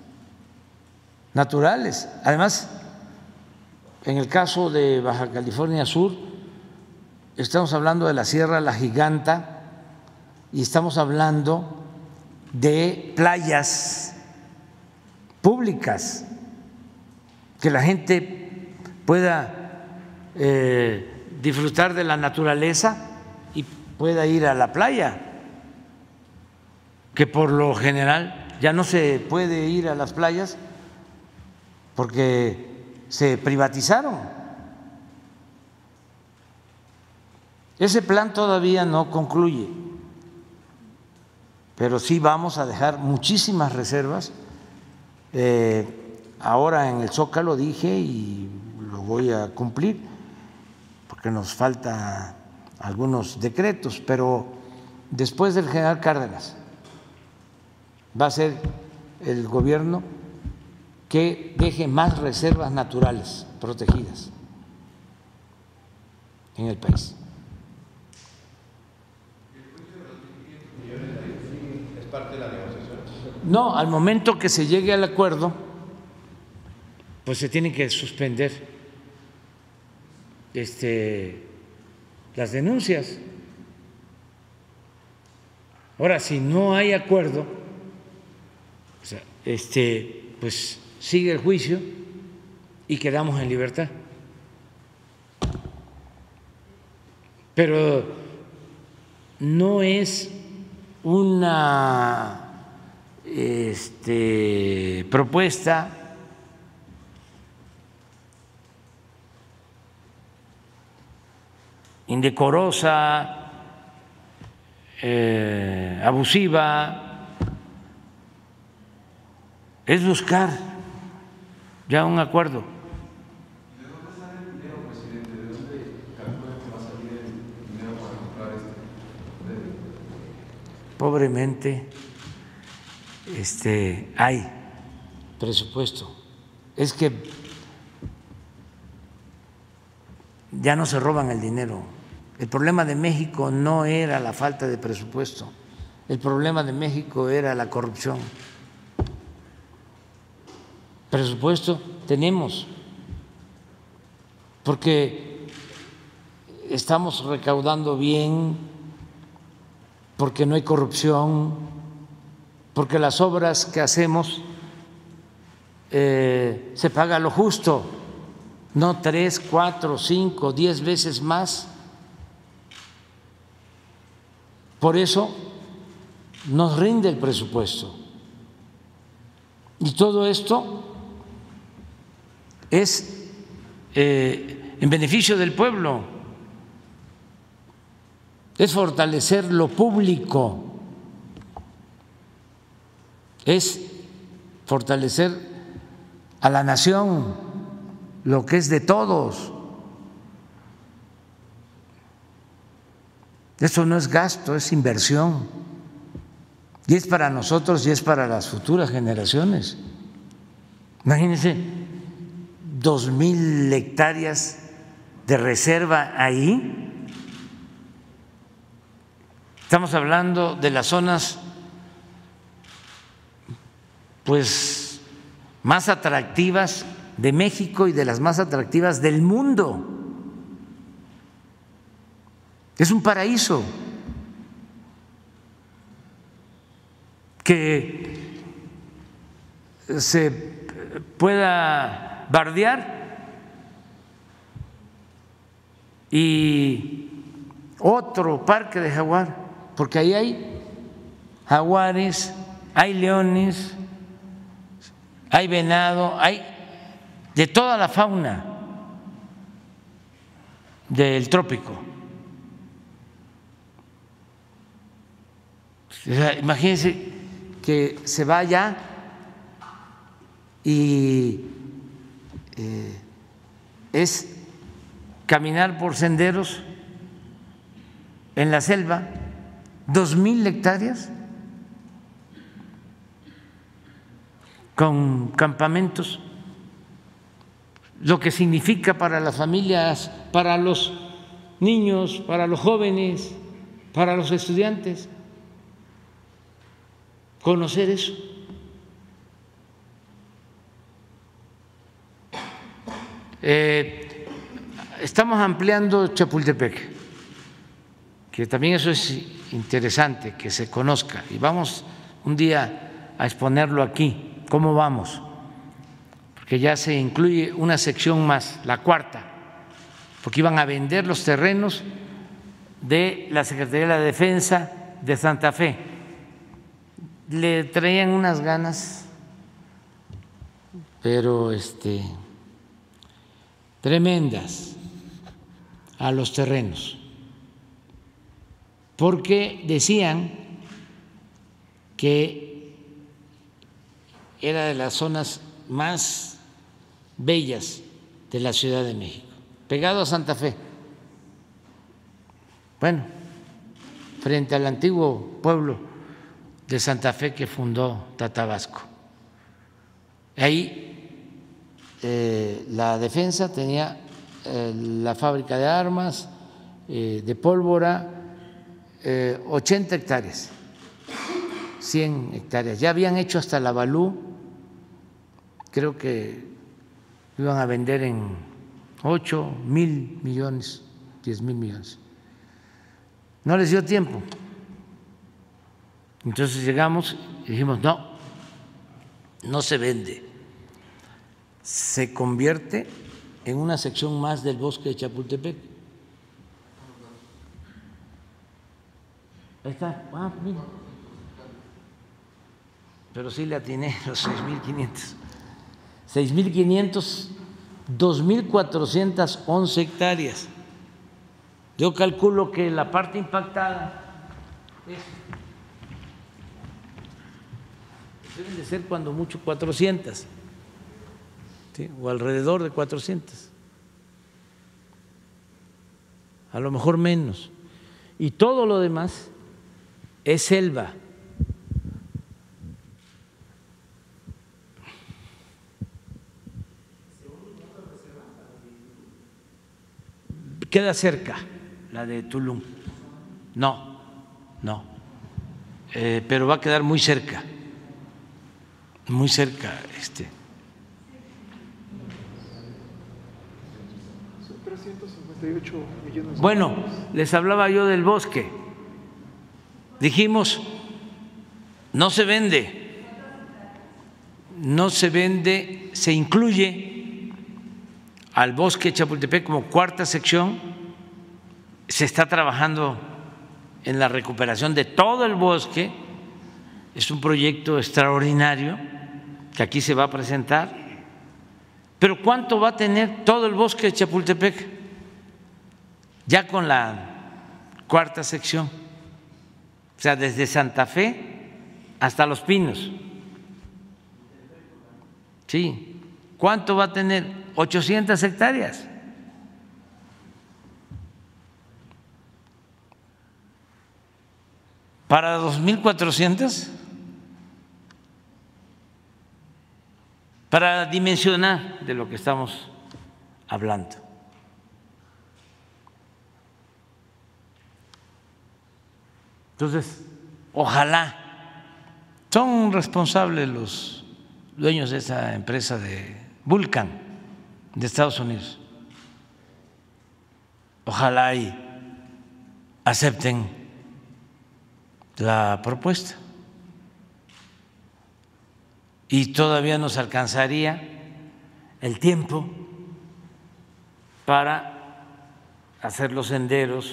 naturales. Además, en el caso de Baja California Sur, estamos hablando de la Sierra La Giganta y estamos hablando de playas públicas, que la gente pueda eh, disfrutar de la naturaleza y pueda ir a la playa, que por lo general ya no se puede ir a las playas porque se privatizaron. Ese plan todavía no concluye, pero sí vamos a dejar muchísimas reservas. Eh, ahora en el Zócalo dije, y lo voy a cumplir, porque nos falta algunos decretos, pero después del general Cárdenas va a ser el gobierno que deje más reservas naturales protegidas en el país. ¿Es parte de la negociación? No, al momento que se llegue al acuerdo, pues se tienen que suspender este, las denuncias. Ahora, si no hay acuerdo, o sea, este, pues sigue el juicio y quedamos en libertad. Pero no es una este, propuesta indecorosa, eh, abusiva, es buscar ya un acuerdo. ¿De dónde sale el dinero, presidente? ¿De dónde calcula que va a salir el dinero para comprar este? Pobremente, este, hay presupuesto. Es que ya no se roban el dinero. El problema de México no era la falta de presupuesto, el problema de México era la corrupción. Presupuesto tenemos, porque estamos recaudando bien, porque no hay corrupción, porque las obras que hacemos eh, se paga lo justo, no tres, cuatro, cinco, diez veces más. Por eso nos rinde el presupuesto. Y todo esto es eh, en beneficio del pueblo. es fortalecer lo público, es fortalecer a la nación, lo que es de todos. Eso no es gasto, es inversión. Y es para nosotros y es para las futuras generaciones. Imagínense, dos mil hectáreas de reserva ahí. Estamos hablando de las zonas pues más atractivas de México y de las más atractivas del mundo. Es un paraíso que se pueda bardear y otro parque de jaguar, porque ahí hay jaguares, hay leones, hay venado, hay de toda la fauna del trópico. O sea, imagínense que se vaya y eh, es caminar por senderos en la selva, dos mil hectáreas, con campamentos, lo que significa para las familias, para los niños, para los jóvenes, para los estudiantes, conocer eso. Eh, estamos ampliando Chapultepec, que también eso es interesante que se conozca, y vamos un día a exponerlo aquí. ¿Cómo vamos? Porque ya se incluye una sección más, la cuarta, porque iban a vender los terrenos de la Secretaría de la Defensa de Santa Fe. Le traían unas ganas, pero este, tremendas a los terrenos, porque decían que era de las zonas más bellas de la Ciudad de México, pegado a Santa Fe. Bueno, frente al antiguo pueblo de Santa Fe que fundó Tatabasco. Ahí eh, la defensa tenía eh, la fábrica de armas, eh, de pólvora, eh, ochenta hectáreas, cien hectáreas. Ya habían hecho hasta la Balú, creo que iban a vender en ocho mil millones, diez mil millones. No les dio tiempo. Entonces llegamos y dijimos, no, no se vende, se convierte en una sección más del bosque de Chapultepec. Ahí está, ah, mira. Pero sí le atiné los seis mil quinientos. seis mil quinientos, dos mil cuatrocientas once hectáreas. Yo calculo que la parte impactada es, deben de ser cuando mucho cuatrocientas, ¿sí? O alrededor de cuatrocientas, a lo mejor menos. Y todo lo demás es selva. Queda cerca la de Tulum. No, no, eh, pero va a quedar muy cerca, muy cerca. Este. Son trescientos cincuenta y ocho millones. Bueno, les hablaba yo del bosque. Dijimos, no se vende, no se vende, se incluye al bosque de Chapultepec como cuarta sección. Se está trabajando en la recuperación de todo el bosque. Es un proyecto extraordinario que aquí se va a presentar. Pero ¿cuánto va a tener todo el bosque de Chapultepec? Ya con la cuarta sección, o sea, desde Santa Fe hasta Los Pinos. Sí, ¿cuánto va a tener? ochocientas hectáreas. Para dos mil cuatrocientas, para dimensionar de lo que estamos hablando. Entonces, ojalá, son responsables los dueños de esa empresa de Vulcan de Estados Unidos, ojalá y acepten la propuesta y todavía nos alcanzaría el tiempo para hacer los senderos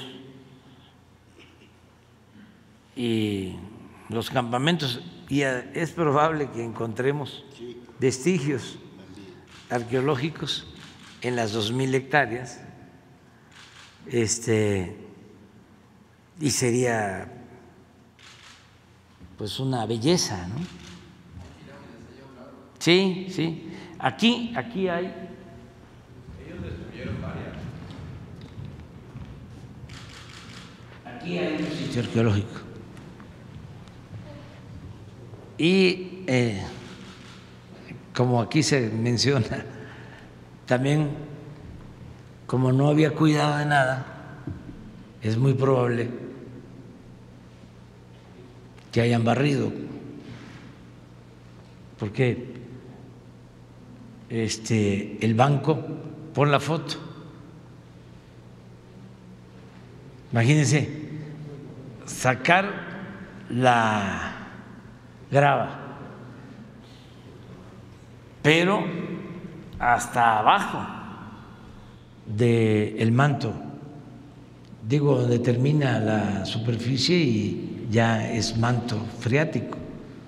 y los campamentos, y es probable que encontremos vestigios arqueológicos en las dos mil hectáreas, este, y sería pues una belleza, ¿no? Sí, sí. Aquí, aquí hay. Ellos destruyeron varias. Aquí hay un sitio arqueológico. Y eh, como aquí se menciona, también como no había cuidado de nada, es muy probable que hayan barrido, porque este, el banco, pon la foto, imagínense, sacar la grava, pero hasta abajo del manto, digo, donde termina la superficie y ya es manto freático.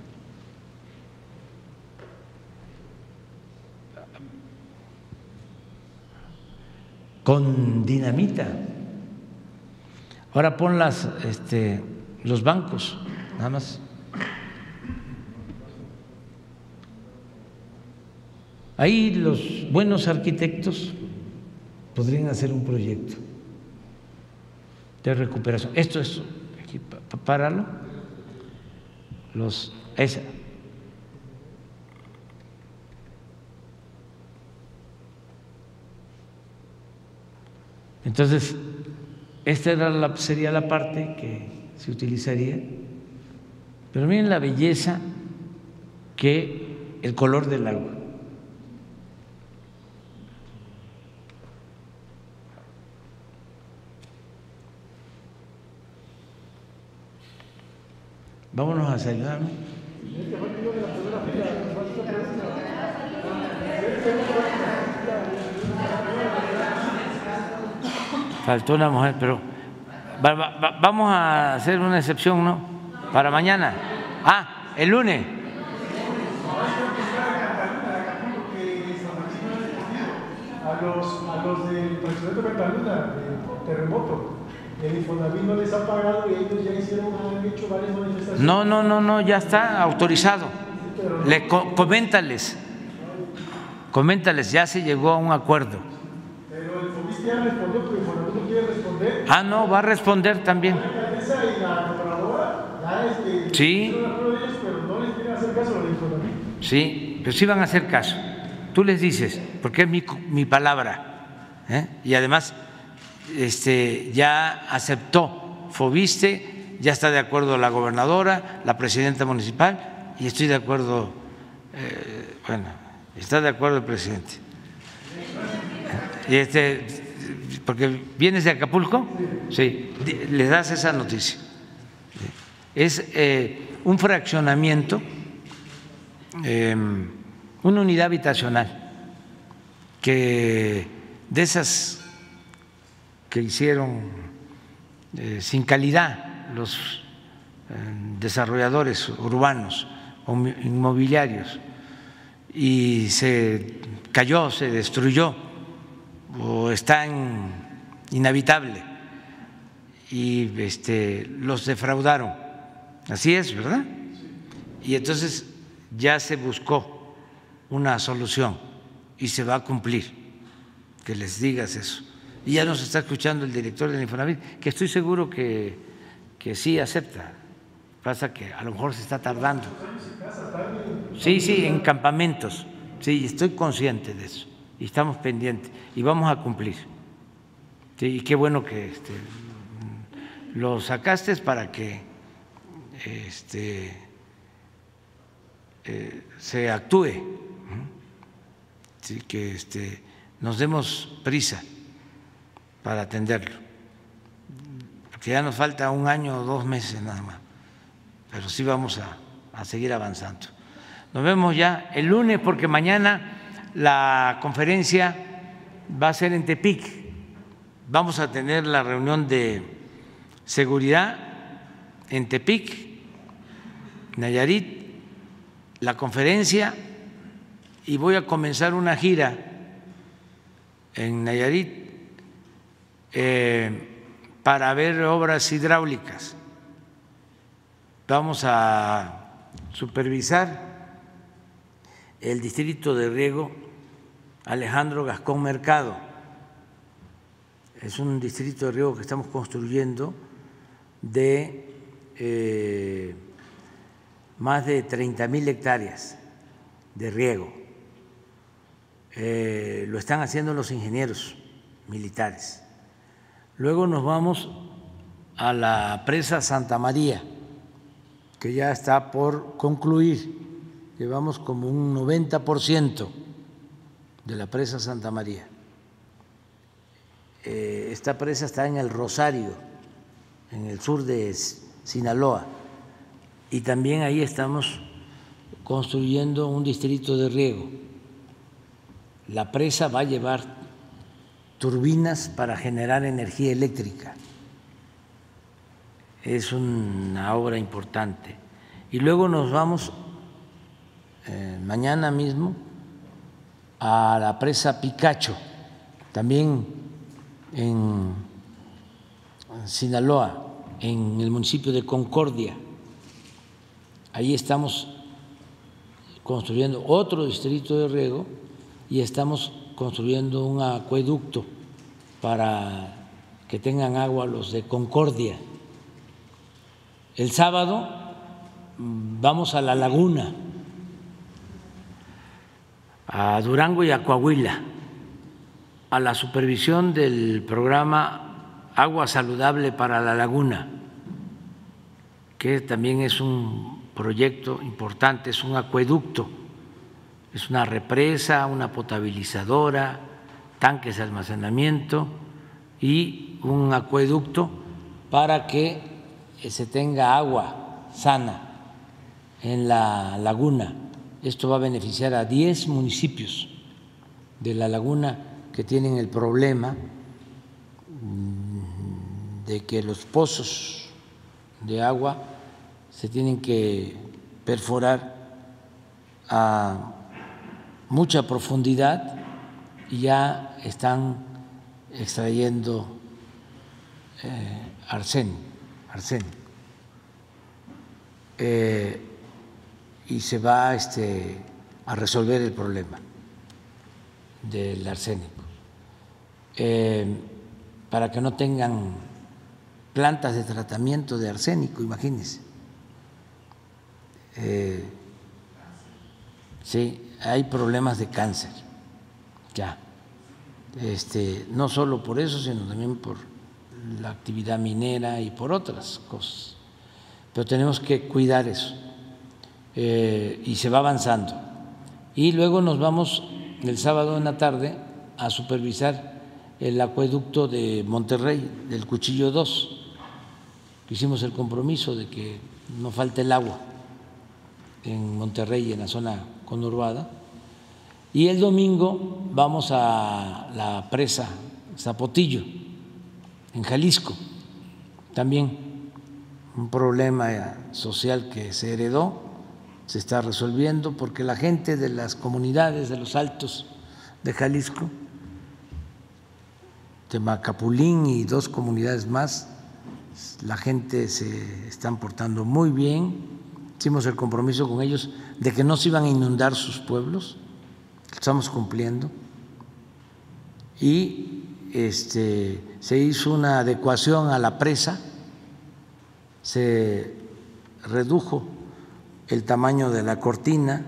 Con dinamita. Ahora pon las, este, los bancos, nada más. Ahí los buenos arquitectos podrían hacer un proyecto de recuperación. Esto es, aquí, páralo, los, esa. Entonces, esta era la, sería la parte que se utilizaría, pero miren la belleza que el color del agua. Vámonos a desayunar, ¿no? Faltó una mujer, pero va, va, vamos a hacer una excepción, ¿no? Para mañana. Ah, el lunes. A los, a los del presidente de Cataluña, del terremoto. El Infonavit no les ha pagado y ellos ya hicieron, han hecho varias manifestaciones. No, no, no, no, ya está autorizado. Le co coméntales, coméntales, ya se llegó a un acuerdo. Pero el Fobiste ya respondió, pero el Infonavit no quiere responder. Ah, no, va a responder también. La alcaldesa y la gobernadora ya este, sí. hicieron el acuerdo de ellos, pero no les quieren hacer caso a la Infonavit. Sí, pero sí van a hacer caso. Tú les dices, porque es mi, mi palabra, ¿eh? Y además este, ya aceptó Fobiste, ya está de acuerdo la gobernadora, la presidenta municipal, y estoy de acuerdo, eh, bueno, está de acuerdo el presidente. Y este, porque vienes de Acapulco, sí, les das esa noticia. Es eh, un fraccionamiento, eh, una unidad habitacional que de esas que hicieron eh, sin calidad los eh, desarrolladores urbanos o inmobiliarios y se cayó, se destruyó o está en, inhabitable y este, los defraudaron. Así es, ¿verdad? Y entonces ya se buscó una solución y se va a cumplir, que les digas eso. Y ya nos está escuchando el director del Infonavit, que estoy seguro que, que sí acepta. Pasa que a lo mejor se está tardando. Sí, sí, en campamentos. Sí, estoy consciente de eso y estamos pendientes y vamos a cumplir. Sí, y qué bueno que este, lo sacaste para que este, eh, se actúe, sí, que este, nos demos prisa para atenderlo, porque ya nos falta un año o dos meses nada más, pero sí vamos a, a seguir avanzando. Nos vemos ya el lunes, porque mañana la conferencia va a ser en Tepic. Vamos a tener la reunión de seguridad en Tepic, Nayarit, la conferencia, y voy a comenzar una gira en Nayarit eh, para ver obras hidráulicas. Vamos a supervisar el distrito de riego Alejandro Gascón Mercado. Es un distrito de riego que estamos construyendo de eh, más de treinta mil hectáreas de riego. Eh, lo están haciendo los ingenieros militares. Luego nos vamos a la presa Santa María, que ya está por concluir. Llevamos como un noventa por ciento de la presa Santa María. Eh, esta presa está en el Rosario, en el sur de Sinaloa, y también ahí estamos construyendo un distrito de riego. La presa va a llevar turbinas para generar energía eléctrica. Es una obra importante. Y luego nos vamos eh, mañana mismo a la presa Picacho, también en Sinaloa, en el municipio de Concordia. Ahí estamos construyendo otro distrito de riego y estamos construyendo un acueducto para que tengan agua los de Concordia. El sábado vamos a La Laguna, a Durango y a Coahuila, a la supervisión del programa Agua Saludable para La Laguna, que también es un proyecto importante, es un acueducto, es una represa, una potabilizadora, tanques de almacenamiento y un acueducto para que se tenga agua sana en la laguna. Esto va a beneficiar a diez municipios de la laguna que tienen el problema de que los pozos de agua se tienen que perforar a mucha profundidad y ya están extrayendo eh, arsénico, arsénico. Eh, y se va este, a resolver el problema del arsénico, eh, para que no tengan plantas de tratamiento de arsénico, imagínense. Eh, sí, hay problemas de cáncer, ya, este, no solo por eso, sino también por la actividad minera y por otras cosas, pero tenemos que cuidar eso, eh, y se va avanzando. Y luego nos vamos el sábado en la tarde a supervisar el acueducto de Monterrey, del Cuchillo dos. Hicimos el compromiso de que no falte el agua en Monterrey, en la zona conurbada. Y el domingo vamos a la presa Zapotillo, en Jalisco, también un problema social que se heredó, se está resolviendo porque la gente de las comunidades de los Altos de Jalisco, Temacapulín y dos comunidades más, la gente se están portando muy bien. Hicimos el compromiso con ellos de que no se iban a inundar sus pueblos, estamos cumpliendo. Y este, se hizo una adecuación a la presa, se redujo el tamaño de la cortina,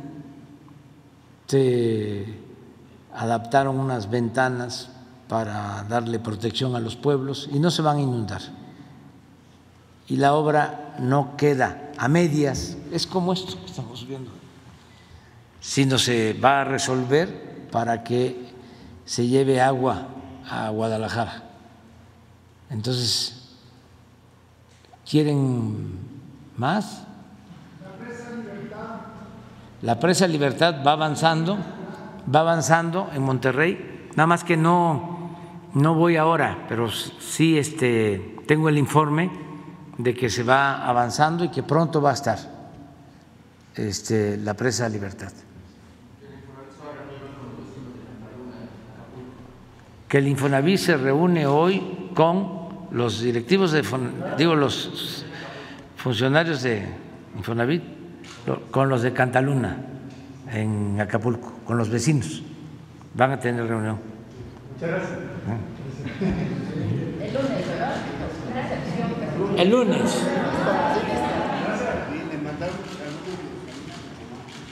se adaptaron unas ventanas para darle protección a los pueblos y no se van a inundar. Y la obra no queda a medias, es como esto que estamos viendo, sino se va a resolver para que se lleve agua a Guadalajara. Entonces, ¿quieren más? La presa Libertad. La presa Libertad va avanzando, va avanzando en Monterrey, nada más que no, no voy ahora, pero sí este, tengo el informe de que se va avanzando y que pronto va a estar este, la presa Libertad. Que el Infonavit se reúne hoy con los directivos de, digo, los funcionarios de Infonavit, con los de Cantaluna en Acapulco, con los vecinos, van a tener reunión. Muchas gracias. El lunes, ¿verdad? El lunes.